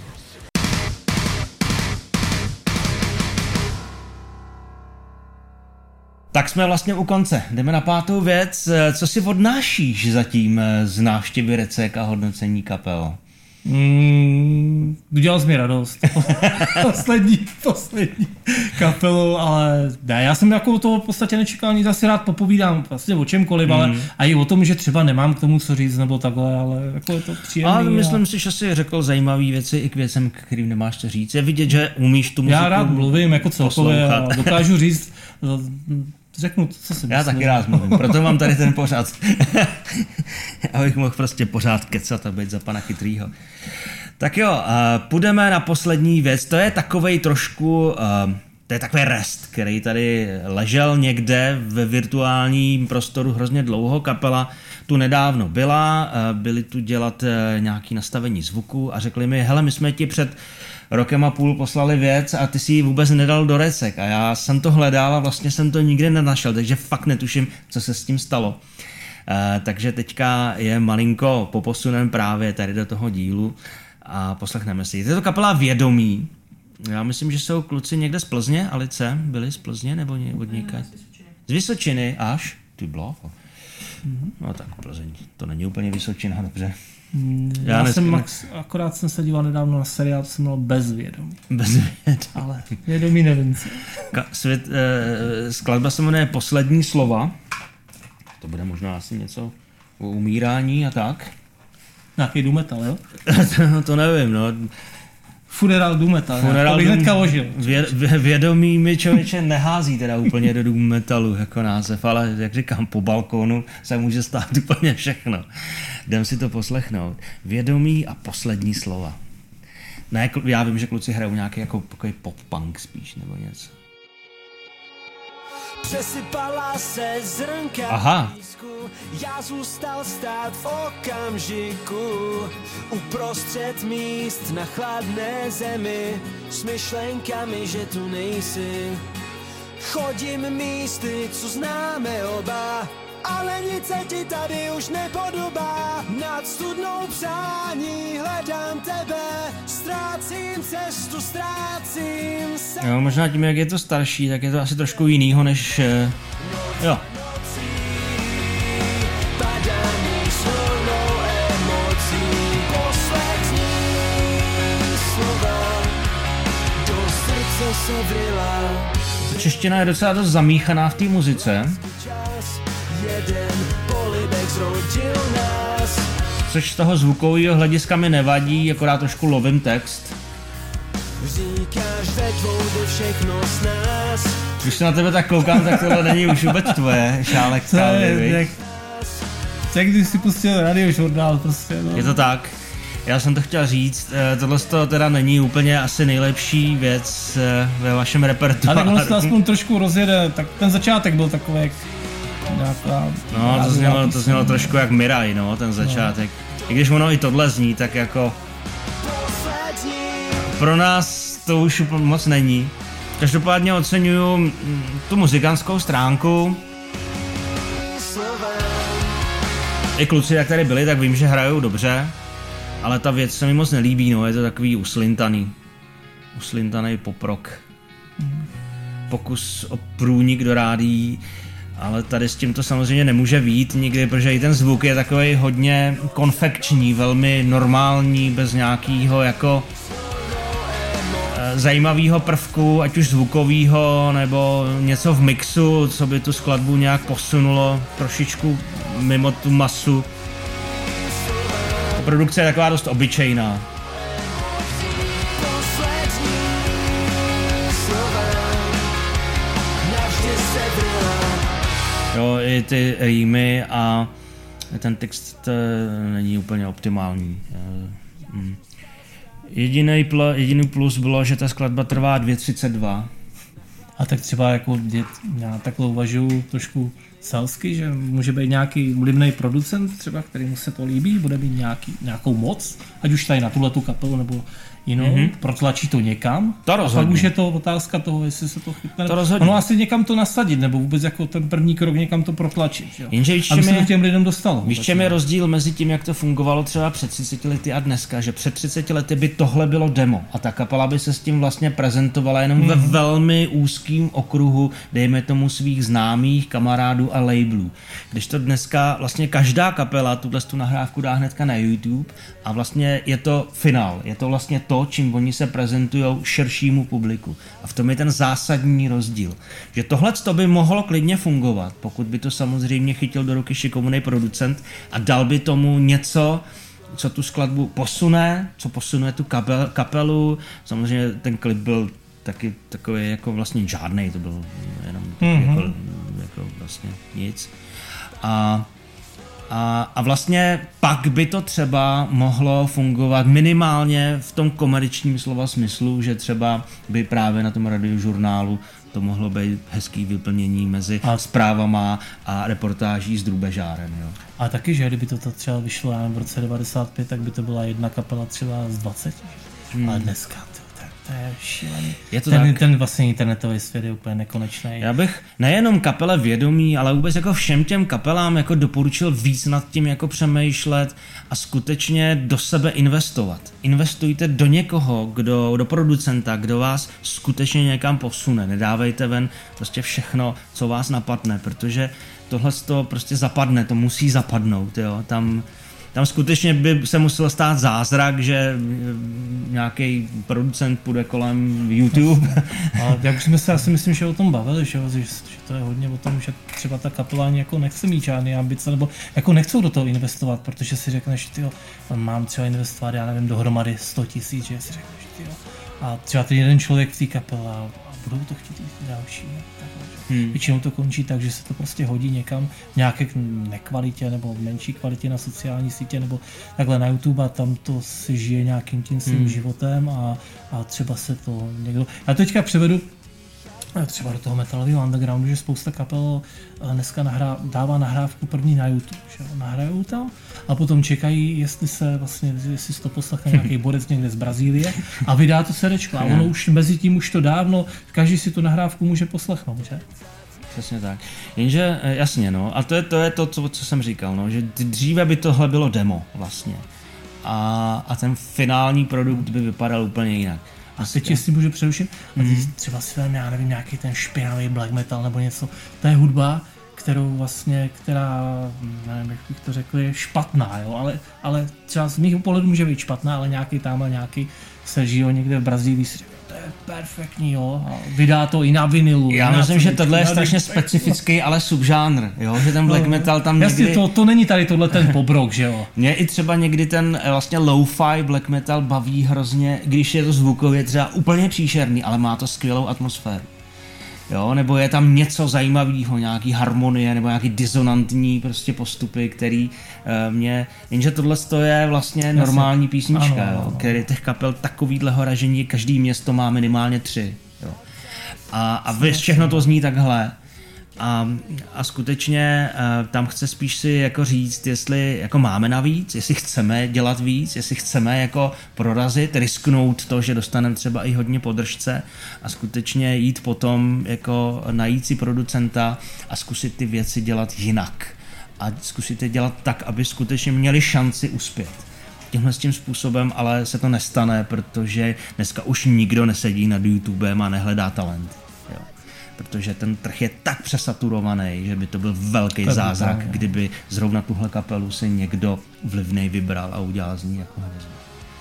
Tak jsme vlastně u konce. Jdeme na pátou věc. Co si odnášíš zatím z návštěvy Recek a hodnocení kapel? Mm, udělal jsi mi radost. poslední, poslední kapelu, ale ne, já jsem jako toho v podstatě nečekal, nic asi rád popovídám vlastně o čemkoliv, mm. ale a i o tom, že třeba nemám k tomu co říct nebo takhle, ale jako je to příjemný. Ale myslím a... si, že jsi řekl zajímavé věci i k věcem, kterým nemáš co říct. Je vidět, že umíš tu muziku. Já rád mluvím jako celkově a dokážu říct, řeknu, co si myslím. Já taky rád mluvím, proto mám tady ten pořad. Abych mohl prostě pořád kecat a být za pana chytrýho. Tak jo, půjdeme na poslední věc. To je takovej trošku, to je takový rest, který tady ležel někde ve virtuálním prostoru hrozně dlouho. Kapela tu nedávno byla, byli tu dělat nějaké nastavení zvuku a řekli mi, hele, my jsme ti před rokem a půl poslali věc a ty si ji vůbec nedal do Recek a já jsem to hledal a vlastně jsem to nikdy nenašel, takže fakt netuším, co se s tím stalo. E, takže teďka je malinko poposunem právě tady do toho dílu a poslechneme si. Je to kapela Vědomí. Já myslím, že jsou kluci někde z Plzně, Alice, byli z Plzně nebo od někde? Z Vysočiny až? Ty bláho. No tak Plzeň, to není úplně Vysočina, dobře. Já, Já jsem max, akorát jsem se díval nedávno na seriál, to jsem měl Bezvědomí. Bezvědomí. Ale vědomí nevím co. Ka- svět, eh, skladba se jmenuje Poslední slova. To bude možná asi něco o umírání a tak. Nějaký doom metal, jo? no, to nevím, no. Funeral doom metal, Funeral to bych hnedka ložil. Vě, vě, vědomí mi člověče nehází teda úplně do doom metalu jako název, ale jak říkám, po balkónu se může stát úplně všechno. Jdem si to poslechnout. Vědomí a poslední slova. Ne, já vím, že kluci hrajou nějaký jako pop-punk spíš nebo něco. Přesypala se zrnka. Aha. Já zůstal stát v okamžiku uprostřed míst na chladné zemi s myšlenkami, že tu nejsi. Chodím místy, co známe oba, ale nic se ti tady už nepodobá. Nad studnou přání hledám tebe, ztrácím cestu, ztrácím se. Jo, možná tím, jak je to starší, tak je to asi trošku jinýho než... Uh, jo. Čeština je docela dost zamíchaná v té muzice. Což z toho zvukového hlediska mi nevadí, akorát trošku lovím text. Když se na tebe tak koukám, tak tohle není už vůbec tvoje, šálek kávy. Tak když si pustil Radiožurnál prostě, no. Je to tak. Já jsem to chtěl říct, tohle to teda není úplně asi nejlepší věc ve vašem repertoáru. Ale ono se to aspoň trošku rozjede, tak ten začátek byl takový jak nějaká... No, to znělo, to znělo trošku jak Miraj, no, ten začátek. No. I když ono i tohle zní, tak jako... Pro nás to už moc není. Každopádně oceňuju tu muzikantskou stránku. I kluci, jak tady byli, tak vím, že hrajou dobře. Ale ta věc se mi moc nelíbí, no, je to takový uslintaný. Uslintaný poprok. Pokus o průnik do rádií, ale tady s tím to samozřejmě nemůže vyjít nikdy, protože i ten zvuk je takový hodně konfekční, velmi normální, bez nějakého jako e, zajímavého prvku, ať už zvukového, nebo něco v mixu, co by tu skladbu nějak posunulo trošičku mimo tu masu. Produkce je taková dost obyčejná. Jo, i ty rýmy a ten text není úplně optimální. Jediný, pl, jediný plus bylo, že ta skladba trvá dvě třicet dva. A tak třeba jako dět, já takhle uvažuji trošku selsky, že může být nějaký vlivný producent třeba, kterýmu se to líbí, bude mít nějaký, nějakou moc, ať už tady na tuhletu kapelu nebo jinou, mm-hmm. protlačí to někam. To rozhodně. A pak už je to otázka toho, jestli se to chytne. To rozhodně. Ono asi někam to nasadit, nebo vůbec jako ten první krok někam to protlačit. Jo? Jenže víš, aby se je, to těm lidem dostalo. Víš, čem je rozdíl mezi tím, jak to fungovalo třeba před třiceti lety a dneska, že před třiceti lety by tohle bylo demo a ta kapela by se s tím vlastně prezentovala jenom mm-hmm. ve velmi úzkým okruhu, dejme tomu svých známých, kamarádů a labelů. Když to dneska vlastně každá kapela tuhle tu nahrávku dá hnedka na YouTube a vlastně je to finál, je to vlastně to, čím oni se prezentují širšímu publiku. A v tom je ten zásadní rozdíl. Že tohle by mohlo klidně fungovat, pokud by to samozřejmě chytil do ruky šikovný producent a dal by tomu něco, co tu skladbu posune, co posunuje tu kapel, kapelu. Samozřejmě ten klip byl taky takový jako vlastně žádnej, to byl jenom mm-hmm. jako, jako vlastně nic. A A, a vlastně pak by to třeba mohlo fungovat minimálně v tom komerčním slova smyslu, že třeba by právě na tom radiožurnálu to mohlo být hezký vyplnění mezi a zprávama a reportáží s drůbežárem. Jo. A taky, že kdyby to třeba vyšlo v roce devadesát pět, tak by to byla jedna kapela třeba z dvaceti. Hmm. Ale dneska to je šílený. Je to ten, tak. ten vlastně internetový svět je úplně nekonečný. Já bych nejenom kapele Vědomí, ale vůbec jako všem těm kapelám jako doporučil víc nad tím jako přemýšlet a skutečně do sebe investovat. Investujte do někoho, kdo, do producenta, kdo vás skutečně někam posune. Nedávejte ven prostě všechno, co vás napadne, protože tohle to prostě zapadne, to musí zapadnout. Jo. Tam Tam skutečně by se musel stát zázrak, že nějaký producent půjde kolem YouTube. A jak už jsme se asi myslím, že o tom bavili, že, že to je hodně o tom, že třeba ta kapela ani jako nechce mít žádný ambice, nebo jako nechcou do toho investovat, protože si řekneš, tyjo, mám třeba investovat, já nevím, dohromady sto tisíc, že si řekneš, tyjo. A třeba ten jeden člověk v té kapele a budou to chtít další. Hmm. Většinou to končí tak, že se to prostě hodí někam v nějaké nekvalitě nebo menší kvalitě na sociální sítě nebo takhle na YouTube a tam to si žije nějakým tím svým hmm. životem a, a třeba se to někdo... Já teďka převedu třeba do toho metalového undergroundu, že spousta kapel dneska nahrá, dává nahrávku první na YouTube, že nahrajou tam a potom čekají, jestli se vlastně, jestli si to poslechne nějaký borec někde z Brazílie a vydá to serečko a ono už mezi tím už to dávno, každý si tu nahrávku může poslechnout, že? Přesně tak. Jenže, jasně, no, a to je to, je to co, co jsem říkal, no, že dříve by tohle bylo demo vlastně a, a ten finální produkt by vypadal úplně jinak. A teď, jestli můžu přerušit, mm. třeba si tam, já nevím, nějaký ten špinavý black metal nebo něco, to je hudba, kterou vlastně, která, nevím, jak bych to řekl, je špatná, jo, ale, ale třeba z mých pohledů může být špatná, ale nějaký tamhle nějaký Sergio někde v Brazílii si řekl, to je perfektní, jo, a vydá to i na vinilu. Já myslím, že tohle je strašně specifický, ale subžánr, jo, že ten black no, metal tam jasně, někdy... to, to není tady tohle ten pobrok, že jo. Mě i třeba někdy ten vlastně lo-fi black metal baví hrozně, když je to zvukově třeba úplně příšerný, ale má to skvělou atmosféru. Jo, nebo je tam něco zajímavého, nějaký harmonie nebo nějaký disonantní prostě postupy, který uh, mě, jenže tohle je vlastně jasně. Normální písnička, ano, jo, ano. Který těch kapel takovýhleho ražení, každý město má minimálně tři. Jo. A, a všechno to zní takhle. A, a skutečně uh, tam chce spíš si jako říct, jestli jako máme navíc, jestli chceme dělat víc, jestli chceme jako prorazit, risknout to, že dostaneme třeba i hodně podržce a skutečně jít potom jako najít si producenta a zkusit ty věci dělat jinak. A zkusit je dělat tak, aby skutečně měli šanci uspět. Tímhle s tím způsobem ale se to nestane, protože dneska už nikdo nesedí nad YouTubem a nehledá talent. Protože ten trh je tak přesaturovaný, že by to byl velký to zázrak, by, kdyby zrovna tuhle kapelu si někdo vlivnej vybral a udělal z ní jako hvězdu.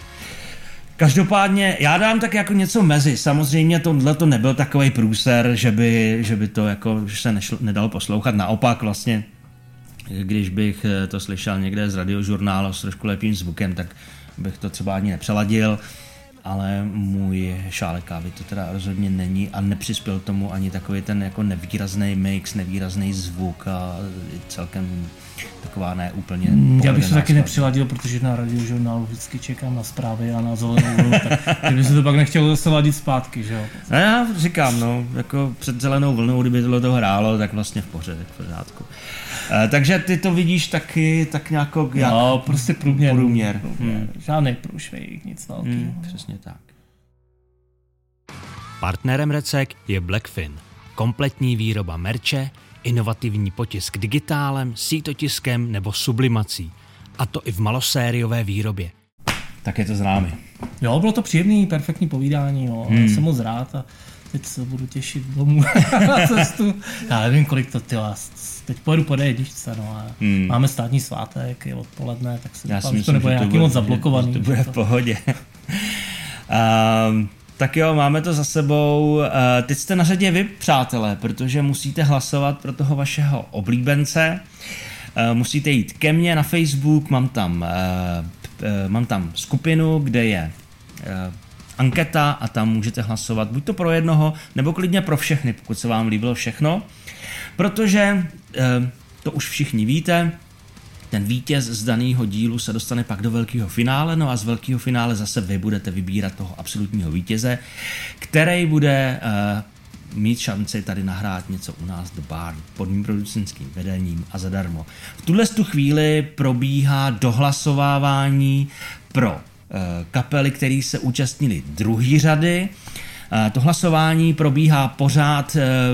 Každopádně já dám tak jako něco mezi. Samozřejmě tohle to nebyl takovej průser, že by, že by to jako že se nešlo, nedalo poslouchat. Naopak vlastně, když bych to slyšel někde z radiožurnálu s trošku lepším zvukem, tak bych to třeba ani nepřeladil. A, ale můj šálek kávy to teda rozhodně není a nepřispěl tomu ani takový ten jako nevýrazný mix, nevýrazný zvuk a celkem taková ne úplně... Já bych se taky nepřiladil, protože na radiožurnálu vždycky čekám na zprávy a na zelenou vlnu, tak kdyby se to pak nechtělo zase ladit zpátky, že jo? No já říkám, no, jako před zelenou vlnou, kdyby tohle to hrálo, tak vlastně v pořádku. V pořádku. E, takže ty to vidíš taky tak nějako... Jak, no, prostě průměr. Průměr. průměr. Hmm. Žádný průšvih, nic velkého. Hmm, přesně tak. Partnerem Recek je Blackfin. Kompletní výroba merče, inovativní potisk digitálem, sítotiskem nebo sublimací. A to i v malosériové výrobě. Tak je to známý. Jo, bylo to příjemný, perfektní povídání. Jo. Hmm. Jsem moc rád a teď se budu těšit domů na cestu. Já nevím, kolik to tyla. Teď pojedu po dé jedničce, no a hmm. máme státní svátek, je odpoledne, tak se doufám, že to nebude nějaký moc zablokovaný. To bude v pohodě. um, tak jo, máme to za sebou. Uh, teď jste na řadě vy, přátelé, protože musíte hlasovat pro toho vašeho oblíbence. Uh, musíte jít ke mně na Facebook, mám tam, uh, uh, mám tam skupinu, kde je uh, anketa a tam můžete hlasovat buď to pro jednoho, nebo klidně pro všechny, pokud se vám líbilo všechno. Protože, to už všichni víte, ten vítěz z daného dílu se dostane pak do velkého finále, no a z velkého finále zase vy budete vybírat toho absolutního vítěze, který bude mít šanci tady nahrát něco u nás do bar pod mým producentským vedením a zadarmo. V tuhle tu chvíli probíhá dohlasovávání pro kapely, které se účastnili druhé řady. To hlasování probíhá pořád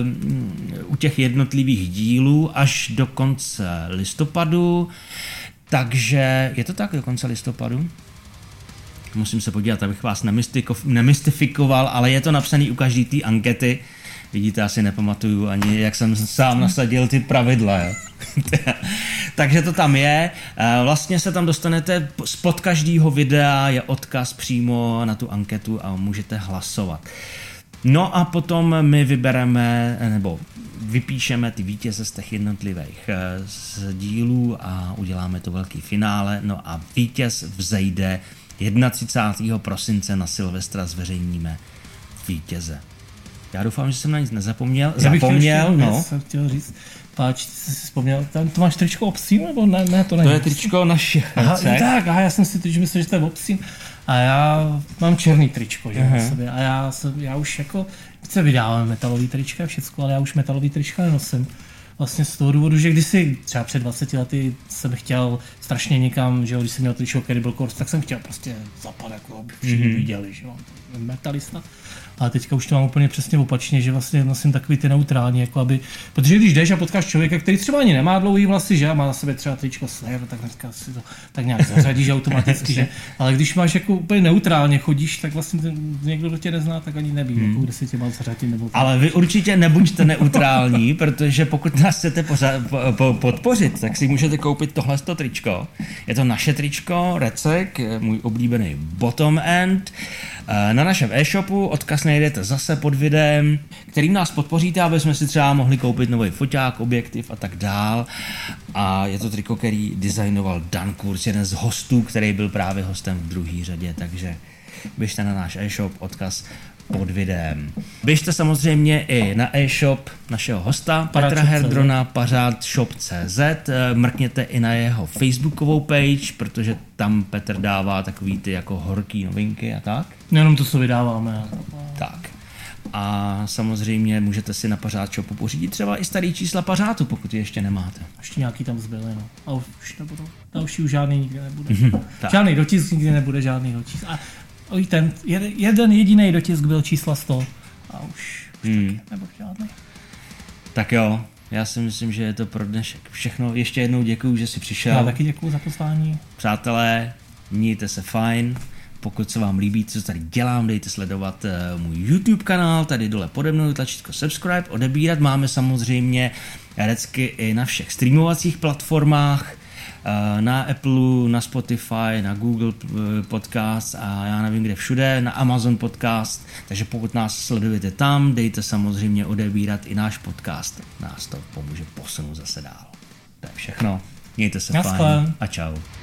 u těch jednotlivých dílů až do konce listopadu, takže je to tak do konce listopadu? Musím se podívat, abych vás nemystifikoval, ale je to napsané u každé té ankety. Vidíte, asi nepamatuju ani, jak jsem sám nasadil ty pravidla. Takže to tam je. Vlastně se tam dostanete spod každého videa, je odkaz přímo na tu anketu a můžete hlasovat. No a potom my vybereme, nebo vypíšeme ty vítěze z těch jednotlivých z dílů a uděláme to velký finále. No a vítěz vzejde třicátého prvního prosince na Silvestra, zveřejníme vítěze. Já doufám, že jsem na nic nezapomněl. Já bych Zapomněl, chtěl, no. jsem chtěl říct, páč, ty jsi si vzpomněl, tam, to máš tričko Obscene, nebo ne, ne to není? To je tričko naše. Aha, tak, aha, já jsem si tričko myslel, že to je Obscene. A já mám černý tričko, že na sobě. A já, jsem, já už jako, se vydávám metalový trička a všecko, ale já už metalový trička nenosím. Vlastně z toho důvodu, že kdysi třeba před dvaceti lety jsem chtěl strašně někam, že jo, když jsem měl tričko Cannibal Corpse, tak jsem chtěl prostě zapad, jako aby všichni mm-hmm. viděli, že jo, metalista. Ale teďka už to mám úplně přesně opačně, že vlastně nosím takový ty neutrální, jako aby, protože když jdeš a potkáš člověka, který třeba ani nemá dlouhý vlasy, že a má na sobě třeba tričko Slayer, tak dneska si to tak nějak zařadíš automaticky, že, ale když máš jako úplně neutrálně chodíš, tak vlastně ten, někdo, kdo tě nezná, tak ani neví, hmm. jako, kde si tě má zařadit. Nebo tak. Ale vy určitě nebuďte neutrální, protože pokud nás chcete pořád, po, po, podpořit, tak si můžete koupit tohle tričko. Je to naše tričko, Recek, můj oblíbený bottom end. Na našem e-shopu odkaz najdete zase pod videem, kterým nás podpoříte, aby jsme si třeba mohli koupit nový foťák, objektiv a tak dál. A je to triko, který designoval Dan Kurz, jeden z hostů, který byl právě hostem v druhé řadě, takže běžte na náš e-shop, odkaz pod videem. Běžte samozřejmě i na e-shop našeho hosta, Petra Herdrona, pařádshop tečka cé zet. Mrkněte i na jeho facebookovou page, protože tam Petr dává takový ty jako horký novinky a tak. Jenom to, co vydáváme. Tak. A samozřejmě můžete si na Pařádshopu pořídit třeba i starý čísla Pařátu, pokud je ještě nemáte. Ještě nějaký tam zbyly, no. A už nebudou. Další už žádný nikdy nebude. Mm-hmm, žádný dotisk nikdy nebude, žádný dotisk. A oj, ten jeden jediný dotisk byl čísla sto. A už, už hmm. taky nebude žádný. Tak jo, já si myslím, že je to pro dnešek všechno. Ještě jednou děkuju, že jsi přišel. Já taky děkuju za pozvání. Přátelé, mějte se fajn. Pokud se vám líbí, co tady dělám, dejte sledovat uh, můj YouTube kanál, tady dole pode mnou tlačítko subscribe, odebírat. Máme samozřejmě Recky i na všech streamovacích platformách, uh, na Apple, na Spotify, na Google Podcast a já nevím kde všude, na Amazon Podcast, takže pokud nás sledujete tam, dejte samozřejmě odebírat i náš podcast. Nás to pomůže posunout zase dál. To je všechno. Mějte se fajn a čau.